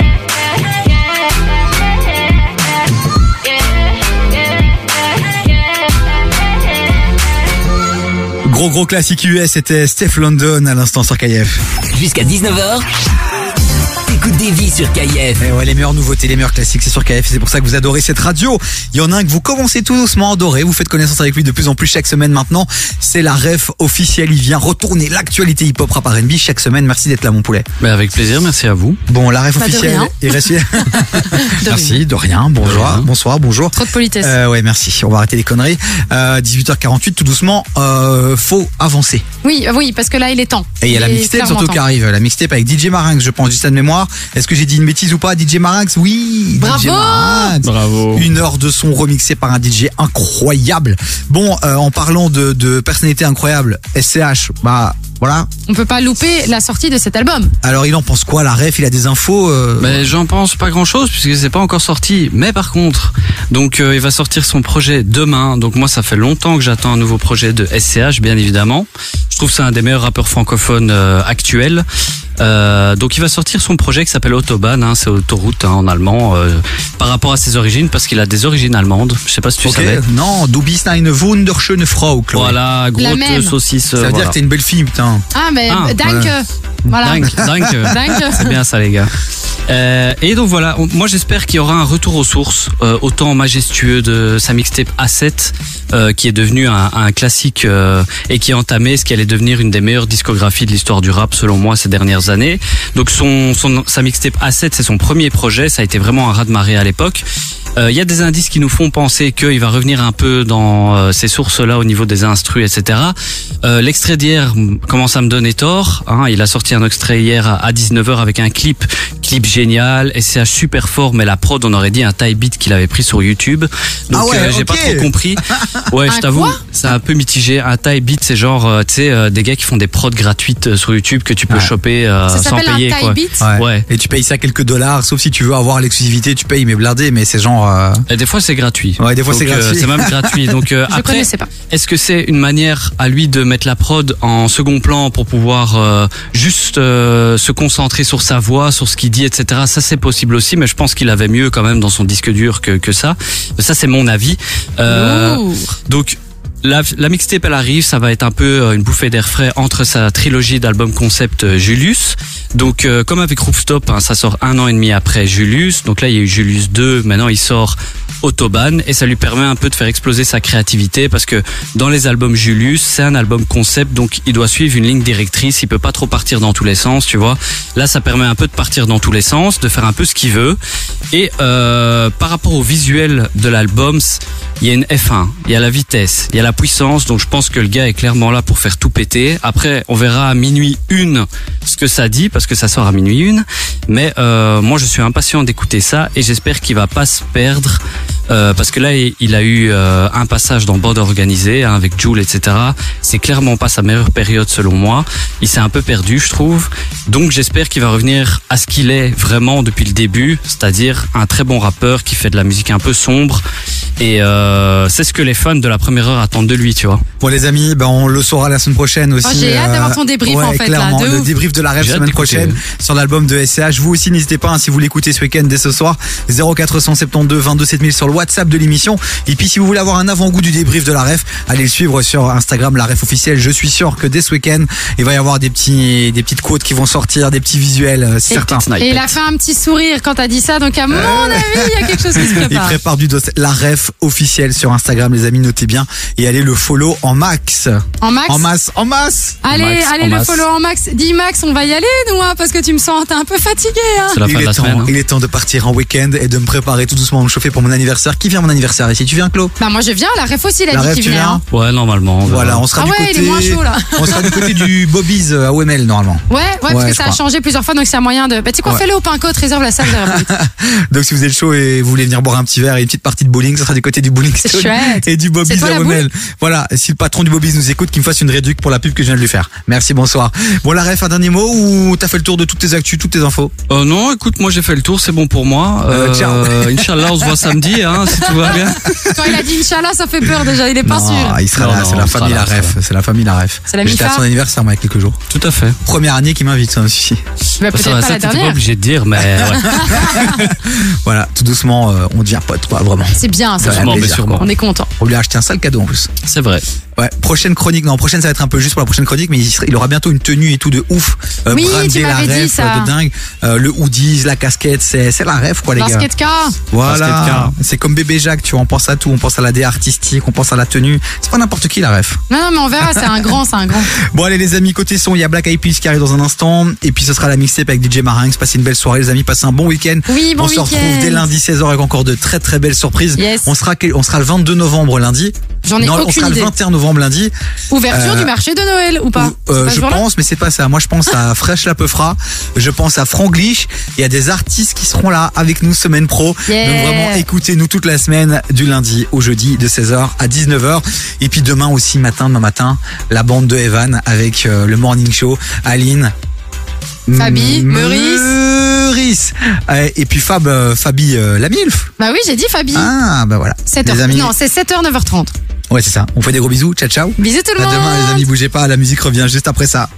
yeah, Gros gros classique U S, c'était Steph London à l'instant sur K F. Jusqu'à dix-neuf heures, t'écoutes Davy sur K F. Et ouais, les meilleures nouveautés, les meilleurs classiques, c'est sur K F. C'est pour ça que vous adorez cette radio. Il y en a un que vous commencez tout doucement à adorer. Vous faites connaissance avec lui de plus en plus chaque semaine maintenant. C'est la ref officielle. Il vient retourner l'actualité hip-hop rap R and B chaque semaine. Merci d'être là, mon poulet. Mais avec plaisir, merci à vous. Bon, la ref Bah, de officielle rien. est restée. Merci, de rien. Bonjour, De rien. bonsoir, bonjour. Trop de politesse. Euh, ouais, merci. On va arrêter les conneries. Euh, dix-huit heures quarante-huit, tout doucement. Euh, faut avancer. Oui, euh, oui, parce que là, il est temps. Et il y a la est mixtape clairement surtout temps. qui arrive. La mixtape avec D J Marinx, je pense, juste ça de mémoire. Est-ce que j'ai dit une bêtise ou pas? D J Marinx, oui. Bravo. D J Marinx. Bravo. Une heure de son remixé par un D J incroyable. Bon, euh, en parlant de, de personnalité incroyable, S C H, bah voilà. On peut pas louper la sortie de cet album. Alors il en pense quoi, la ref? Il a des infos euh... Mais j'en pense pas grand chose puisque c'est pas encore sorti. Mais par contre, donc euh, il va sortir son projet demain. Donc moi ça fait longtemps que j'attends un nouveau projet de S C H, bien évidemment. Je trouve que c'est un des meilleurs rappeurs francophones euh, actuels. Euh, donc il va sortir son projet qui s'appelle Autobahn, hein, c'est autoroute hein, en allemand, euh, par rapport à ses origines, parce qu'il a des origines allemandes. Je sais pas si tu Ok, savais. non, du bist eine wunderschöne Frau, Chloé. Voilà, La grosse même. saucisse. Ça veut euh, dire voilà. que t'es une belle fille, putain. Ah, mais Ah, danke. voilà. Voilà. Dingue, dingue. Dingue. C'est bien ça les gars. Euh, et donc voilà, on- moi j'espère qu'il y aura un retour aux sources, euh, autant majestueux de sa mixtape A sept, euh, qui est devenu un, un classique euh, et qui a entamé ce qui allait devenir une des meilleures discographies de l'histoire du rap selon moi ces dernières années. Donc son, son sa mixtape A sept, c'est son premier projet, ça a été vraiment un raz-de-marée à l'époque. Il euh, y a des indices qui nous font penser qu'il va revenir un peu dans euh, ces sources-là au niveau des instrus, et cetera. Euh, L'extrait d'hier m- commence à me donner tort. Hein, il a sorti un extrait hier à, à dix-neuf heures avec un clip, clip génial, S C H super fort, mais la prod, on aurait dit un type beat qu'il avait pris sur YouTube. Donc Ah ouais, euh, j'ai ok. pas trop compris. Ouais, Un je t'avoue, quoi c'est un peu mitigé. Un type beat, c'est genre, euh, tu sais, euh, des gars qui font des prods gratuites euh, sur YouTube que tu peux Ouais. choper euh, Ça sans s'appelle un payer. type quoi. beat. Ouais. Ouais. Et tu payes ça quelques dollars, sauf si tu veux avoir l'exclusivité, tu payes mais blindé, mais c'est genre. euh, Et des fois c'est gratuit. Ouais, des fois, Donc, c'est euh, gratuit. c'est même gratuit. Donc euh, Je après, connaissais pas. est-ce que c'est une manière à lui de mettre la prod en second plan pour pouvoir euh, juste euh, se concentrer sur sa voix, sur ce qu'il dit, et cetera. Ça c'est possible aussi, mais je pense qu'il avait mieux quand même dans son disque dur que que ça. Ça c'est mon avis. Euh, Lourd. donc la, la mixtape elle arrive, ça va être un peu euh, une bouffée d'air frais entre sa trilogie d'albums concept euh, Julius. Donc euh, comme avec Rooftop, hein, ça sort un an et demi après Julius. Donc là il y a eu Julius deux, maintenant il sort Autobahn et ça lui permet un peu de faire exploser sa créativité parce que dans les albums Julius, c'est un album concept donc il doit suivre une ligne directrice, il peut pas trop partir dans tous les sens, tu vois. Là ça permet un peu de partir dans tous les sens, de faire un peu ce qu'il veut et euh, par rapport au visuel de l'album, il y a une F un, il y a la vitesse, il y a la puissance, donc je pense que le gars est clairement là pour faire tout péter. Après on verra à minuit une ce que ça dit parce que ça sort à minuit une, mais euh, moi je suis impatient d'écouter ça et j'espère qu'il va pas se perdre Euh, parce que là, il a eu euh, un passage dans bande organisée hein, avec Jul, et cetera. C'est clairement pas sa meilleure période selon moi. Il s'est un peu perdu, je trouve. Donc j'espère qu'il va revenir à ce qu'il est vraiment depuis le début, c'est-à-dire un très bon rappeur qui fait de la musique un peu sombre. Et euh, c'est ce que les fans de la première heure attendent de lui, tu vois. Bon les amis, ben on le saura la semaine prochaine aussi. Oh, j'ai hâte d'avoir ton débrief ouais, en fait clairement, là. De le ouf. débrief de la rêve semaine prochaine sur l'album de S C H. Vous aussi n'hésitez pas hein, si vous l'écoutez ce week-end dès ce soir. zéro quatre cent soixante-douze vingt-deux sept mille sur le WhatsApp de l'émission. Et puis si vous voulez avoir un avant-goût du débrief de la ref, allez le suivre sur Instagram, la ref officielle. Je suis sûr que dès ce week-end, il va y avoir des petits, des petites quotes qui vont sortir, des petits visuels, euh, certains. Et il a fait un petit sourire quand t'as dit ça, donc à mon avis, il y a quelque chose qui se Il prépare. prépare du dos. La ref officielle sur Instagram, les amis, notez bien et allez le follow en max. En max En masse, en masse. Allez, En max, allez en le masse. follow en max. Dis Max, on va y aller nous, hein, parce que tu me sens, t'es un peu fatigué. Hein. il est temps, il est temps de partir en week-end et de me préparer tout doucement à me chauffer pour mon anniversaire. Qui vient à mon anniversaire ici? Tu viens, Claude? Bah moi je viens, la ref aussi, il a La dit ref, qu'il tu venait. viens Hein. Ouais, normalement. Voilà, on sera Ah du ouais, côté. il est moins chaud, là. On sera du côté du Bobby's à O M L normalement. Ouais, ouais, parce Ouais, que je ça a crois. changé plusieurs fois, donc c'est un moyen de. Bah tu sais qu'on Ouais. fait le au Pinco, te réserve la salle derrière. Donc si vous êtes chaud et vous voulez venir boire un petit verre et une petite partie de bowling, ça sera du côté du bowling C'est Stone chouette. et du C'est Bobby's toi à la O M L. boule Voilà, si le patron du Bobby's nous écoute, qu'il me fasse une réduc pour la pub que je viens de lui faire. Merci, bonsoir. Bon la ref, un dernier mot ou t'as fait le tour de toutes tes actus, toutes tes infos? Euh, non, écoute, moi j'ai fait le tour, c'est bon pour moi. Euh, ciao. Inch'Allah, on se voit samedi, hein, si tout va bien. Quand il a dit Inch'Allah, ça fait peur déjà, il est pas Non, sûr. il sera Non, là, non, c'est la on sera famille là, la on sera ref, c'est la famille la ref. C'est la J'étais à Mifa. son anniversaire moi il y a quelques jours. Tout à fait. Première année qui m'invite, ça aussi. Bah, peut-être Ça, pas ça, la t'étais pas dernière. obligé de dire, mais ouais. Voilà, tout doucement, euh, on devient pote quoi, vraiment. C'est bien, ça. Ouais, Sûrement, mais plaisir, sûrement. quoi. On est content. On lui a acheté un sale cadeau en plus. C'est vrai. Ouais, prochaine chronique, non, prochaine ça va être un peu juste pour la prochaine chronique, mais il, sera- il aura bientôt une tenue et tout de ouf. Euh, Oui, brandé, tu la m'avais dit ref, ça. euh, de dingue. Euh, le hoodies, la casquette, c'est c'est la ref quoi les gars. Basket car. Voilà, Basket-car. c'est comme bébé Jacques, tu vois, on pense à tout, on pense à la dé artistique, on pense à la tenue. C'est pas n'importe qui la ref. Non, non, mais on verra, c'est un grand, c'est un grand. Bon allez les amis, côté son, il y a Black Eyed Peas qui arrive dans un instant, et puis ce sera la mixtape avec D J Marinx. Passez une belle soirée les amis, passez un bon week-end. Oui, bon on se retrouve week-end. dès lundi seize heures avec encore de très très belles surprises. Yes. On sera quel- on sera le vingt-deux novembre lundi. J'en ai non, on aucune sera idée. le vingt et un novembre lundi. Ouverture Euh, du marché de Noël ou pas? Ou- C'est euh, pas ce je jour-là pense, mais c'est pas ça. Moi, je pense à Fresh la Peufra. Je pense à Franglish. Il y a des artistes qui seront là avec nous semaine pro. Yeah. Donc vraiment, écoutez-nous toute la semaine, du lundi au jeudi, de seize heures à dix-neuf heures. Et puis demain aussi, matin, demain matin, la bande de Evan avec euh, le Morning Show. Aline. Fabi, M- Meurice. Meurice. Euh, Et puis Fab, euh, Fabi euh, la MILF. Bah oui, j'ai dit Fabi. Ah, bah voilà. sept Les heures. amis. Non, c'est sept heures, neuf heures trente. Ouais, c'est ça. On fait des gros bisous. Ciao, ciao. Bisous tout le À monde. demain, les amis. Bougez pas. La musique revient juste après ça.